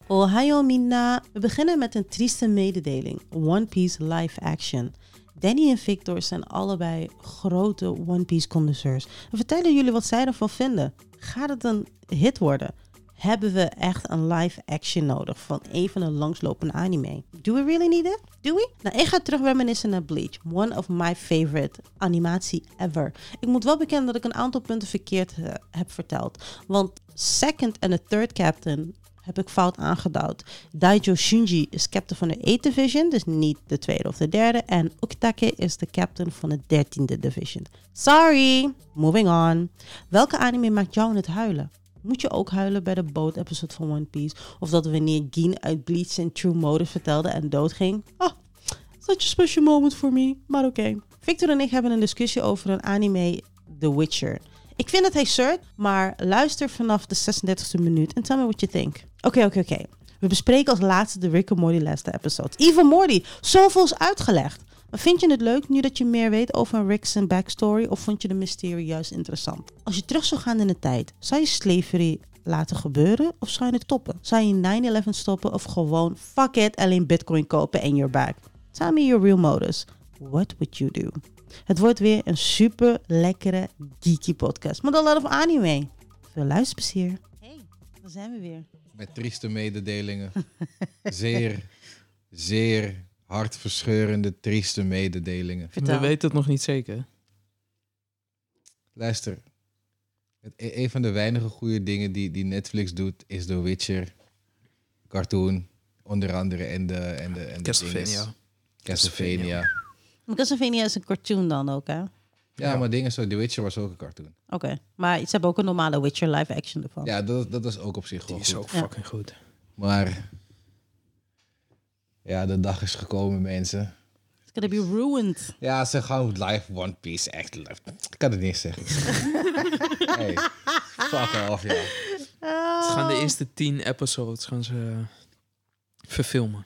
Ohio Minna. We beginnen met een trieste mededeling. One Piece live action. Danny en Victor zijn allebei grote One Piece connoisseurs. We vertellen jullie wat zij ervan vinden. Gaat het een hit worden? Hebben we echt een live action nodig van een van de langslopende anime? Do we really need it? Do we? Nou, ik ga terug reminiscen naar Bleach. One of my favorite animatie ever. Ik moet wel bekennen dat ik een aantal punten verkeerd heb verteld. Want second en de third captain heb ik fout aangeduid. Daijo Shinji is captain van de 8th division, dus niet de tweede of de derde. En Ukitake is de captain van de 13e division. Sorry, moving on. Welke anime maakt jou het huilen? Moet je ook huilen bij de boot-episode van One Piece? Of dat wanneer Gin uit Bleach zijn true motive vertelde en doodging? Such a special moment for me. Maar oké. Victor en ik hebben een discussie over een anime, The Witcher. Ik vind dat hij surd, maar luister vanaf de 36e minuut en tell me what you think. Oké. We bespreken als laatste de Rick and Morty laatste episode. Even Morty, zoveel is uitgelegd. Maar vind je het leuk nu dat je meer weet over Rick's backstory of vond je de mysterie juist interessant? Als je terug zou gaan in de tijd, zou je slavery laten gebeuren of zou je het stoppen? Zou je 9/11 stoppen of gewoon fuck it, alleen bitcoin kopen en you're back? Tell me your real motives. What would you do? Het wordt weer een super lekkere geeky podcast met a lot of anime. Veel luisterplezier. Hey, daar zijn we weer. Met trieste mededelingen. zeer hartverscheurende, trieste mededelingen. Vertel. We weten het nog niet zeker. Luister, een van de weinige goede dingen die Netflix doet, is The Witcher, cartoon, onder andere en de Castlevania. Castlevania. Castlevania is een cartoon dan ook, hè? Ja, maar dingen zo, The Witcher was ook een cartoon. Oké, maar ze hebben ook een normale Witcher live action ervan. Ja, dat is ook op zich wel Die is goed. ook fucking goed. Maar ja, de dag is gekomen, mensen. It's gonna be ruined. Ja, ze gaan live One Piece echt live. Ik kan het niet zeggen. Hey, fuck off, ja. Ze gaan de eerste 10 episodes gaan ze verfilmen.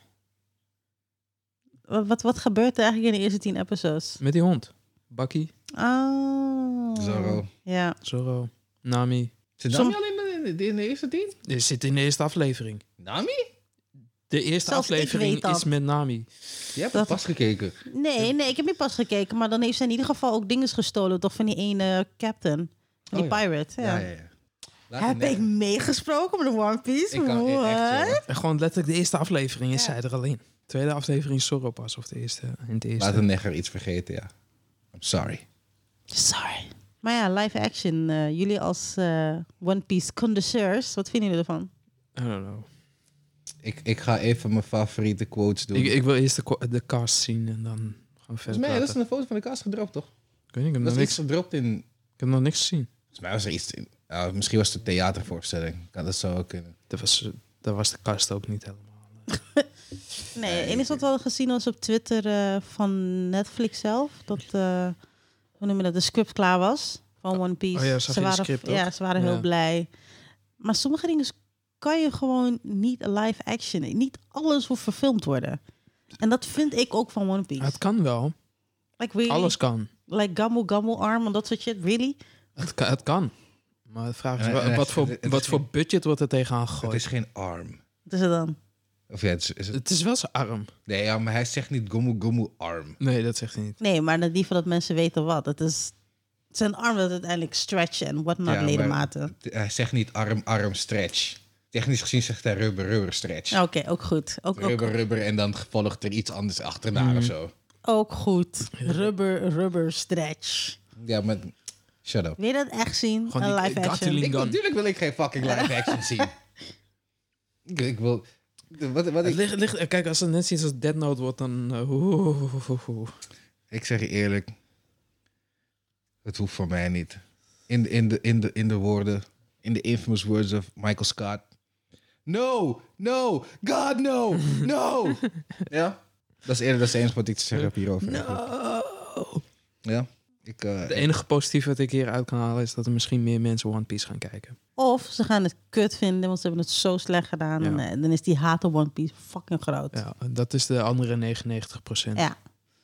Wat gebeurt er eigenlijk in de eerste 10 episodes? Met die hond. Bucky, Oh. Zorro. Ja. Zorro, Nami. Zit Nami alleen in de eerste 10? Dit zit in de eerste aflevering. Nami? De eerste Zelfs ik aflevering weet dat. is met Nami. Je hebt pas gekeken. Nee, ik heb niet pas gekeken. Maar dan heeft ze in ieder geval ook dingen gestolen. Toch van die ene captain. Van die Oh ja. pirate. Ja. Laat Heb het ik meegesproken met de One Piece? Ik kan echt zo. En gewoon letterlijk de eerste aflevering is zij er alleen. Tweede aflevering is Zorro pas. Of de eerste. In de eerste. Laat een negger iets vergeten, ja. I'm sorry. Sorry. Maar ja, live action. Jullie als One Piece connoisseurs. Wat vinden jullie ervan? I don't know. Ik ga even mijn favoriete quotes doen. Ik wil eerst de cast zien en dan gaan we verder Volgens mij, dat is praten. een foto van de cast gedropt, toch? Ik weet niet, ik Dat heb is nog iets niks, gedropt in... ik heb nog niks gezien. Volgens mij was er iets in... misschien was het een theatervoorstelling. Dat zou ook kunnen. Dat was de cast ook niet helemaal. Nee, het enige wat we hadden gezien was op Twitter van Netflix zelf. Dat, hoe noem je dat, de script klaar was van One Piece. Oh ja, zag je de waren, script ook? ja, ze waren heel Ja. blij. Maar sommige dingen kan je gewoon niet live action. Niet alles hoeft verfilmd worden. En dat vind ik ook van One Piece. Het kan wel. Like really? Alles kan. Like Gamu arm en dat soort shit. Really? Het kan. Maar de vraag is, En wat voor budget wordt er tegenaan Het gegooid? is geen arm. Wat is het dan? Of ja, het is het... Het is wel zijn arm. Nee, ja, maar hij zegt niet gomu arm. Nee, dat zegt hij niet. Nee, maar in ieder geval dat mensen weten wat. Het is zijn arm dat uiteindelijk stretchen en whatnot Ja, maar ledematen. Hij zegt niet arm, stretch. Technisch gezien zegt hij rubber, stretch. Oké, ook goed. Ook Rubber en dan volgt er iets anders achterna of zo. Ook goed. Rubber stretch. Ja, maar... Shut up. Wil je dat echt zien? Gewoon Een die live action? Gatling gun. Natuurlijk wil ik geen fucking live action zien. Ik wil... Wat ik... Kijk, als het net zoiets als Dead Note wordt, dan... Ik zeg je eerlijk. Het hoeft voor mij niet. In de woorden... In de infamous words of Michael Scott. No! God, no! No! Ja? Dat is het enige wat ik te zeggen heb hierover. No! Ja? De enige positieve wat ik hieruit kan halen is dat er misschien meer mensen One Piece gaan kijken. Of ze gaan het kut vinden, want ze hebben het zo slecht gedaan. Ja. En dan is die haat op One Piece fucking groot. Ja, dat is de andere 99%. Ja.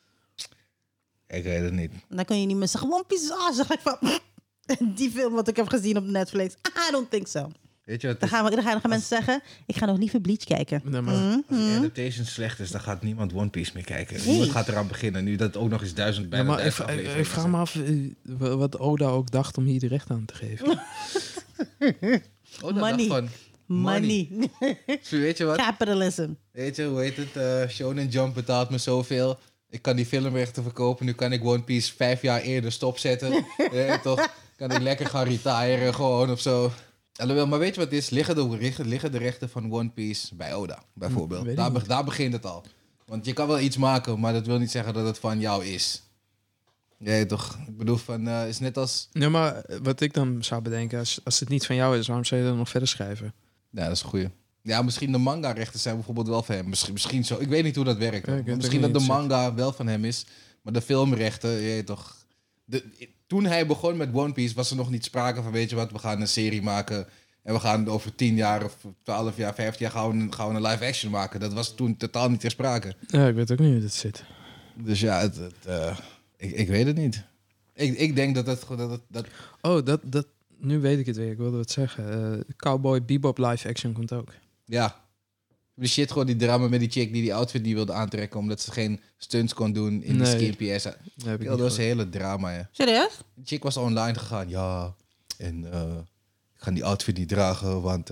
Ik weet het niet. En dan kun je niet meer zeggen, One Piece is awesome. Zeg ik van, die film wat ik heb gezien op Netflix. I don't think so. Weet je wat? Dan gaan mensen zeggen, ik ga nog liever Bleach kijken. Nee, maar, Als die adaptation slecht is, dan gaat niemand One Piece meer kijken. Nee. Niemand gaat eraan beginnen. Nu dat ook nog eens ja, bijna maar 1000 ik afleveringen vraag me af wat Oda ook dacht om hier de recht aan te geven. zijn. Oh, dat Money. dacht van... Money. Weet je wat? Capitalism. Weet je, hoe heet het? Shonen Jump betaalt me zoveel. Ik kan die filmrechten verkopen. Nu kan ik One Piece 5 jaar eerder stopzetten. Toch? Kan ik lekker gaan retiren gewoon of zo. Alhoewel, maar weet je wat het is? Liggen de rechten van One Piece bij Oda, bijvoorbeeld. Weet ik niet. Daar begint het al. Want je kan wel iets maken, maar dat wil niet zeggen dat het van jou is. Ja, toch? Ik bedoel, is net als... Ja, maar wat ik dan zou bedenken, als het niet van jou is, waarom zou je dan nog verder schrijven? Ja, dat is een goeie. Ja, misschien de manga-rechten zijn bijvoorbeeld wel van hem. Misschien zo. Ik weet niet hoe dat werkt. Ja, ik weet het Misschien ook dat de niet. manga wel van hem is. Maar de filmrechten, je weet toch... Toen hij begon met One Piece was er nog niet sprake van... Weet je wat, we gaan een serie maken... En we gaan over 10 jaar of 12 jaar, 15 jaar gaan we een live action maken. Dat was toen totaal niet ter sprake. Ja, ik weet ook niet hoe dit zit. Dus ja, ik weet het niet. Ik denk dat Oh, nu weet ik het weer. Ik wilde wat zeggen. Cowboy Bebop live action komt ook. ja... Die shit, gewoon die drama met die chick die outfit niet wilde aantrekken... omdat ze geen stunts kon doen in Nee. die skimpy ass. Dat heb ik Ja, niet dat was een gehoord. hele drama, ja. Serieus? Die chick was online gegaan, ja. En ik ga die outfit niet dragen, want...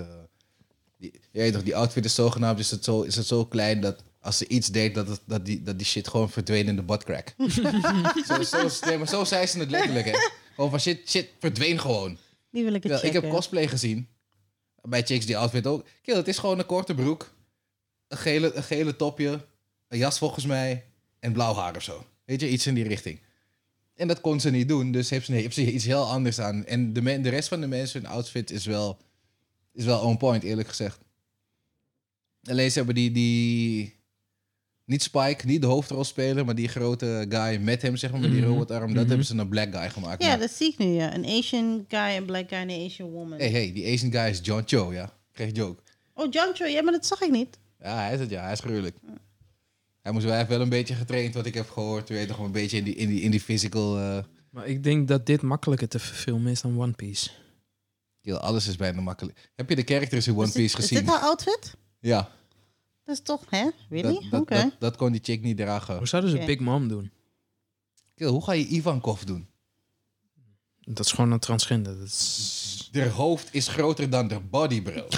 die outfit is zogenaamd, is het zo klein dat... Als ze iets deed, dat die shit gewoon verdween in de buttcrack. Maar zo zei ze het letterlijk, hè. Gewoon van shit verdween gewoon. Die wil ik het Terwijl, ik checken. heb cosplay gezien. Bij chicks die outfit ook. Kill, het is gewoon een korte broek. Een gele topje. Een jas volgens mij. En blauw haar of zo. Weet je, iets in die richting. En dat kon ze niet doen. Dus heeft ze iets heel anders aan. En de rest van de mensen, hun outfit is wel on point, eerlijk gezegd. Alleen ze hebben die niet Spike, niet de hoofdrolspeler, maar die grote guy met hem, zeg maar, met die robotarm. Dat hebben ze een black guy gemaakt. Ja, Maar- dat zie ik nu, ja. Een Asian guy, een black guy en een Asian woman. Hey, die Asian guy is John Cho, ja. Kreeg joke. Oh, Jancho, ja, maar dat zag ik niet. Ja, hij is het, ja. Hij is gruwelijk. Hij heeft wel een beetje getraind, wat ik heb gehoord. Je weet toch, een beetje in die physical... Maar ik denk dat dit makkelijker te verfilmen is dan One Piece. alles is bijna makkelijk. Heb je de characters in One Is dit- Piece gezien? Is dit haar outfit? Ja. Dat is toch, hè? Really? Oké. Dat kon die chick niet dragen. Hoe zouden ze Oké. Big Mom doen? Kill, hoe ga je Ivankov doen? Dat is gewoon een transgender. Dat is... Der hoofd is groter dan de body, bro.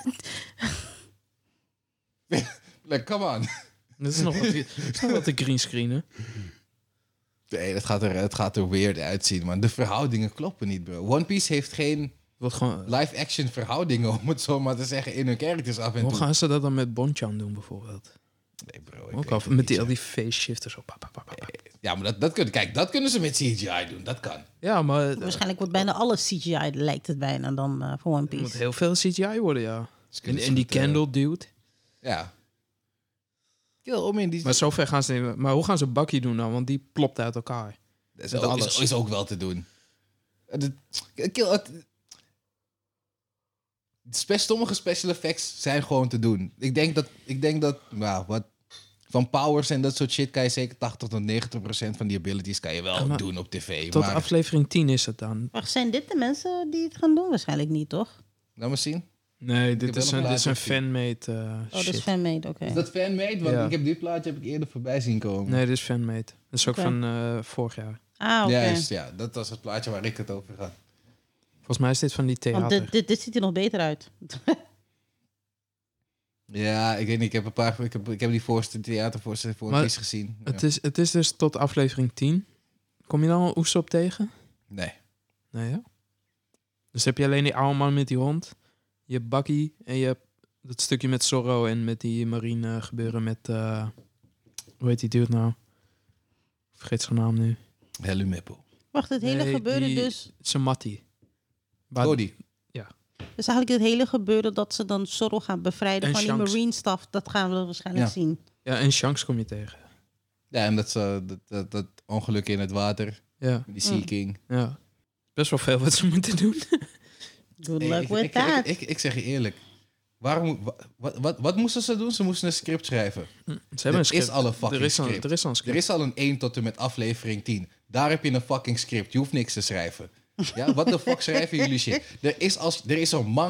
Like, come on. Dat is nog wat te greenscreenen. Nee, het gaat er weird uitzien, man. De verhoudingen kloppen niet, bro. One Piece heeft geen Wat gewoon... live-action verhoudingen, om het zo maar te zeggen, in hun characters af en Hoe toe. gaan ze dat dan met Bonchan doen, bijvoorbeeld? Nee, bro. Ook al met al die face shifters op. Ja, maar dat kunnen ze met CGI doen. Dat kan. Ja, maar Waarschijnlijk wordt bijna alles CGI, lijkt het bijna, dan voor One het moet Piece. heel veel CGI worden, ja. Ze kunnen En die goed, candle dude. Ja. Kill, om in die... Maar zover gaan ze niet. Maar hoe gaan ze Bucky doen dan? Want die plopt uit elkaar. Dat is met ook, alles. is ook wel te doen. Kill, sommige special effects zijn gewoon te doen. Ik denk dat nou, van powers en dat soort shit kan je zeker 80 tot 90% van die abilities kan je wel Ja, maar doen op tv. Tot maar, aflevering 10 is het dan. Wacht, zijn dit de mensen die het gaan doen? Waarschijnlijk niet, toch? laat maar zien. Nee, heb dit wel is een een plaatje fanmade Oh, dat shit. is fanmade, oké. Is dat fanmade? Want Ja. ik heb dit plaatje eerder voorbij zien komen. Nee, dit is fanmade. Dat is ook Oké. van vorig jaar. Ah, oké. Juist, ja. Dat was het plaatje waar ik het over had. Volgens mij is dit van die Want theater. dit ziet er nog beter uit. Ja, ik weet niet. Ik heb die voorste theatervoorstelling Maar eens gezien. Ja. Het is dus tot aflevering 10. Kom je dan al Usopp tegen? Nee. Nee, ja. Dus heb je alleen die oude man met die hond. Je hebt Bucky en je hebt dat stukje met Zorro en met die marine gebeuren met... hoe heet die dude nou? Ik vergeet zijn naam nu. Helumeppo. Wacht, het hele Nee, gebeurde die- dus... Samatti. Waar- Cody. Dus eigenlijk het hele gebeurde dat ze dan Zorro gaan bevrijden En van Shanks. die marine stuff. Dat gaan we waarschijnlijk Ja. zien. Ja, en Shanks kom je tegen. Ja, en dat ongeluk in het water. Ja, Die Sea King. ja. Best wel veel wat ze moeten doen. Good Nee, luck with ik, that. ik zeg je eerlijk. Wat moesten ze doen? Ze moesten een script schrijven. Ze hebben een script. is al een fucking er is al script. een Er script. is al een 1 tot en met aflevering 10. Daar heb je een fucking script. Je hoeft niks te schrijven. Ja, wat de fuck schrijven jullie shit? Er is al manga.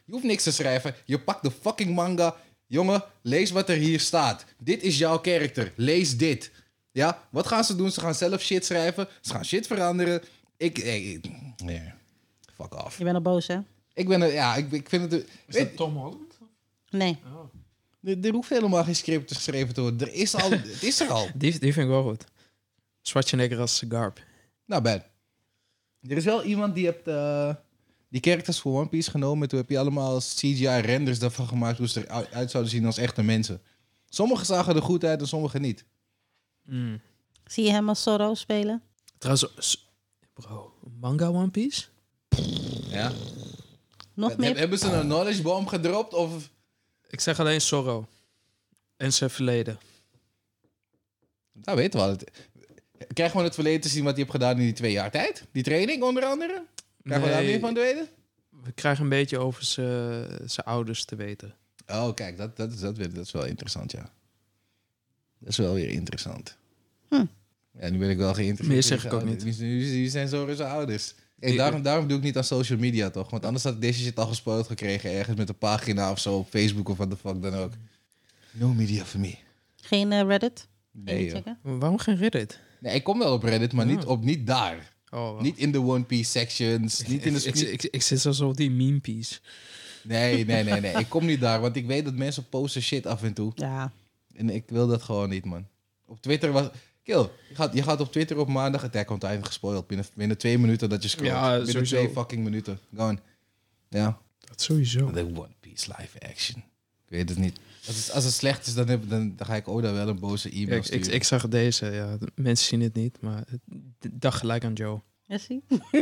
Je hoeft niks te schrijven. Je pakt de fucking manga. Jongen, lees wat er hier staat. Dit is jouw karakter. Lees dit. Ja, wat gaan ze doen? Ze gaan zelf shit schrijven. Ze gaan shit veranderen. Nee. Fuck off. Je bent al boos, hè? Ik vind het... Is dat Tom Holland? Nee. Er hoeft helemaal geen script geschreven te worden. Het is er al. Die vind ik wel goed. Schwarzenegger als Garp. Nou, bad. Er is wel iemand die heeft die characters voor One Piece genomen. Toen heb je allemaal CGI-renders daarvan gemaakt hoe ze eruit zouden zien als echte mensen. Sommige zagen er goed uit en sommige niet. Mm. Zie je hem als Zoro spelen? Trouwens, bro, manga One Piece? Ja. Nog meer? Hebben ze een knowledge bomb gedropt? Of... Ik zeg alleen Zorro. En zijn verleden. Nou, weten we al. Krijgen we het verleden te zien wat hij heeft gedaan in die 2 jaar tijd? Die training onder andere? Krijgen we daar meer van te weten? We krijgen een beetje over zijn ouders te weten. Oh, kijk, dat is wel interessant, ja. Dat is wel weer interessant. Ja, nu ben ik wel geïnteresseerd. Meer zeg ik ook niet. Wie zijn zo zijn ouders? Hey, daarom doe ik niet aan social media, toch? Want anders had ik deze shit al gespoord gekregen ergens met een pagina of zo op Facebook of wat de fuck dan ook. No media for me. Geen Reddit? Nee, joh. Checken? Waarom geen Reddit? Nee, ik kom wel op Reddit, maar niet daar. Oh, Niet in de One Piece sections. Niet in de... ik zit zo op die meme piece. Nee. Ik kom niet daar, want ik weet dat mensen posten shit af en toe. Ja. En ik wil dat gewoon niet, man. Op Twitter was... Kill, je gaat op Twitter op maandag Attack on Titan gespoild. Binnen 2 minuten dat je scrolt. Ja, binnen sowieso. 2 fucking minuten. Gewoon. Ja. Dat sowieso. The One Piece live action. Ik weet het niet. Als het slecht is, dan ga ik Oda wel een boze e-mail sturen. Ik zag deze, ja. De mensen zien het niet, maar ik dacht gelijk aan Joe. Ja, zie?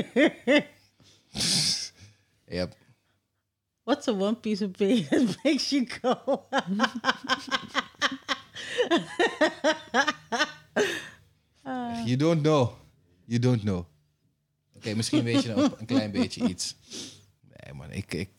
Yep. What's a one piece of paper that makes you go? You don't know. You don't know. Oké, misschien weet je nou een klein beetje iets. Nee, man.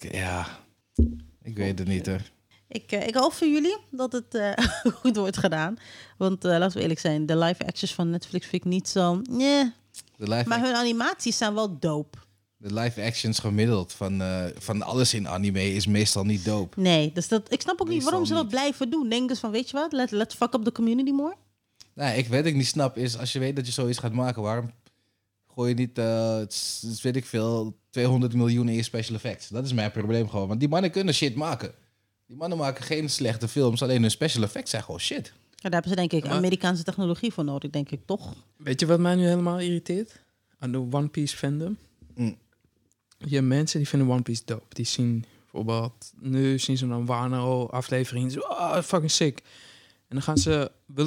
Ik weet het niet, hoor. Ik hoop voor jullie dat het goed wordt gedaan. Want laten we eerlijk zijn, de live actions van Netflix vind ik niet zo... Nee. Maar hun animaties zijn wel dope. De live actions gemiddeld van alles in anime is meestal niet dope. Nee, dus ik snap ook niet Meestal waarom ze dat niet. blijven doen. Denk dus van, weet je wat, let's fuck up the community more. Nee, wat ik niet snap is, als je weet dat je zoiets gaat maken, waarom gooi je niet, weet ik veel, 200 miljoen in je special effects? Dat is mijn probleem gewoon, want die mannen kunnen shit maken. Die mannen maken geen slechte films, alleen hun special effects zijn gewoon shit. Ja, daar hebben ze denk ik Maar- Amerikaanse technologie voor nodig, denk ik toch? Weet je wat mij nu helemaal irriteert? Aan de One Piece fandom. Mm. Je hebt mensen die vinden One Piece dope. Die zien bijvoorbeeld... Nu zien ze een Wano-aflevering. Zo, fucking sick. En dan willen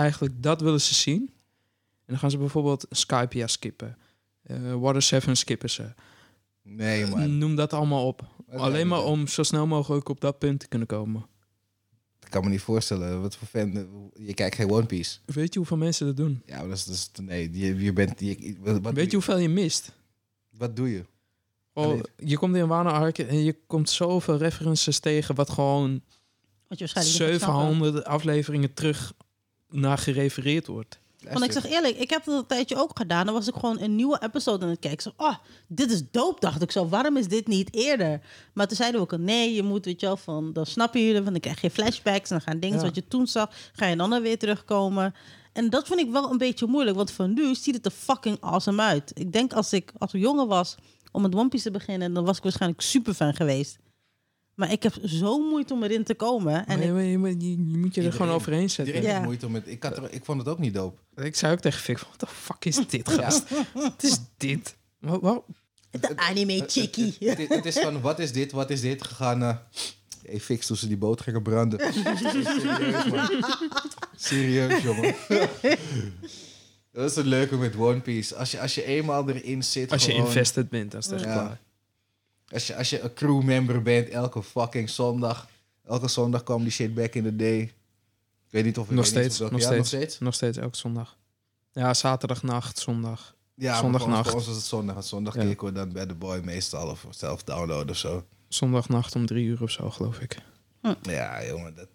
ze zien. En dan gaan ze bijvoorbeeld Skypiea skippen. Water 7 skippen ze. Nee, man. Noem dat allemaal op. Dat Alleen lijkt me maar wel. om zo snel mogelijk op dat punt te kunnen komen. Ik kan me niet voorstellen. Wat voor fan... Je kijkt geen One Piece. Weet je hoeveel mensen dat doen? Ja, maar dat is nee, je bent... Weet je hoeveel je mist? Wat doe je? Oh, Allee. je komt in Wano Arc en je komt zoveel references tegen... wat gewoon Wat je waarschijnlijk niet gaat snappen. 700 afleveringen terug naar gerefereerd wordt. Want ik zeg eerlijk, ik heb dat een tijdje ook gedaan. Dan was ik gewoon een nieuwe episode aan het kijken. Zo, dit is dope, dacht ik zo. Waarom is dit niet eerder? Maar toen zeiden we ook, nee, je moet, weet je wel, van, dan snap je van, dan krijg je flashbacks. En dan gaan dingen Ja. wat je toen zag, ga je dan weer terugkomen. En dat vind ik wel een beetje moeilijk, want van nu ziet het er fucking awesome uit. Ik denk als ik jonger was om met One Piece te beginnen, dan was ik waarschijnlijk super fan geweest. Maar ik heb zo moeite om erin te komen. En Maar je moet je er Iedereen- gewoon overheen zetten. Iedereen Ja. heeft moeite met... Ik vond het ook niet dope. Ik zei ook tegen Fik, wat de fuck is dit, gast? Wat is dit? Wat? de anime chickie. Het is van, wat is dit? Gegaan naar... Hey, fix toen ze die boot gingen branden. Serieus, man. Serieus, jongen. Dat is het leuke met One Piece. Als je eenmaal erin zit... Als je gewoon, invested bent, dan is het echt Ja. klaar. Als je een crewmember bent, elke fucking zondag... Elke zondag kwam die shit back in the day. Ik weet niet of... Nog ik weet niet steeds, of- nog ja, steeds. nog steeds? Nog steeds, elke zondag. Ja, zaterdagnacht, zondag. Ja, Zondagnacht. voor ons was het zondag. En zondag Ja. keken we dan bij The Boy meestal. Of zelf downloaden of zo. Zondagnacht om 3 uur of zo, geloof ik. Ja, jongen, dat...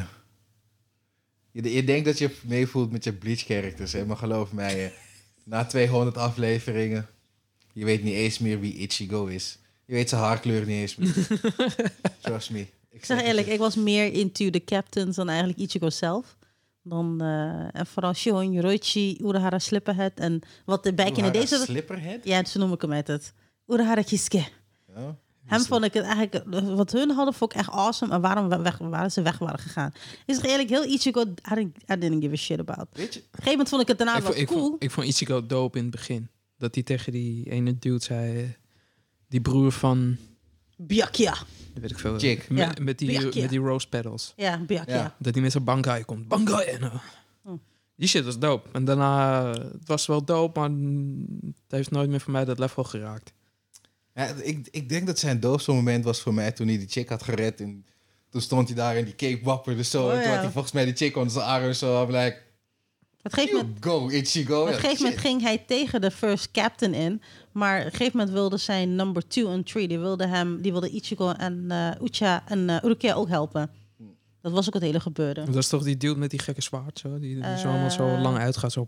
Je denkt dat je meevoelt met je Bleach-characters, hè? Maar geloof mij, na 200 afleveringen... Je weet niet eens meer wie Ichigo is. Je weet zijn haarkleur niet eens meer. Trust me. Ik zeg eerlijk, ik was meer into de captains dan eigenlijk Ichigo zelf. Dan, en vooral Shion, Yoroichi, Urahara Slipperhead en wat de back in deze... Slipperhead? Ja, zo noem ik hem het. Urahara Kisuke. Ja. Hem vond ik het eigenlijk... Wat hun hadden, vond ik echt awesome. En waarom waren ze weg waren gegaan? Ik zeg eerlijk, heel Ichigo, I didn't give a shit about. Weet je? Op een gegeven moment vond ik het daarna wel cool. Ik vond Ichigo dope in het begin. Dat hij tegen die ene dude zei... Die broer van... Byakuya. Weet ik veel. Chick. Met die rose petals. Ja, Byakuya. Ja. Dat hij met zijn bankai komt. Bankai! En, die shit was dope. En daarna... Het was wel dope, maar... Het heeft nooit meer voor mij dat level geraakt. Ja, ik denk dat zijn doofste moment was voor mij toen hij die chick had gered. En toen stond hij daar en die cake wapperde zo. En toen had hij volgens mij die chick onder zijn arm zo. I'm like, Op een gegeven moment... go Ichigo. Op een gegeven moment ging hij tegen de first captain in. Maar op een gegeven moment wilde zijn number 2 en 3... Die wilde Ichigo en Uchiha en Urukia ook helpen. Dat was ook het hele gebeuren. Dat is toch die dude met die gekke zwaard, zo? Die zo allemaal zo lang uitgaat, zo...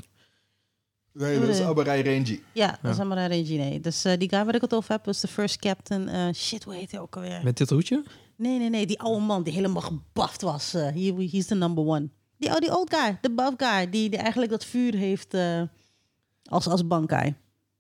Nee, dat is Abarai Renji. Ja, dat is Samurai Renji, nee. Dus die guy waar ik het over heb, was de first captain. Shit, hoe heet hij ook alweer? Met dit hoedje? Nee. Die oude man die helemaal gebaft was. He's the number one. Die old guy, de buff guy. Die eigenlijk dat vuur heeft als bankai.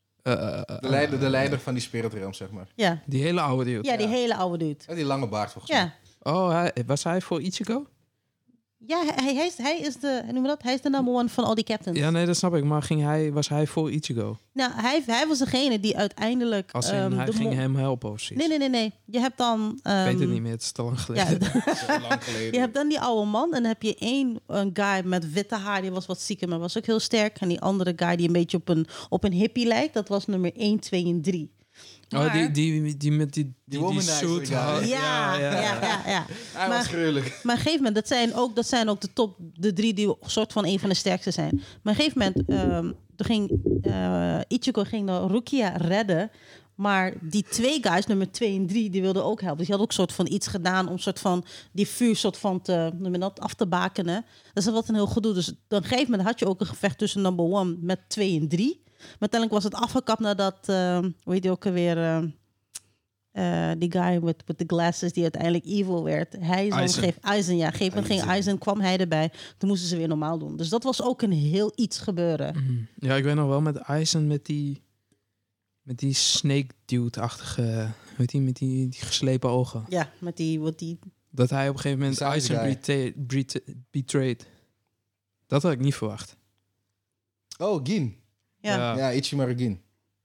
De leider van die Spirit Realm, zeg maar. Ja. Die hele oude dude. Ja, die hele oude dude. Ja, die lange baard volgens mij. Ja. Oh, was hij voor Ichigo? Ja, hij is de, noem je dat? Hij is de number one van al die captains. Ja, nee, dat snap ik. Maar was hij voor Ichigo? Nou, hij was degene die uiteindelijk... Als in, hij ging hem helpen of zoiets? Nee. Je hebt dan... Ik weet het niet meer, het is te lang geleden. Ja, Zo lang geleden. je hebt dan die oude man en dan heb je een guy met witte haar, die was wat zieker, maar was ook heel sterk. En die andere guy die een beetje op een hippie lijkt, dat was nummer 1, 2 en 3. Maar, die met die womanizer suit. guy. Ja. Hij was gruwelijk. Maar op een gegeven moment, dat zijn ook de 3 die soort van een van de sterkste zijn. Maar op een gegeven moment Ichigo ging dan Rukia redden. Maar die 2 guys, nummer 2 en 3, die wilden ook helpen. Dus die hadden ook soort van iets gedaan om soort van die vuur soort van af te bakenen. Dus dat was een heel gedoe. Dus op een gegeven moment had je ook een gevecht tussen number 1 met 2 en 3. Maar uiteindelijk was het afgekapt nadat, hoe heet die ook alweer, die guy with the glasses die uiteindelijk evil werd. Aizen ging Aizen, kwam hij erbij. Toen moesten ze weer normaal doen. Dus dat was ook een heel iets gebeuren. Ja, ik weet nog wel met Aizen met die snake dude-achtige, weet je, met die geslepen ogen. Ja, met die... Dat hij op een gegeven moment Aizen betrayed. Dat had ik niet verwacht. Oh, Gin. Ja, Ichimaru Gin.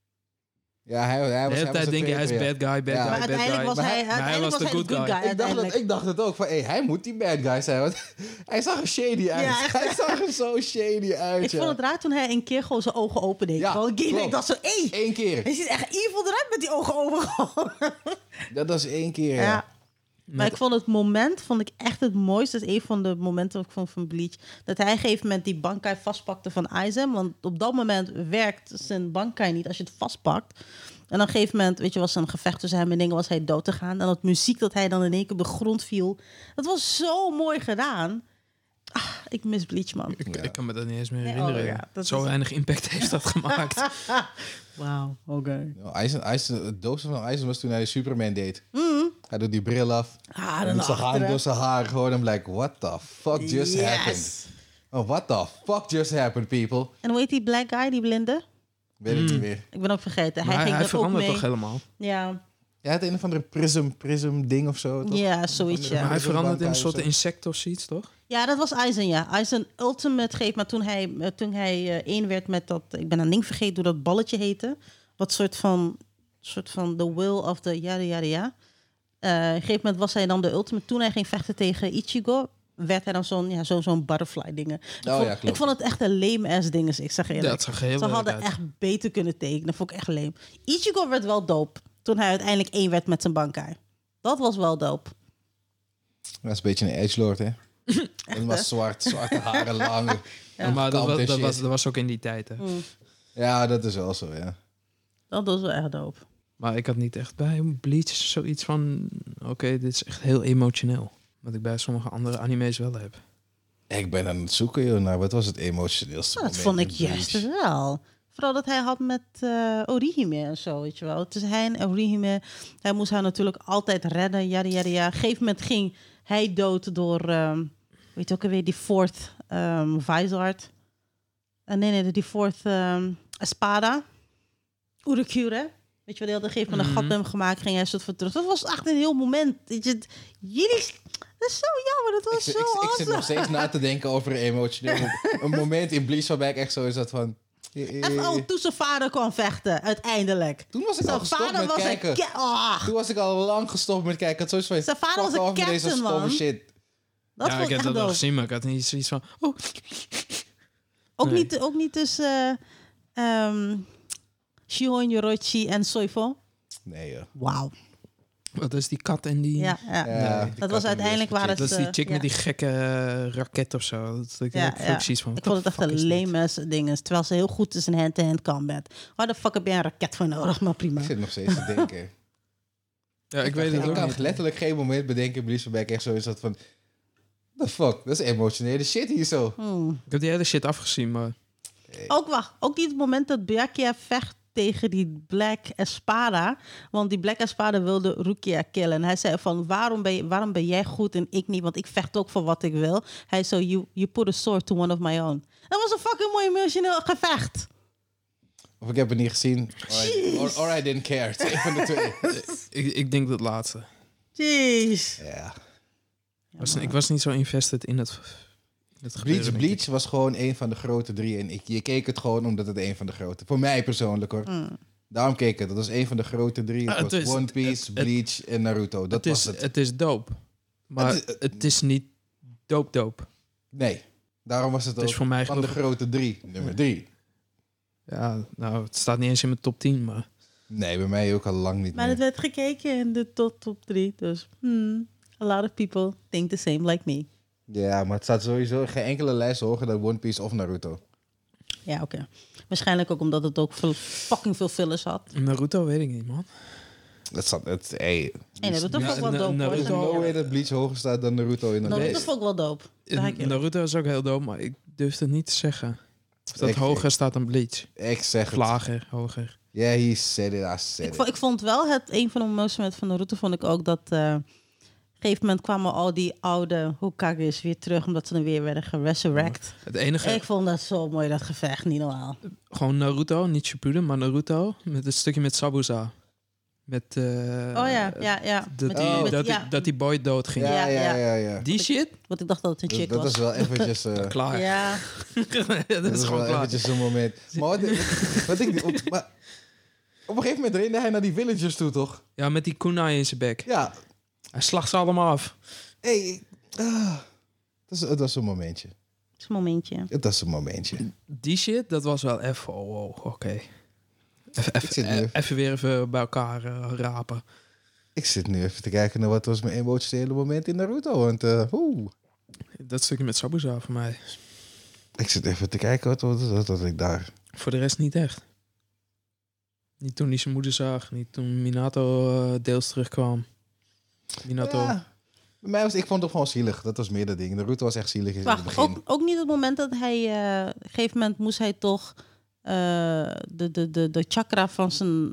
Ja, hij was... De hele tijd denk je, hij is bad guy, bad guy, Maar bad uiteindelijk guy. was hij was de good guy. Ik dacht het ook, van hij moet die bad guy zijn. Want hij zag er shady uit. Ja, hij zag er zo shady uit. Ik vond het raar toen hij een keer gewoon zijn ogen opende. Ik dacht zo, Eén keer. hij ziet echt evil eruit met die ogen open. Dat was 1 keer, ja. Maar ik vond het moment echt het mooiste. Dat is een van de momenten van Bleach. Dat hij op een gegeven moment die bankai vastpakte van Aizen. Want op dat moment werkt zijn bankai niet als je het vastpakt. En op een gegeven moment, weet je, was er een gevecht tussen hem en dingen, was hij dood te gaan. En dat muziek dat hij dan in één keer op de grond viel. Dat was zo mooi gedaan. Ik mis Bleach, man. Ik kan me dat niet eens meer herinneren. Zo is... weinig impact heeft dat gemaakt. Wauw, oké. Het doofste van Aizen was toen hij Superman deed. Hij doet die bril af. En zijn haar door zijn haar gewoon. En like, what the fuck just happened? Oh, what the fuck just happened, people? En hoe heet die black guy, die blinde? Weet ik niet meer. Ik ben ook vergeten. Hij verandert ook toch helemaal? Ja. Ja, het een of andere prism ding of zo, toch? Ja, zoiets, ja. Maar hij verandert in een soort insect of zoiets, toch? Ja, dat was Aizen, ja. Aizen Ultimate geeft, maar toen hij één werd met dat... Ik ben een ding vergeten hoe dat balletje heette. Wat soort van the will of the yada. Op een gegeven moment was hij dan de Ultimate. Toen hij ging vechten tegen Ichigo, werd hij dan zo'n butterfly dingen. Ik vond het echt een lame-ass dingen, ik zeg eerlijk. Ja, het zag heel Ze hadden uit. echt beter kunnen tekenen. Vond ik echt lame. Ichigo werd wel dope toen hij uiteindelijk één werd met zijn bankai. Dat was wel dope. Dat is een beetje een edgelord, hè? Het was zwarte haren, lang. Ja. Maar dat was ook in die tijd, hè? Ja, dat is wel zo, ja. Dat was wel echt dope. Maar ik had niet echt bij Bleach zoiets van... Oké, dit is echt heel emotioneel. Wat ik bij sommige andere anime's wel heb. Ik ben aan het zoeken, joh, naar wat was het emotioneelste moment. Dat vond ik juist wel. vooral dat hij had met Orihime en zo, weet je wel. Het is hij en Orihime. Hij moest haar natuurlijk altijd redden, ja. Op een gegeven moment ging hij dood door, weet je ook alweer, die fourth Vizard. Die fourth Espada. Urakure. Weet je wat, hij had op een gegeven moment een gat met hem gemaakt, ging hij soort van terug. Dat was echt een heel moment. Jullie... Dat is zo jammer, dat was zo awesome. Ik zit nog steeds na te denken over een emotioneel een moment in Bleach waarbij ik echt zo is dat van... Toen zijn vader kwam vechten, uiteindelijk. Toen was ik al gestopt met kijken. Toen was ik al lang gestopt met kijken. Het zijn vader was een captain, man. Shit. Ja, ik heb dat wel gezien, maar ik had niet zoiets van... Oh. Ook niet tussen Shihon, Yoroichi en Soifo? Nee, joh. Wauw. Wat is die kat en die... Ja. Nee, dat was uiteindelijk waar het... Dat is die chick met die gekke raket of zo. Dat ik precies van... Ik vond het echt een lame dingen. Terwijl ze heel goed is in hand-to-hand combat. Waar de fuck heb jij een raket voor nodig? Maar prima. Ik zit nog steeds te denken. Ja, ik weet het ook Ik kan niet. letterlijk geen moment bedenken in Bleach waarbij ik echt zo is dat van... The fuck? Dat is emotionele shit hier zo. Ik heb die hele shit afgezien, maar... Ook niet het moment dat Byakuya vecht tegen die Black Espada. Want die Black Espada wilde Rukia killen. En hij zei van, waarom ben jij goed en ik niet? Want ik vecht ook voor wat ik wil. Hij zei, you put a sword to one of my own. Dat was een fucking mooi emotioneel gevecht. Of ik heb het niet gezien. Or I didn't care. Twee van de twee. Ik denk dat laatste. Jeez. Ja. Ik was niet zo invested in het gebeuren. Bleach was gewoon een van de grote drie. En je keek het gewoon omdat het een van de grote... Voor mij persoonlijk hoor. Daarom keek ik het. Dat was een van de grote drie. Het was One Piece, Bleach en Naruto. Dat was het. Het is dope. Maar het is niet dope. Nee. Daarom was het ook is voor mij van de grote drie. Nummer 3. Ja, nou, het staat niet eens in mijn top 10, maar... Nee, bij mij ook al lang niet Maar meer. het werd gekeken in de top 3. Dus a lot of people think the same like me. Ja, maar het staat sowieso geen enkele lijst hoger dan One Piece of Naruto. Ja, oké. Waarschijnlijk ook omdat het ook fucking veel fillers had. Naruto weet ik niet, man. Dat staat... Nee, Naruto vond ik wel dope. Naruto- hoor. No way dat Bleach hoger staat dan Naruto in de Naruto lijst. vond ik wel dope. Naruto is ook heel dope, maar ik durf het niet te zeggen. Of dat Ik- hoger staat dan Bleach. Ik zeg Of het. lager, hoger. Yeah, he said it, I said it. Ik vond wel een van de mooiste momenten van Naruto vond ik ook dat... op een gegeven moment kwamen al die oude Hokages weer terug... omdat ze dan weer werden geresurrect. Het enige, Ik vond dat zo mooi, dat gevecht. Niet normaal. gewoon Naruto, niet Shippuden, maar Naruto. Met het stukje met Sabuza. Met, Ja. Dat die boy dood ging. Ja. Die shit? Want ik dacht dat het een chick Dat was. is wel eventjes... Klaar. Ja. Dat is gewoon wel klaar. eventjes een moment. Maar maar op een gegeven moment rende hij naar die villagers toe, toch? Ja, met die kunai in zijn bek. Ja. Hij slacht ze allemaal af. Hey, het was een momentje. Het is een momentje. Het was een momentje. Die shit, dat was wel even... oké. Even weer even bij elkaar rapen. Ik zit nu even te kijken naar wat was mijn emotionele moment in Naruto. Want, Dat stukje met Sabuza voor mij. ik zit even te kijken wat ik daar... Voor de rest niet echt. Niet toen hij zijn moeder zag. Niet toen Minato deels terugkwam. Minato. Ja, bij mij ik vond het gewoon zielig. Dat was meer dat ding. Naruto was echt zielig in het Wacht, begin. ook niet het moment dat hij... op een gegeven moment moest hij toch... de chakra van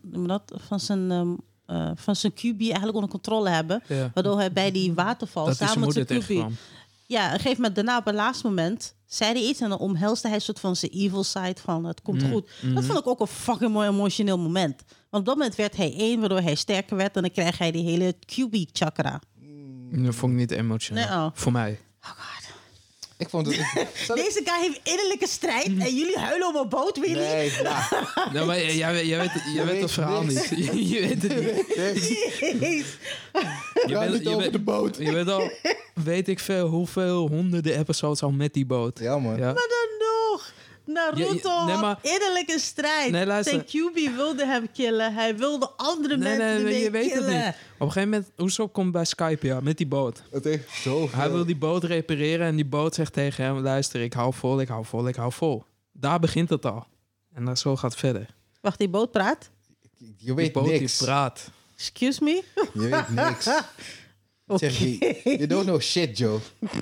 zijn QB eigenlijk onder controle hebben. Ja. Waardoor hij bij die waterval Dat hij zijn samen met moeder zijn QB... tegenkwam. Ja, op een gegeven moment daarna, op het laatste moment, zei hij iets en dan omhelsde hij een soort van zijn evil side van het komt goed. Dat vond ik ook een fucking mooi emotioneel moment. Want op dat moment werd hij 1, waardoor hij sterker werd en dan kreeg hij die hele QB-chakra. Dat vond ik niet emotioneel. Nee, oh. Voor mij. Oh god. Ik vond het... Deze guy heeft innerlijke strijd en jullie huilen op een boot, Willy? Nee, ja. Ja, maar jij weet dat verhaal niks. niet. Je weet het niet. Jeez. Praat niet over de boot. Je weet al, weet ik veel, hoeveel honderden episodes al met die boot. Ja, man. Ja. Maar dan nog. Naruto nee, maar- had innerlijke strijd. Nee, luister. Zijn QB wilde hem killen. Hij wilde andere mensen ermee je weet killen. het niet. Op een gegeven moment, Usopp komt bij Skype, ja, met die boot. Het heeft zo Hij wil die boot repareren en die boot zegt tegen hem, luister, ik hou vol. Daar begint het al. En dan zo gaat het verder. Wacht, die boot praat? Je Die weet boot niks. die praat. Excuse me? Je weet niks. Zeg je don't know shit, Joe.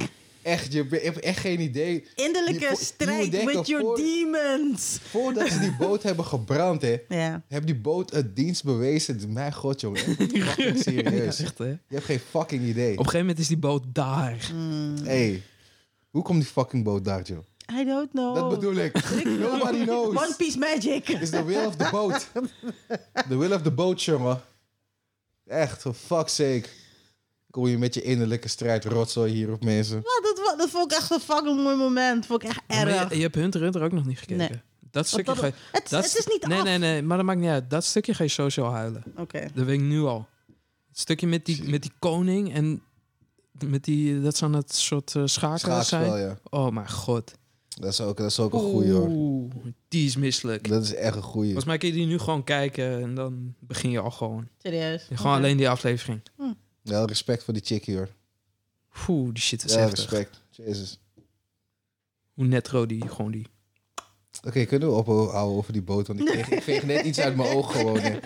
Echt, je hebt echt geen idee. Innerlijke Je moet strijd denken, with your demons. Voordat ze die boot hebben gebrand, hè. Ja. Heb die boot het dienst bewezen. Mijn god, jongen. Echt fucking serieus. Echt, hè? Je hebt geen fucking idee. Op een gegeven moment is die boot daar. Hey, hoe komt die fucking boot daar, Joe? I don't know. Dat bedoel ik. Nobody knows. One Piece magic. It's the will of the boat. The will of the boat, jongen. Echt, for fuck's sake. Kom je met je innerlijke strijd rotzooi hier op mensen. Dat vond ik echt een fucking mooi moment. Vond ik echt Maar erg. je hebt Hunter ook nog niet gekeken. Nee. Dat stukje dat- ga je... het is niet nee, af. Nee, maar dat maakt niet uit. Dat stukje ga je sowieso huilen. Oké. Dat weet ik nu al. Het stukje met die koning en met die... Dat ze aan het soort schakelen Schaakspel, zijn. ja. Oh mijn god. Dat is ook een goeie, hoor. Oeh, die is misselijk. Dat is echt een goeie. Volgens mij kun je die nu gewoon kijken en dan begin je al gewoon. Serieus. Gewoon Oké. alleen die aflevering. Ja, respect voor die chickie, hoor. Oeh, die shit is Ja, heftig. respect. Jezus. Hoe netro die gewoon die... Oké, kunnen we ophouden over die boot? Want ik veeg net iets uit mijn oog gewoon. Hè.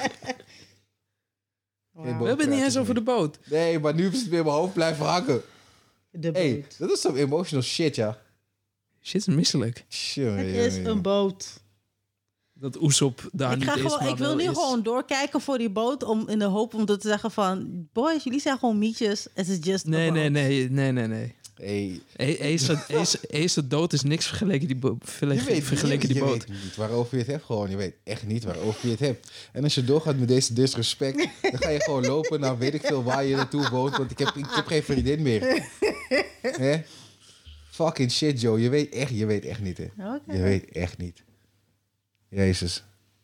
Wauw. Geen We hebben het niet eens over de boot. Nee, maar nu is het weer in mijn hoofd blijven hangen. De Hey, boot. dat is some emotional shit, ja. Shit is misselijk. Jongen, Het jongen, is jongen. een boot. Dat Oesop daar Ik, niet ga is, gewoon, maar ik wil wel nu is. gewoon doorkijken voor die boot om in de hoop om te zeggen van... Boys, jullie zijn gewoon mietjes. Het is just a Nee. boat. Hey, Ace dood is niks vergeleken die, vergeleken die je boot. weet niet waarover je het hebt gewoon. Je weet echt niet waarover je het hebt. En als je doorgaat met deze disrespect, dan ga je gewoon lopen naar weet ik veel waar je naartoe woont. Want ik heb geen vriendin meer. Hè? Fucking shit, Joe. Je weet echt niet, hè. Oké. Je weet echt niet. Jezus.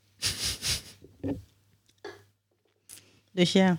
Dus ja.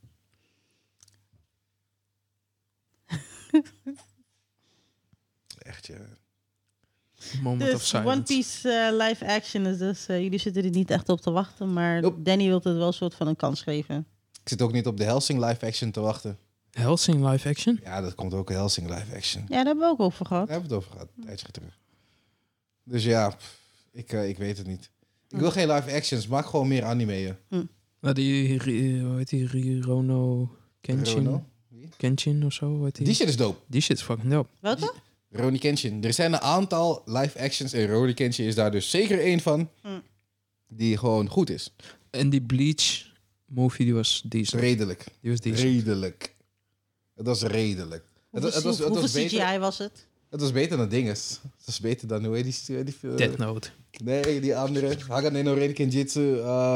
Echt, ja. Moment of Dus silence. One Piece live action is dus... jullie zitten er niet echt op te wachten, maar Nope. Danny wil het wel een soort van een kans geven. Ik zit ook niet op de Helsing live action te wachten. Helsing live action? Ja, dat komt ook Helsing live action. Ja, daar hebben we ook over gehad. Daar hebben we het over gehad, een tijdje terug. Dus ja, ik weet het niet. Ik wil geen live actions, maak gewoon meer animeën. Nou, hoe heet die? Rirono Kenshin? Rono? Wie? Kenshin of zo? Hoe heet die? Die shit is dope. Die shit is fucking dope. Welke? Rurouni Kenshin. Er zijn een aantal live actions en Rurouni Kenshin is daar dus zeker één van. Die gewoon goed is. En die Bleach movie, die was decent. Redelijk. Die was decent. Redelijk. Het was redelijk. Hoeveel CGI was het? Het was beter dan dinges. Het was beter dan, hoe heet die Death Note. Nee, die andere. Hagane no Ren Kenjutsu.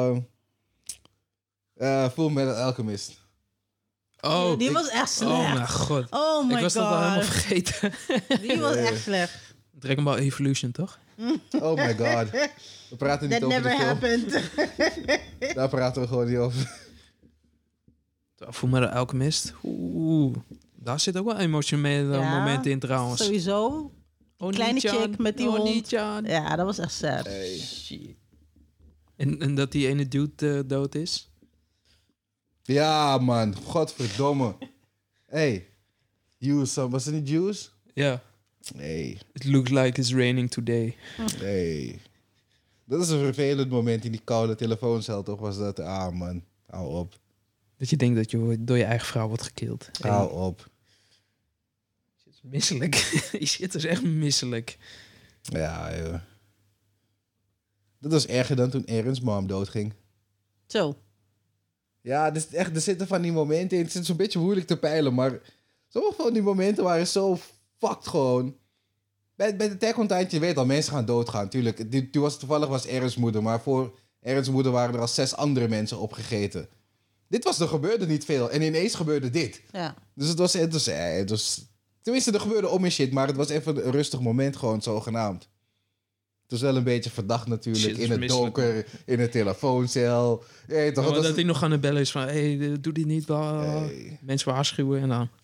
Full Metal Alchemist. Oh, Die was echt slecht. oh mijn god. Oh my Ik was dat al helemaal god. vergeten. Die was echt slecht. Dragon Ball Evolution, toch? Oh my god. We praten niet That over de never film. happened. Daar praten we gewoon niet over. Voel me de Alchemist. Oeh. Daar zit ook wel emotionele Ja, momenten in trouwens. Sowieso. Kleine chick met die hond. Oni-chan. Ja, dat was echt sad. Hey. Shit. En dat die ene dude dood is? Ja, man. Godverdomme. Hey. Use, was het niet Juice? Ja. Nee. It looks like it's raining today. Nee. Dat is een vervelend moment in die koude telefooncel, toch? Was dat? Ah, man. Hou op. Dat je denkt dat je door je eigen vrouw wordt gekild. Hou op. Shit is misselijk. Die shit is echt misselijk. Ja, joh. Dat was erger dan toen Aaron's mom doodging. Zo. Ja, er zitten van die momenten in. Het is een beetje moeilijk te peilen, maar sommige van die momenten waren zo fucked gewoon. Bij de Attack on Titan, je weet al, mensen gaan doodgaan. Tuurlijk, toevallig was Aaron's moeder, maar voor Aaron's moeder waren er al 6 andere mensen opgegeten. Er gebeurde niet veel en ineens gebeurde dit. Ja. Dus het was tenminste, er gebeurde om en shit, maar het was even een rustig moment gewoon, zogenaamd. Het was wel een beetje verdacht natuurlijk, Shit, in het misselijk. donker, in een telefooncel. Ja, toch, Oh, het was- dat hij nog aan het bellen is van... Hey, doe dit niet. Bla, bla, bla. Hey. Mensen waarschuwen en dan...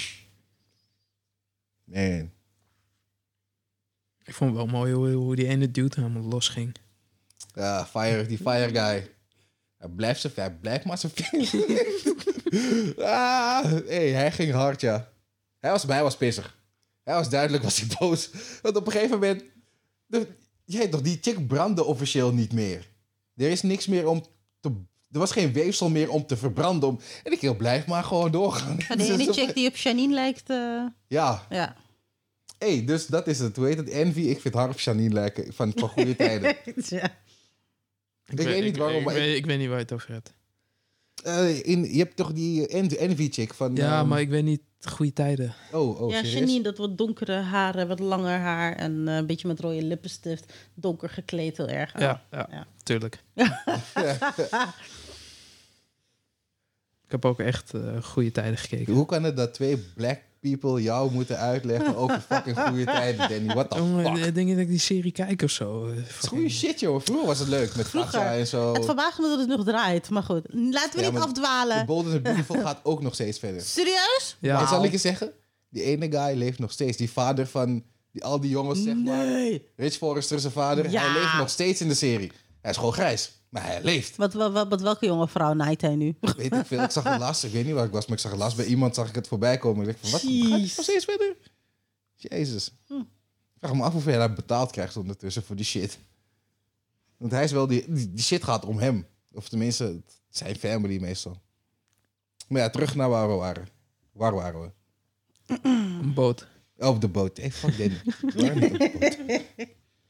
Man. Ik vond het wel mooi hoe die ene dude helemaal los ging. Ja, die fire guy. Hij blijft maar zo hij ging hard, ja. Hij was pissig. Duidelijk was hij boos. Want op een gegeven moment... die chick brandde officieel niet meer. Er is niks meer om te... Er was geen weefsel meer om te verbranden. En ik heel blijf maar gewoon doorgaan. De ene chick die op Janine lijkt. Ja, Ja. Hey, dus dat is het. Hoe heet het? Envy. Ik vind haar op Janine lijken van goede tijden. Ja. Ik weet niet waarom, maar Ik weet niet waar je het over hebt. je hebt toch die Envy-chick van... Ja, maar ik weet niet goede tijden. Oh, Ja, serieus? Janine, dat wat donkere haren, wat langer haar en een beetje met rode lippenstift. Donker gekleed, heel erg. Ja, Ja. tuurlijk. Ik heb ook echt goede tijden gekeken. Hoe kan het dat 2 black people jou moeten uitleggen over fucking goede tijden, Danny? What the Jongen, fuck? denk je dat ik die serie kijk of zo? Het is goede shit, joh. Vroeger was het leuk met Vroeger. Fasha en zo. Het verbaast me dat het nog draait, maar goed. Laten we Ja, niet maar afdwalen. The Bold and the Beautiful gaat ook nog steeds verder. Serieus? Ja. En zal ik je zeggen? Die ene guy leeft nog steeds. Die vader van al die jongens, zeg maar. Nee. Rich Forrester, zijn vader. Ja. Hij leeft nog steeds in de serie. Hij is gewoon grijs. Maar hij leeft. Welke jonge vrouw naait hij nu? Weet ik veel. Ik zag het last. Ik weet niet waar ik was, maar ik zag het last. Bij iemand zag ik het voorbij komen. Ik dacht van, wat? Gaat hij nog steeds verder? Jezus. Ik vraag me af hoeveel hij daar betaald krijgt ondertussen voor die shit. Want hij is wel... Die shit gaat om hem. Of tenminste, zijn family meestal. Maar ja, terug naar waar we waren. Waar waren we? Een boot. Oh, op de boot. Hey, fuck Danny. We waren niet op de boot.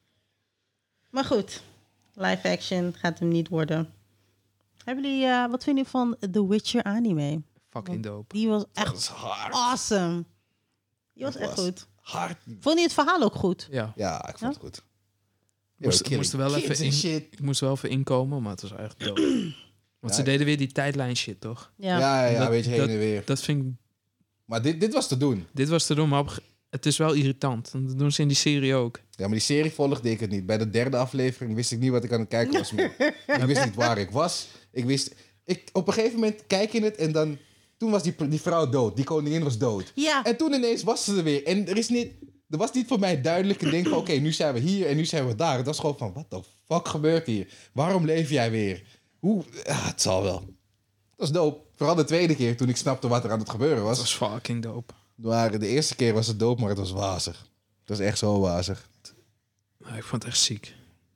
Maar goed, live action gaat hem niet worden. Hebben jullie, wat vinden jullie van The Witcher anime? Fucking dope. Die was Dat echt is hard. awesome. Die was Dat echt was goed. Hard. Vond je het verhaal ook goed? Ja. Ja, ik vond het goed. Moest er wel even in. shit. Ik moest wel even inkomen, maar het was echt dope. Want ze deden weer die tijdlijn shit, toch? Ja, Dat- weet je, heen en weer. Dat vind ik... Maar dit was te doen. Dit was te doen, maar het is wel irritant. En dat doen ze in die serie ook. Ja, maar die serie volgde ik het niet. Bij de 3e aflevering wist ik niet wat ik aan het kijken was meer. Ik wist niet waar ik was. Op een gegeven moment kijk je het en dan... Toen was die vrouw dood. Die koningin was dood. Ja. En toen ineens was ze er weer. En er was niet voor mij duidelijk een ding van... Oké, nu zijn we hier en nu zijn we daar. Het was gewoon van, what the fuck gebeurt hier? Waarom leef jij weer? Het zal wel. Dat was dope. Vooral de 2e keer toen ik snapte wat er aan het gebeuren Dat was. was fucking dope. Maar de eerste keer was het dope, maar het was wazig. Het was echt zo wazig. Ja, ik vond het echt ziek.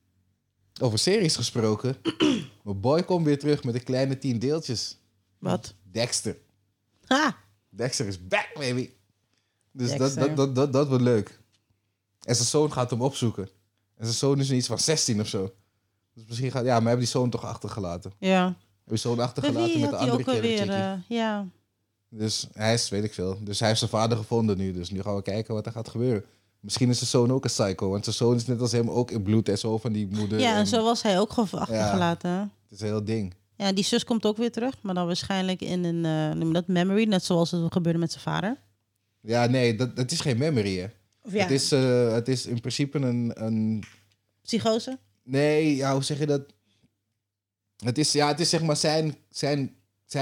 Over series gesproken. Mijn boy komt weer terug met een kleine 10 deeltjes. Wat? Dexter. Ha! Dexter is back, baby. Dus Dexter. dat wordt leuk. En zijn zoon gaat hem opzoeken. En zijn zoon is nu iets van 16 of zo. Dus misschien gaat... Ja, maar hebben die zoon toch achtergelaten. Ja. Hebben die zoon achtergelaten Wie met de had hij andere ook keer. alweer? Ja. Dus hij is, weet ik veel. Dus hij heeft zijn vader gevonden nu. Dus nu gaan we kijken wat er gaat gebeuren. Misschien is zijn zoon ook een psycho. Want zijn zoon is net als hem ook in bloed en zo van die moeder. Ja, en zo was hij ook gewoon achtergelaten. Het is een heel ding. Ja, die zus komt ook weer terug. Maar dan waarschijnlijk in een noem je dat memory. Net zoals het gebeurde met zijn vader. Ja, nee, dat is geen memory, hè. Of ja, Het is in principe een... psychose. Nee, ja, hoe zeg je dat? Het is zeg maar zijn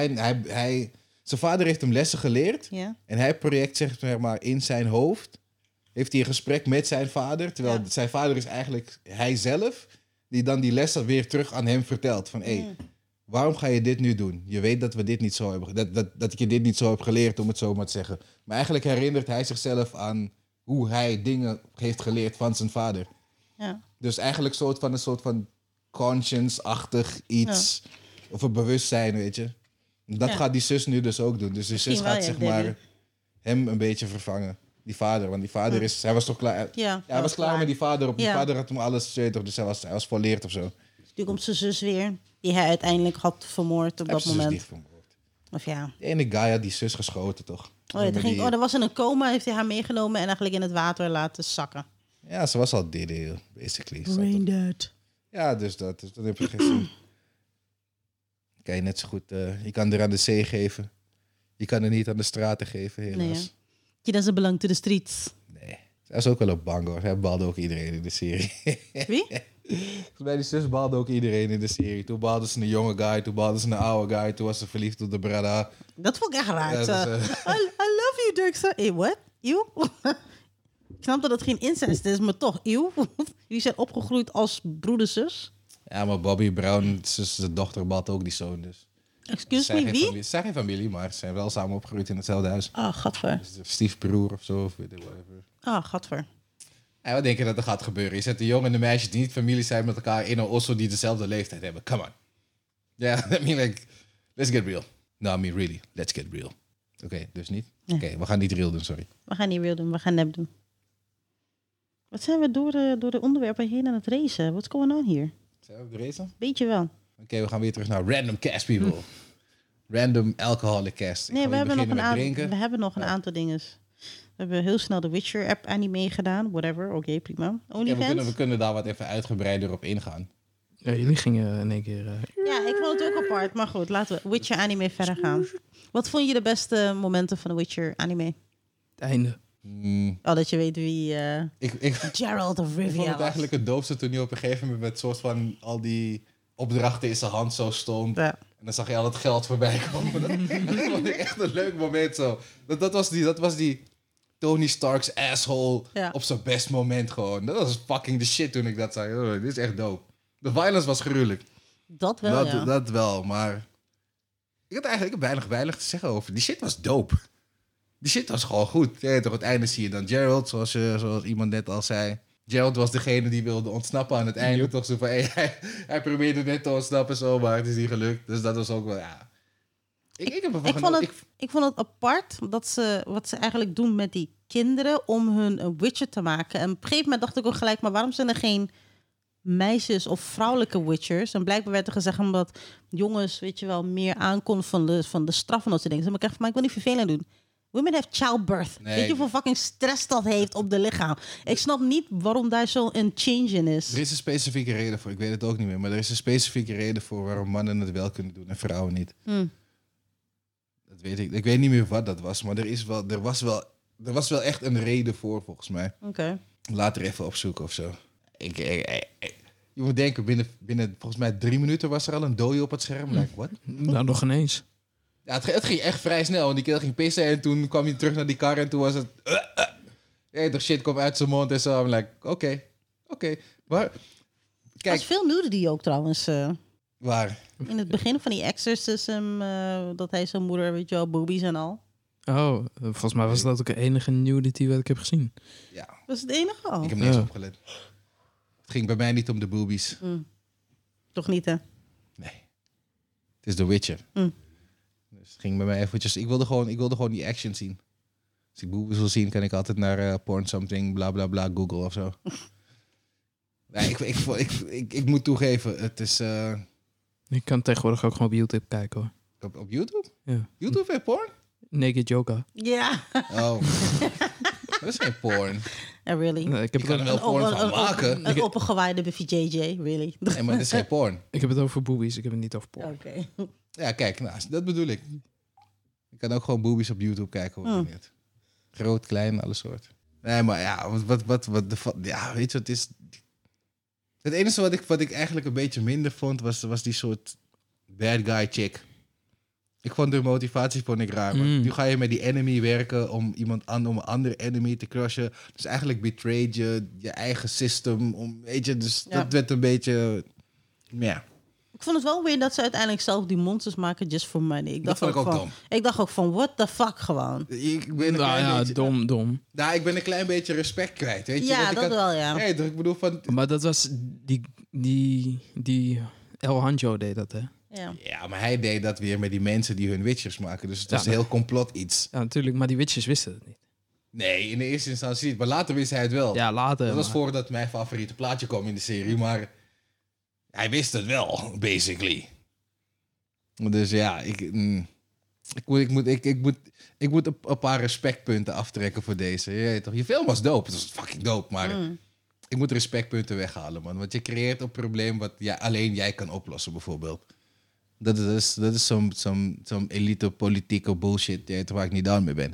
vader heeft hem lessen geleerd. Ja. En hij project zeg maar in zijn hoofd. Heeft hij een gesprek met zijn vader. Terwijl zijn vader is eigenlijk hij zelf. Die dan die lessen weer terug aan hem vertelt. Van, hé, waarom ga je dit nu doen? Je weet dat we dit niet zo hebben... Dat ik je dit niet zo heb geleerd, om het zo maar te zeggen. Maar eigenlijk herinnert hij zichzelf aan hoe hij dingen heeft geleerd van zijn vader. Ja. Dus eigenlijk een soort van conscience-achtig iets. Of een bewustzijn, weet je. Dat gaat die zus nu dus ook doen. Dus die zus Misschien wel, gaat ja, zeg Debbie. maar hem een beetje vervangen. Die vader, want die vader is... Hij was toch klaar... Ja, hij was klaar met die vader. Die Ja. vader had hem alles... Dus hij was volleerd of zo. Nu komt zijn zus weer. Die hij uiteindelijk had vermoord op Hij dat heeft zijn zus moment. niet vermoord. Of ja. De ene guy had die zus geschoten, toch? Oh, ja, dat was in een coma. Heeft hij haar meegenomen en eigenlijk in het water laten zakken. Ja, ze was al dead, basically. Brain dead. Ja, dus dat heb je geen zin. Kan je net zo goed... je kan er aan de zee geven. Je kan er niet aan de straten geven, helaas. Nee, ja. He doesn't belong to the streets. Nee. Zij was ook wel op bang, hoor. Hij balde ook iedereen in de serie. Wie? Volgens mij die zus balde ook iedereen in de serie. Toen balde ze een jonge guy, toen balde ze een oude guy. Toen was ze verliefd op de brada. Dat vond ik echt raar. Ja, Zo, dus, I love you, Dexter. Hey, what? Eeuw? Ik snap dat het geen incest is, maar toch, eeuw. Jullie zijn opgegroeid als broeder-zus. Ja, maar Bobby Brown, zijn dochter, balt ook die zoon. Dus. Excuse me, wie? Ze zijn geen familie, maar ze zijn wel samen opgegroeid in hetzelfde huis. Ah, gadver. Dus stiefbroer of zo, of whatever. Ah, gadver. En wat denk je dat er gaat gebeuren? Je zet de jongen en de meisjes die niet familie zijn met elkaar in een osso die dezelfde leeftijd hebben. Come on. Ja, I mean like, let's get real. No, I mean really, let's get real. Oké, dus niet? Ja. Oké, we gaan niet real doen, sorry. We gaan niet real doen, we gaan nep doen. Wat zijn we door de onderwerpen heen aan het racen? What's going on hier? Zijn we op de race? Weet je wel. Oké, we gaan weer terug naar Random Cast, people. Random Alcoholic Cast. Nee, we hebben nog een Ja. aantal dingen. We hebben heel snel de Witcher app anime gedaan. Whatever, oké, prima. Ja, OnlyFans? we kunnen daar wat even uitgebreider op ingaan. Ja, jullie gingen in één keer... Ja, ik vond het ook apart. Maar goed, laten we Witcher anime verder gaan. Wat vond je de beste momenten van de Witcher anime? het einde. Oh, dat je weet wie Ik Geralt of vond Rivia het was. eigenlijk het doofste toen hij op een gegeven moment met soort van al die opdrachten in zijn hand zo stond. Ja. En dan zag je al het geld voorbij komen. Dat vond ik echt een leuk moment zo. Dat was die Tony Stark's asshole Ja. op zijn best moment gewoon. Dat was fucking de shit toen ik dat zag. Oh, dit is echt dope. De violence was gruwelijk. Dat wel, ja. Dat wel, maar... Ik heb weinig te zeggen over. Die shit was dope. Die shit was gewoon goed. Ja, toch, het einde zie je dan Geralt, zoals iemand net al zei. Geralt was degene die wilde ontsnappen aan het einde. Yep. Toch zo van, hij probeerde net te ontsnappen zo, maar het is niet gelukt. Dus dat was ook wel, ja... Ik heb ervan genoten. Ik vond het apart wat ze eigenlijk doen met die kinderen om hun een Witcher te maken. En op een gegeven moment dacht ik ook gelijk, maar waarom zijn er geen meisjes of vrouwelijke Witchers? En blijkbaar werd er gezegd omdat jongens, weet je wel, meer aankomen van de straf en dat soort dingen. Dus ik dacht, maar ik wil niet vervelend doen. Women have childbirth. Nee, weet je hoeveel fucking stress dat heeft op de lichaam? Ik snap niet waarom daar zo'n change in is. Er is een specifieke reden voor. Ik weet het ook niet meer. Maar er is een specifieke reden voor waarom mannen het wel kunnen doen en vrouwen niet. Dat weet ik. Ik weet niet meer wat dat was. Maar er was wel echt een reden voor, volgens mij. Oké. Later even opzoeken of zo. Je moet denken, binnen volgens mij 3 minuten was er al een dode op het scherm. Like, what? Nou, nog ineens. Ja, het ging echt vrij snel. Want die kerel ging pissen en toen kwam hij terug naar die kar en toen was het... Ja, toch shit kwam uit zijn mond en zo. I'm like, oké. Maar, Er kijk, was veel nudity ook trouwens. waar? In het begin van die exorcism, dat hij zijn moeder, weet je wel, boobies en al. Oh, volgens mij was dat ook de enige nudity wat ik heb gezien. Ja, Dat is het enige al. ik heb niet eens Ja. opgelet. Het ging bij mij niet om de boobies. Toch niet, hè? Nee. Het is The Witcher. Dus het ging bij mij eventjes... Ik wilde gewoon die action zien. Als ik boobies wil zien, kan ik altijd naar porn something, bla bla bla, Google of zo. Nee, ik moet toegeven, het is... Ik kan tegenwoordig ook gewoon op YouTube kijken hoor. op YouTube? Ja. YouTube heeft porn? Naked Yoga. Ja. Oh. Dat is geen porn. Really? Nee, ik Je heb kan er wel porn van maken. Een opengewaaide Buffy JJ, really? Nee, maar dit is geen porn. Ik heb het over boobies, ik heb het niet over porn. Oké. Ja, kijk, nou, dat bedoel ik. Je kan ook gewoon boobies op YouTube kijken. Hoe het niet. Groot, klein, alle soorten. Nee, maar ja, ja, weet je wat het is? Het enige wat ik eigenlijk een beetje minder vond, was die soort bad guy chick. Ik vond de motivatie raar. Want nu ga je met die enemy werken om om een andere enemy te crushen. Dus eigenlijk betrayed je eigen system. Weet je, dus Ja. dat werd een beetje... Ja. Ik vond het wel weer dat ze uiteindelijk zelf die monsters maken just for money. Dat vond ik ook dom. Ik dacht ook van, what the fuck gewoon. Ik ben een Nou klein ja, beetje... dom. Nou, ik ben een klein beetje respect kwijt, weet je. Ja, Want ik dat wel, ja. Nee, ik bedoel van... Maar dat was die El Hanjo deed dat hè? Ja. Ja, maar hij deed dat weer met die mensen die hun witchers maken. Dus het was Ja. een heel complot iets. Ja, natuurlijk, maar die witches wisten het niet. Nee, in de eerste instantie niet. Maar later wist hij het wel. Ja, later. Dat was maar- voordat mijn favoriete plaatje kwam in de serie. Maar hij wist het wel, basically. Dus ja, ik moet een paar respectpunten aftrekken voor deze. Je weet toch, je film was dope. Het was fucking dope. Maar ik moet respectpunten weghalen, man. Want je creëert een probleem wat alleen jij kan oplossen, bijvoorbeeld. Dat is zo'n elite politieke bullshit, je weet toch, waar ik niet down mee ben.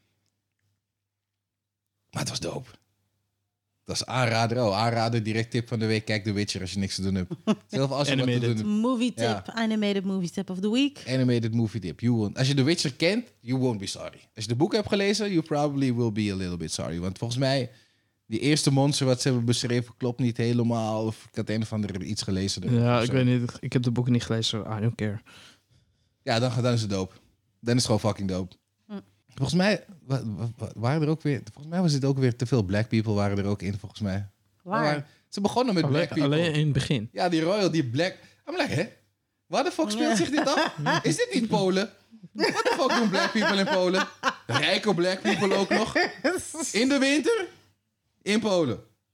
Maar het was dope. Dat is aanrader, direct tip van de week. Kijk The Witcher als je niks te doen hebt. Zelf als je wat te Animated. doen hebt. Movie tip, Ja. animated movie tip of the week. Animated movie tip. Als je The Witcher kent, you won't be sorry. Als je de boek hebt gelezen, you probably will be a little bit sorry. Want volgens mij, die eerste monster wat ze hebben beschreven, klopt niet helemaal. Of ik had een of andere iets gelezen. Ja, of ik zo. weet niet. Ik heb de boeken niet gelezen, so I don't care. Ja, dan is het dope. Dan is het gewoon fucking dope. Volgens mij waren er ook weer... Volgens mij was het ook weer te veel black people waren er ook in, volgens mij. Waar? Ze begonnen met black people. Alleen in het begin. Ja, die royal, die black... I'm like, hè? Waar de fuck speelt zich dit af? Is dit niet Polen? Wat de fuck doen black people in Polen? Rijke black people ook nog? In de winter? In Polen.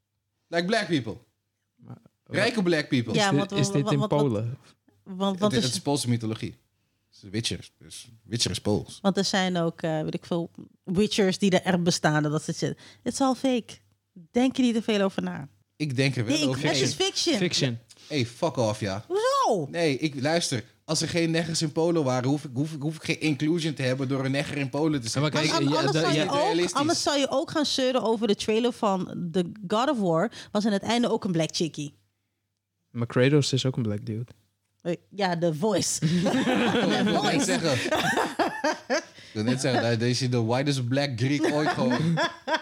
Like black people. Maar- Rijke black people. Ja, Is want- dit, is dit in want- Polen? Want Het is Poolse mythologie. Het is Witcher. Dus Witcher is Pools. Want er zijn ook, weet ik veel, witchers die er echt bestaan. Dat ze zitten. Het is al fake. Denk je niet te veel over na. Ik denk er wel Nee, over. het is fiction. Fiction. Hey, fuck off, ja. Hoezo? Nee, luister. Als er geen neggers in Polen waren, hoef ik geen inclusion te hebben door een negger in Polen te Ja, maar zijn. kijk, Anders zou je ook gaan zeuren over de trailer van The God of War. Was aan het einde ook een black chickie. Maar Kratos is ook een black dude. Ja, de voice. Ik wil net zeggen. Ik wil net zeggen, deze is de whitest black Greek ooit gewoon.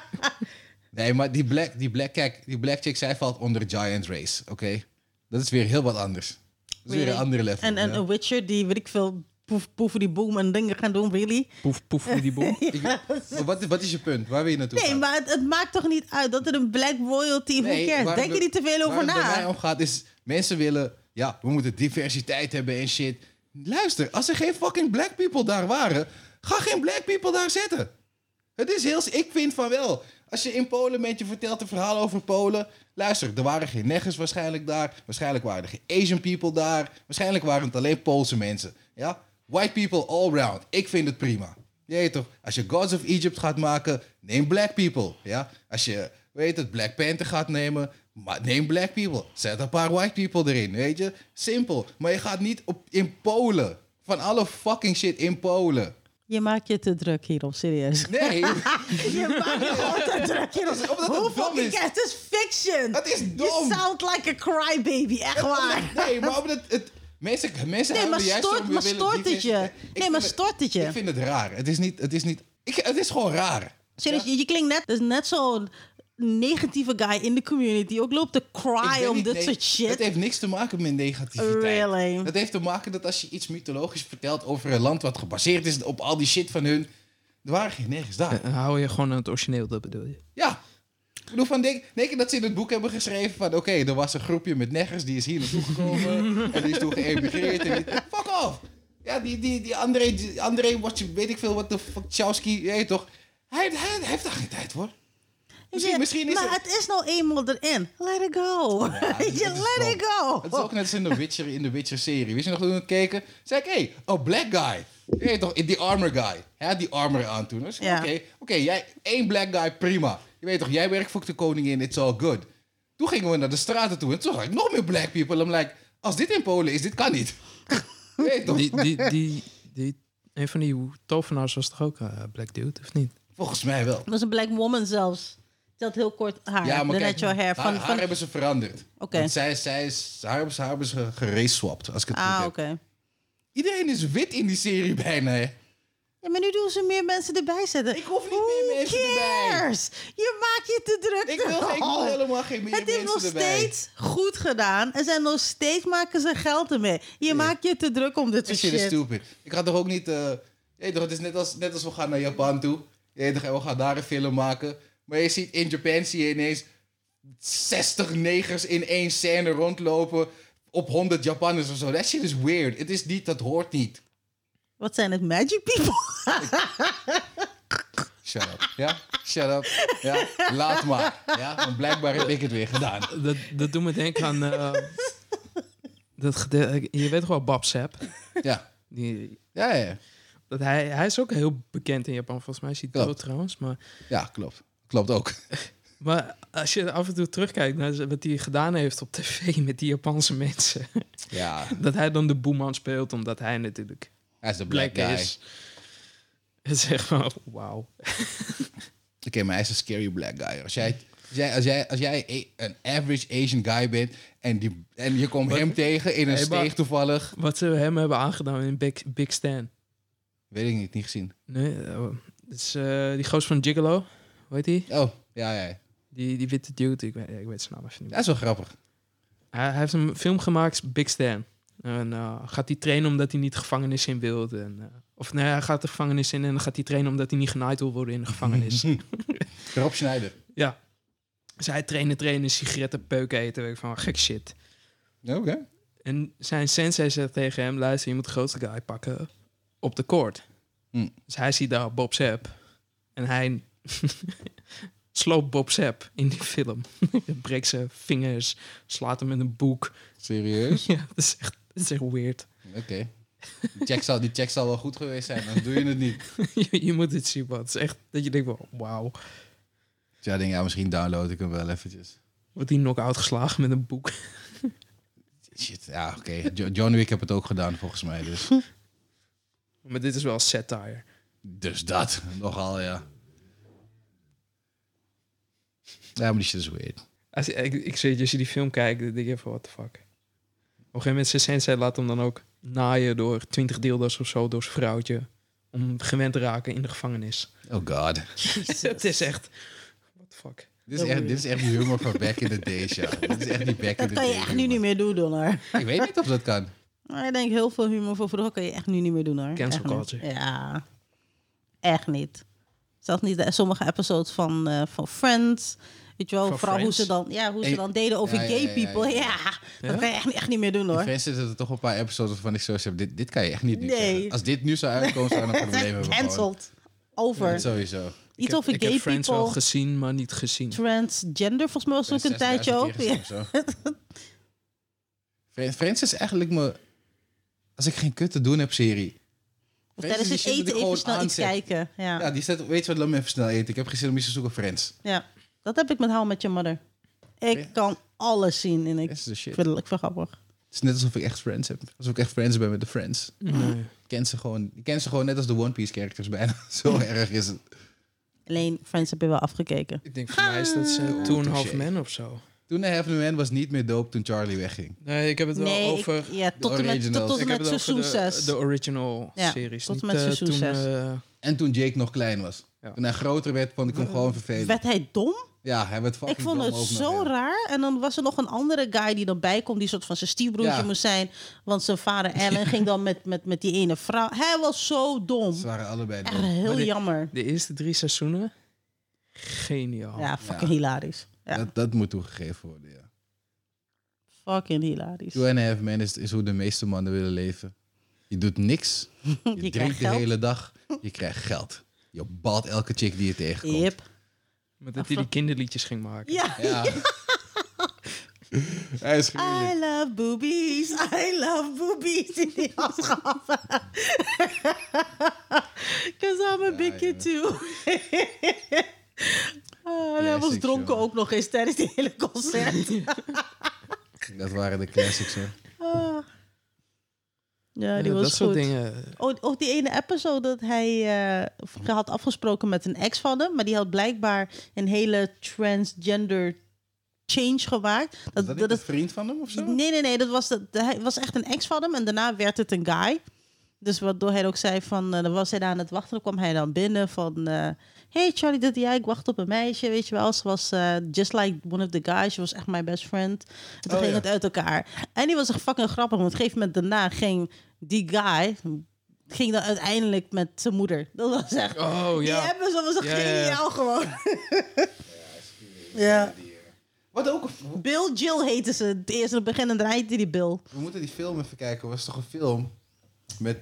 Nee, maar die black chick, zij valt onder Giant Race, oké? Dat is weer heel wat anders. Dat is weer een andere level. En ja. een witcher die, weet ik veel, poeven die boom en dingen gaan doen, really? Poef, poef, die boel. Maar wat is je punt? Waar wil je naartoe Nee, gaan? maar het maakt toch niet uit dat er een black royalty voor cares. waar Denk je het- niet te veel over waar het bij mij na? om gaat is, mensen willen, ja, we moeten diversiteit hebben en shit. Luister, als er geen fucking black people daar waren, ga geen black people daar zitten. Het is heel, ik vind van wel. Als je in Polen bent, je vertelt een verhaal over Polen. Luister, er waren geen neggers waarschijnlijk daar. Waarschijnlijk waren er geen Asian people daar. Waarschijnlijk waren het alleen Poolse mensen. Ja? White people all round. Ik vind het prima. Je weet toch, als je Gods of Egypt gaat maken, neem black people. Ja? Als je, weet het, Black Panther gaat nemen, maar neem black people. Zet een paar white people erin, weet je. Simpel. Maar je gaat niet in Polen. Van alle fucking shit in Polen. Je maakt je te druk hierop, serieus. Nee, Je maakt je gewoon te druk hierop. Omdat het Hoe dom fucking is. cares? Het is fiction. Het is You dom. sound like a crybaby, echt waar. Nee, maar omdat het... Mensen Nee, houden maar juist stort, om, we maar willen stort het je? diversiteit. Nee, maar stort het Ik je? vind het raar. Het is gewoon raar. Serieus, je klinkt net, dus net zo'n negatieve guy in de community. Ook loopt te Ik cry ben om niet- dit nee, soort Het shit. heeft niks te maken met negativiteit. Really? Dat heeft te maken dat als je iets mythologisch vertelt over een land wat gebaseerd is op al die shit van hun, er waren geen nergens daar. Hou je gewoon aan het origineel, dat bedoel je? Ja. Ik bedoel, denk je dat ze in het boek hebben geschreven van... Oké, er was een groepje met neggers, die is hier naartoe gekomen... en die is toen geëmigreerd en die... Fuck off! Ja, die André, weet ik veel, wat de fuck, Chowski, je weet toch... Hij heeft daar geen tijd voor. Misschien is maar het... het is nou eenmaal erin. Let it go. het is Let it dom. go. Het is ook net als in de Witcher-serie. Wist je nog toen we het keken? Zei ik, hey, oh, black guy. Je weet toch, die armor guy. Hij die armor aan toen. Dus Ja. Oké, jij, één black guy, prima. Je weet toch, jij werkt voor de koningin, it's all good. Toen gingen we naar de straten toe en toen zag ik nog meer black people. I'm like, als dit in Polen is, dit kan niet. Je weet toch? Een van die tovenaars was toch ook black dude, of niet? Volgens mij wel. Dat was een black woman zelfs. Ze had heel kort haar. Ja, maar de kijk, natural hair. haar hebben ze veranderd. Oké. Want haar hebben ze geraceswapped, als ik het goed Ah, heb. oké. Iedereen is wit in die serie bijna, hè. Ja, maar nu doen ze meer mensen erbij zetten. Ik hoef niet meer mensen erbij. cares? Je maakt je te druk. Ik wil helemaal geen meer Het is nog mensen erbij. steeds goed gedaan. En zijn nog steeds maken ze geld ermee. Je maakt je te druk om dit This soort shit is shit. stupid. Ik ga toch ook niet... je weet toch, het is net als we gaan naar Japan toe. Je weet toch, en we gaan daar een film maken. Maar je ziet in Japan zie je ineens 60 negers in één scène rondlopen op 100 Japanners of zo. That shit is weird. Het is niet, dat hoort niet. Wat zijn het, magic people? Shut up. Ja? Shut up. Ja? Laat maar. Ja? Want blijkbaar heb ik het weer gedaan. Dat doet me denken aan... je weet toch wel Bob Sapp? Ja. Die, Ja. hij is ook heel bekend in Japan. Volgens mij is hij Klopt. dood trouwens. Ja, klopt. Klopt ook. Maar als je af en toe terugkijkt naar wat hij gedaan heeft op tv met die Japanse mensen. Ja. Dat hij dan de boeman speelt, omdat hij natuurlijk Hij is de black black guy. is. Het is echt van, wauw. Oké, maar hij is een scary black guy. Als jij een average Asian guy bent en je komt hem tegen in een Hey, maar- steeg toevallig... Wat ze hem hebben aangedaan in Big Stan. Weet ik niet gezien. Nee, het is die goos van Gigolo. Hoe heet die? Oh, ja. Die witte dude, ik weet zijn naam even niet. Dat is wel grappig. Hij heeft een film gemaakt, Big Stan. En gaat hij trainen omdat hij niet de gevangenis in wil. Of nee, hij gaat de gevangenis in en dan gaat hij trainen omdat hij niet genaaid wil worden in de gevangenis. Rob Schneider. Ja. Dus hij trainen, sigaretten, peuken eten. Weet ik van, gek shit. Oké. En zijn sensei zegt tegen hem, luister, je moet de grootste guy pakken op de court. Hm. Dus hij ziet daar Bob Sapp. En hij sloopt Bob Sapp in die film. Breekt zijn vingers, slaat hem met een boek. Serieus? Ja, dat is echt weird. Oké. Die check zal wel goed geweest zijn, dan doe je het niet. je moet dit zien, man. Het is echt dat je denkt, wauw. Ja, misschien download ik hem wel eventjes. Wordt die knock-out geslagen met een boek. Shit, ja, oké. John Wick heb het ook gedaan, volgens mij. Dus, Maar dit is wel satire. dus dat, nogal, ja. Ja, maar die shit is weird. Ik zeg, als je die film kijkt, dan denk je van, what the fuck. Op een gegeven moment, zijn sensei laat hem dan ook naaien door 20 deeldas of zo, door zijn vrouwtje. Om gewend te raken in de gevangenis. Oh god. Het is echt, what the fuck. Dit is echt die humor van back in the days, ja. Dit is echt die back in the Dat kan days. je echt nu niet meer doen, hoor. Ik weet niet of dat kan. Maar ik denk heel veel humor van vroeger kan je echt nu niet meer doen, hoor. Cancel Echt niet. culture. Ja. Echt niet. Zelfs niet sommige episodes van Friends. Weet je wel, Van vooral Friends? hoe ze dan deden over gay people. Ja, dat kan je echt niet meer doen, hoor. Friends zitten er toch een paar episodes van ik zo heb. Dit kan je echt niet nu Nee. zeggen. Als dit nu zou uitkomen, zou je een probleem hebben. Cancelled. Over. Ja, sowieso. Iets over ik gay heb Friends wel people. gezien, maar niet gezien. Transgender, volgens mij was het ook een 6000 tijdje ook. keer gezien of zo. Friends is eigenlijk me... Als ik geen kut te doen heb, serie. Of Friends tijdens is het die shit dat eten ik even gewoon snel iets aanzet. kijken. Ja. Ja, die zet, weet je wat, laat me even snel eten. Ik heb geen zin om iets te zoeken, Friends. Ja, dat heb ik met How Met Your Mother. Ik kan alles zien en ik Friends is de shit. vind het grappig. Het is net alsof ik echt Friends heb. Alsof ik echt Friends ben met de Friends. Nee. Ik ken ze gewoon net als de One Piece characters bijna. Zo erg is het. Alleen Friends heb je wel afgekeken. Ik denk voor mij is dat Two and a Half touché. Men of zo. Toen Half Man was niet meer dope toen Charlie wegging. Nee, ik heb het wel Nee, over... tot en met, originals. tot en Ik heb met het over seizoen 6. de original Ja, series. tot en Niet, met seizoen toen, 6. En toen Jake nog klein was. Ja. Toen hij groter werd, vond ik hem gewoon vervelend. Werd hij dom? Ja, hij werd fucking Ik vond dom het ook nog, zo ja. raar. En dan was er nog een andere guy die erbij komt, die soort van zijn stiefbroertje Ja. moest zijn. Want zijn vader Alan ging dan met die ene vrouw. Hij was zo dom. Ze waren allebei Echt dom. heel Maar jammer. De eerste 3 seizoenen, geniaal. Ja, fucking Ja. hilarisch. Ja, Dat moet toegegeven worden, ja. fucking hilarisch. Two and a Half Men is hoe de meeste mannen willen leven. Je doet niks. Je krijgt drinkt de geld. hele dag. Je krijgt geld. Je balt elke chick die je tegenkomt. Yep. Met dat hij die kinderliedjes ging maken. Ja. Ja. Hij is gruwelijk. I love boobies. I love boobies. In die afschaffen. Because I'm a big kid too. En hij was Classic, dronken jongen. ook nog eens tijdens die hele concert. Dat waren de classics, hoor. Ah. Ja, die Ja, was dat soort goed. dingen. Ook die ene episode dat hij had afgesproken met een ex van hem, maar die had blijkbaar een hele transgender change gemaakt. Was dat niet een vriend van hem of zo? Nee. Hij was echt een ex van hem en daarna werd het een guy. Dus waardoor hij ook zei van, dan was hij daar aan het wachten. Dan kwam hij dan binnen van, hey Charlie, dit jij, ik wacht op een meisje, weet je wel. Ze was just like one of the guys. She was echt my best friend. En toen ging het uit elkaar. En die was echt fucking grappig. Want op een gegeven moment daarna ging die guy, ging dan uiteindelijk met zijn moeder. Dat was echt, Oh die ja. episode was echt Ja, ja, ja. geniaal gewoon. Ja. Wat ook Bill Jill heette ze. Het eerste in het begin en dan heette die Bill. We moeten die film even kijken. Was toch een film met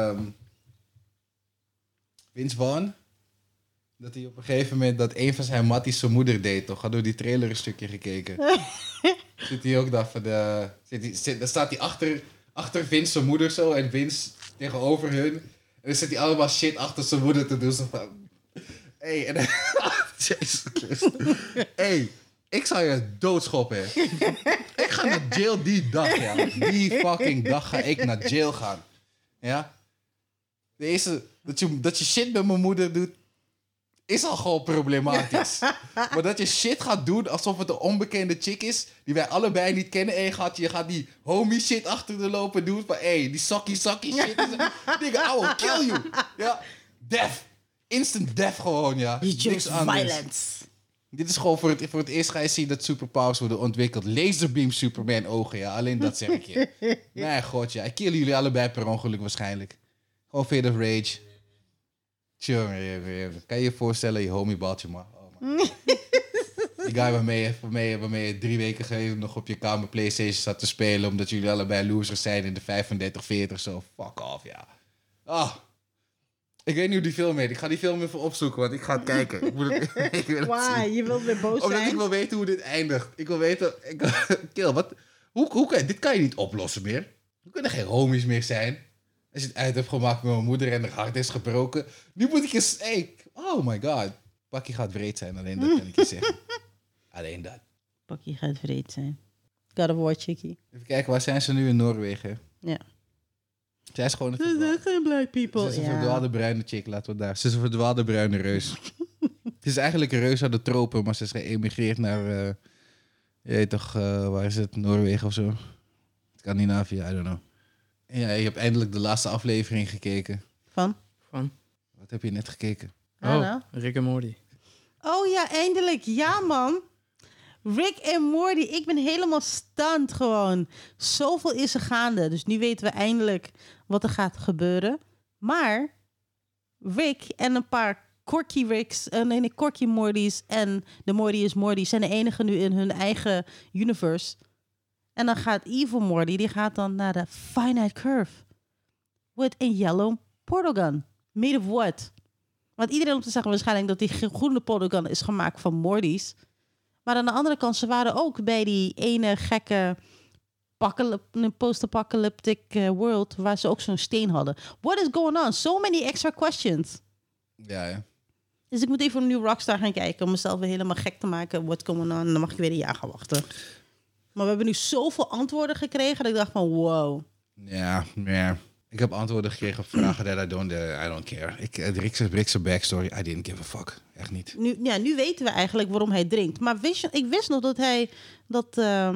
Vince Vaughn? Dat hij op een gegeven moment dat een van zijn matties zijn moeder deed, toch? Had door die trailer een stukje gekeken. Zit hij ook daar van de... Dan staat hij achter Vince zijn moeder zo en Vince tegenover hun. En dan zit hij allemaal shit achter zijn moeder te doen. Zo van... Hey, en Jezus Christus. Hey, ik zou je doodschoppen. Ik ga naar jail die dag, ja. Die fucking dag ga ik naar jail gaan. Ja? De eerste, dat je shit met mijn moeder doet, is al gewoon problematisch. Maar dat je shit gaat doen alsof het een onbekende chick is, die wij allebei niet kennen. En je gaat die homie shit achter de lopen doen. Van, hey, die sakkie shit. Nigga, I will kill you. Ja, death. Instant death gewoon, ja. You Niks chose anders. violence. Dit is gewoon voor het eerst ga je zien dat superpowers worden ontwikkeld. Laserbeam Superman ogen, ja. Alleen dat zeg ik je. Nee, god, ja. Ik kill jullie allebei per ongeluk waarschijnlijk. Gewoon Fate of Rage. Tjonge. Kan je je voorstellen, je homie balt je maar. Oh, man. Die guy waarmee je 3 weken geleden nog op je kamer PlayStation zat te spelen, omdat jullie allebei losers zijn in de 35-40 zo. Fuck off, ja. Ah. Ik weet niet hoe die film heet. Ik ga die film even opzoeken, want ik ga het kijken. Ik wil het, ik wil het Why? zien. Je wilt weer boos Omdat zijn? ik wil weten hoe dit eindigt. Ik wil weten... Kill, wat? Dit kan je niet oplossen meer. We kunnen geen homies meer zijn. Als je het uit hebt gemaakt met mijn moeder en haar hart is gebroken. Nu moet ik eens... oh my god. Bucky gaat wreed zijn, alleen dat kan ik je zeggen. Alleen dat. Pakje gaat vreed zijn. God of War chickie. Even kijken, waar zijn ze nu in Noorwegen? Ja. Zij is gewoon Ze zijn geen black people. Ze is een verdwaalde bruine chick, laten we daar. Ze is een verdwaalde bruine reus. Het is eigenlijk een reus uit de tropen, maar ze is geëmigreerd naar... je weet toch, waar is het? Noorwegen of zo? Scandinavië, I don't know. En ja, je hebt eindelijk de laatste aflevering gekeken. Van? Wat heb je net gekeken? Nou. Rick en Morty. Oh ja, eindelijk. Ja, man. Rick en Morty. Ik ben helemaal stunned gewoon. Zoveel is er gaande. Dus nu weten we eindelijk wat er gaat gebeuren. Maar Rick en een paar Corky Ricks, Corky Mortys en de Morty is Morty zijn de enige nu in hun eigen universe. En dan gaat Evil Morty, die gaat dan naar de Finite Curve. With a yellow portal gun. Made of what? Want iedereen om te zeggen waarschijnlijk dat die groene portal gun is gemaakt van Morty's. Maar aan de andere kant, ze waren ook bij die ene gekke post-apocalyptic world waar ze ook zo'n steen hadden. What is going on? So many extra questions. Ja. Dus ik moet even een nieuw Rockstar gaan kijken om mezelf weer helemaal gek te maken. What's going on? En dan mag ik weer een jaar gaan wachten. Maar we hebben nu zoveel antwoorden gekregen dat ik dacht van wow. Ja. Ik heb antwoorden gekregen op vragen that I don't care. Rick's backstory, I didn't give a fuck. Echt niet. Nu weten we eigenlijk waarom hij drinkt. Maar ik wist nog dat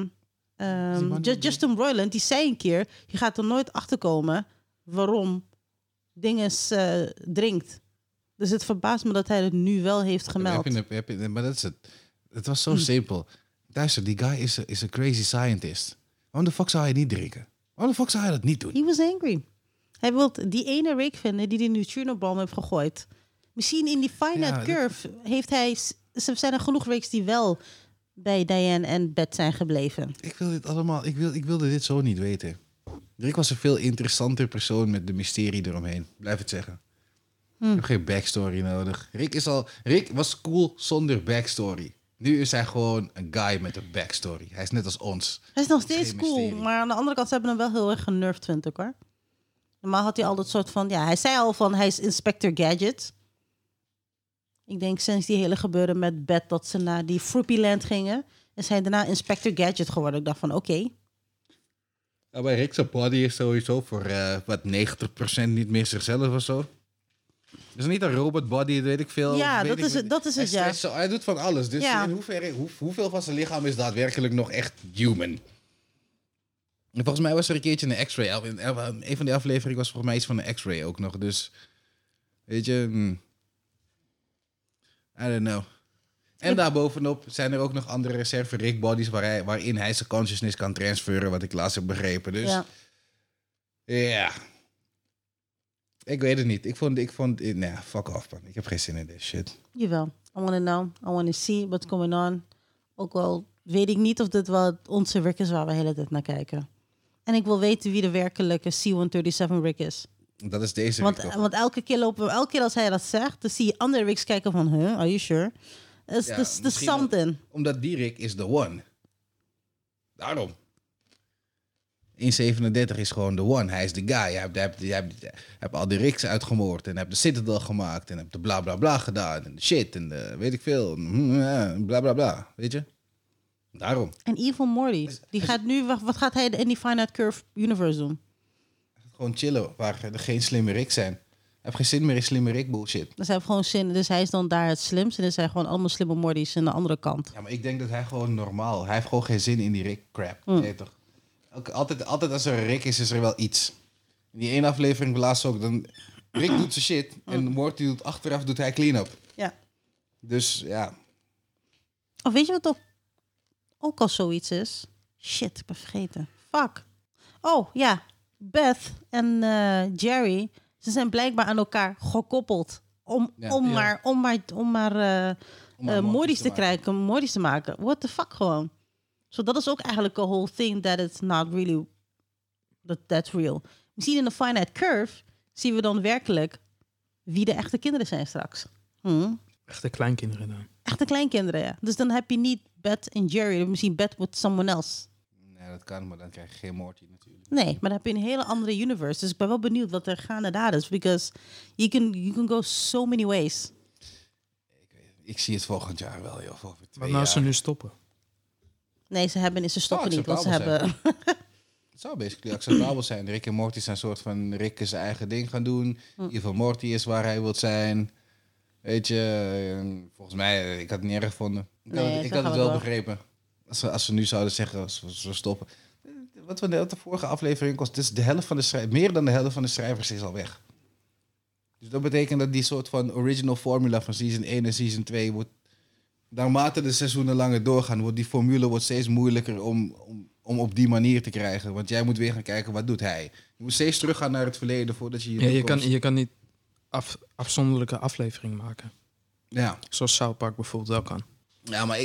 Justin Roiland, die zei een keer, je gaat er nooit achterkomen waarom dinges drinkt. Dus het verbaast me dat hij het nu wel heeft gemeld. Maar dat is het. Het was zo simpel. Luister, die guy is a crazy scientist. Waarom de fuck zou hij niet drinken? Waarom de fuck zou hij dat niet doen? He was angry. Hij wil die ene Rick vinden die neutronobom heeft gegooid. Misschien in die Finite Curve heeft hij... Er zijn er genoeg Ricks die wel bij Diane en Beth zijn gebleven. Ik wil dit allemaal... Ik wilde dit zo niet weten. Rick was een veel interessanter persoon met de mysterie eromheen. Blijf het zeggen. Ik heb geen backstory nodig. Rick was cool zonder backstory. Nu is hij gewoon een guy met een backstory. Hij is net als ons. Hij is nog steeds Geen cool, mysterie. maar aan de andere kant ze hebben hem wel heel erg genervd, vind ik hoor. Normaal had hij al dat soort van... Ja, hij zei al van hij is Inspector Gadget. Ik denk sinds die hele gebeuren met Beth dat ze naar die Fruity Land gingen, is hij daarna Inspector Gadget geworden. Ik dacht van oké. Ja, bij Rick's body is sowieso voor 90% niet meer zichzelf of zo. Het is niet een robot body, dat weet ik veel. Ja, Weet dat is het, ja. Hij doet van alles. Dus Ja. in hoeveel van zijn lichaam is daadwerkelijk nog echt human? En volgens mij was er een keertje een x-ray. Een van die afleveringen was volgens mij iets van een x-ray ook nog. Dus, weet je... I don't know. En daarbovenop zijn er ook nog andere reserve Rick bodies waarin hij zijn consciousness kan transferen, wat ik laatst heb begrepen. Dus ja. Ik weet het niet. Ik vond nee, fuck off man. Ik heb geen zin in this shit. Jawel. I want to know. I want to see what's going on. Ook al weet ik niet of dit wel onze Rick is waar we de hele tijd naar kijken. En ik wil weten wie de werkelijke C-137 Rick is. Dat is deze Rick toch? Want elke keer als hij dat zegt, dan zie je andere Ricks kijken van, huh, are you sure? There's something. Omdat die Rick is the one. Daarom. 1,37 is gewoon the one. Hij is de guy. Hij hebt al die Ricks uitgemoord. En hebt de Citadel gemaakt. En hebt de bla bla bla gedaan. En de shit. En de weet ik veel. Bla bla bla. Weet je? Daarom. En Evil Morty. Die gaat nu, wat gaat hij in die Finite Curve universe doen? Gewoon chillen. Waar er geen slimme Ricks zijn. Ik heb geen zin meer in slimme Rick bullshit. Dus hij heeft gewoon zin. Dus hij is dan daar het slimste. En er zijn gewoon allemaal slimme Morty's aan de andere kant. Ja, maar ik denk dat hij gewoon normaal... Hij heeft gewoon geen zin in die Rick crap. Nee, toch? Altijd als er een Rick is er wel iets. In die ene aflevering laatst ook. Dan, Rick doet zijn shit. En Morty doet achteraf doet hij clean-up. Ja. Dus ja. Of weet je wat ook al zoiets is? Shit, ik ben vergeten. Fuck. Oh, ja. Beth en Jerry... Ze zijn blijkbaar aan elkaar gekoppeld. Om maar Morty's te krijgen, Morty's te maken. What the fuck gewoon. So dat is ook eigenlijk a whole thing that it's not really... That's real. Misschien in de Finite Curve zien we dan werkelijk wie de echte kinderen zijn straks. Echte kleinkinderen dan. Echte kleinkinderen, ja. Dus dan heb je niet Beth en Jerry. Misschien Beth with someone else. Nee, dat kan, maar dan krijg je geen Morty natuurlijk. Nee, maar dan heb je een hele andere universe. Dus ik ben wel benieuwd wat er gaande daar is. Because you can go so many ways. Ik zie het volgend jaar wel, joh. Over 2 Wat nou als ze jaar. nu stoppen? Nee, ze stoppen niet. Want ze acceptabel hebben... Het zou basically acceptabel zijn. Rick en Morty zijn een soort van Rick is zijn eigen ding gaan doen. Evil Morty is waar hij wil zijn. Weet je, volgens mij, ik had het niet erg gevonden. Ik Nee, had zo het gaan we wel door. begrepen. Als ze nu zouden zeggen, als we stoppen. Wat we de vorige aflevering kost, dus de helft van de schrijvers, meer dan de helft van de schrijvers is al weg. Dus dat betekent dat die soort van original formula van season 1 en season 2 wordt, naarmate de seizoenen langer doorgaan, wordt die formule wordt steeds moeilijker om op die manier te krijgen. Want jij moet weer gaan kijken, wat doet hij? Je moet steeds teruggaan naar het verleden voordat je... Je kan niet afzonderlijke afleveringen maken. Ja. Zoals South Park bijvoorbeeld wel kan. Ja, maar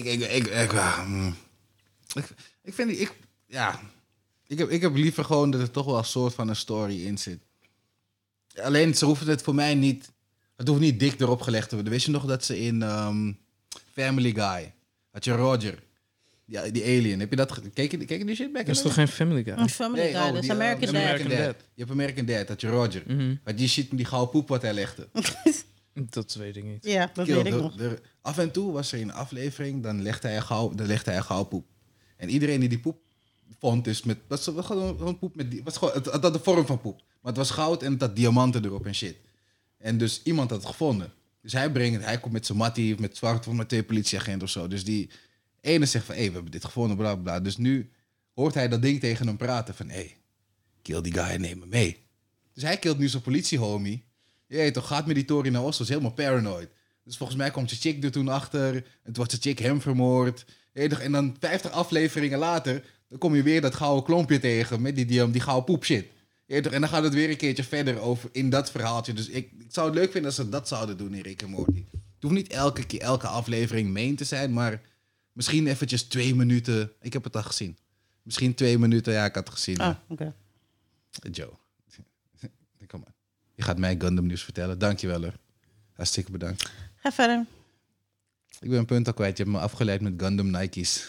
ik heb liever gewoon dat er toch wel een soort van een story in zit. Alleen, ze hoeven het voor mij niet... Het hoeft niet dik erop gelegd te worden. Weet je nog dat ze in Family Guy... Had je Roger, die alien. Heb je dat... Keek je die shit back? Dat is toch geen Family Guy? Een Family Guy, dus American Dad. American Dad. Je hebt American Dad, had je Roger. Had die shit met die gouden poep wat hij legde. Dat weet ik niet. Ja, dat Kill, weet ik nog. Af en toe was er een aflevering, dan legde hij een gouden poep. En iedereen die poep vond, dus met... Was gewoon poep met... Het had de vorm van poep. Maar het was goud en het had diamanten erop en shit. En dus iemand had het gevonden. Dus hij komt met zijn mattie, of met zwart, of met 2 politieagenten of zo. Dus die ene zegt van, hé, we hebben dit gevonden, bla, bla, bla. Dus nu hoort hij dat ding tegen hem praten van, hé, kill die guy en neem hem mee. Dus hij killt nu zijn politiehomie. Je toch, gaat met die Tori naar Oslo, is helemaal paranoid. Dus volgens mij komt zijn chick er toen achter. En toen wordt zijn chick hem vermoord. Je toch, en dan 50 afleveringen later, dan kom je weer dat gouden klompje tegen met die gouden poep shit. Je toch, en dan gaat het weer een keertje verder over in dat verhaaltje. Dus ik zou het leuk vinden als ze dat zouden doen in Rick en Morty. Het hoeft niet elke aflevering main te zijn, maar misschien eventjes 2 minuten. Ik heb het al gezien. Misschien 2 minuten, ja, ik had het gezien. Ah, oké. Joe, kom maar. Je gaat mij Gundam nieuws vertellen. Dankjewel hoor. Hartstikke bedankt. Ga verder. Ik ben een punt al kwijt. Je hebt me afgeleid met Gundam Nike's.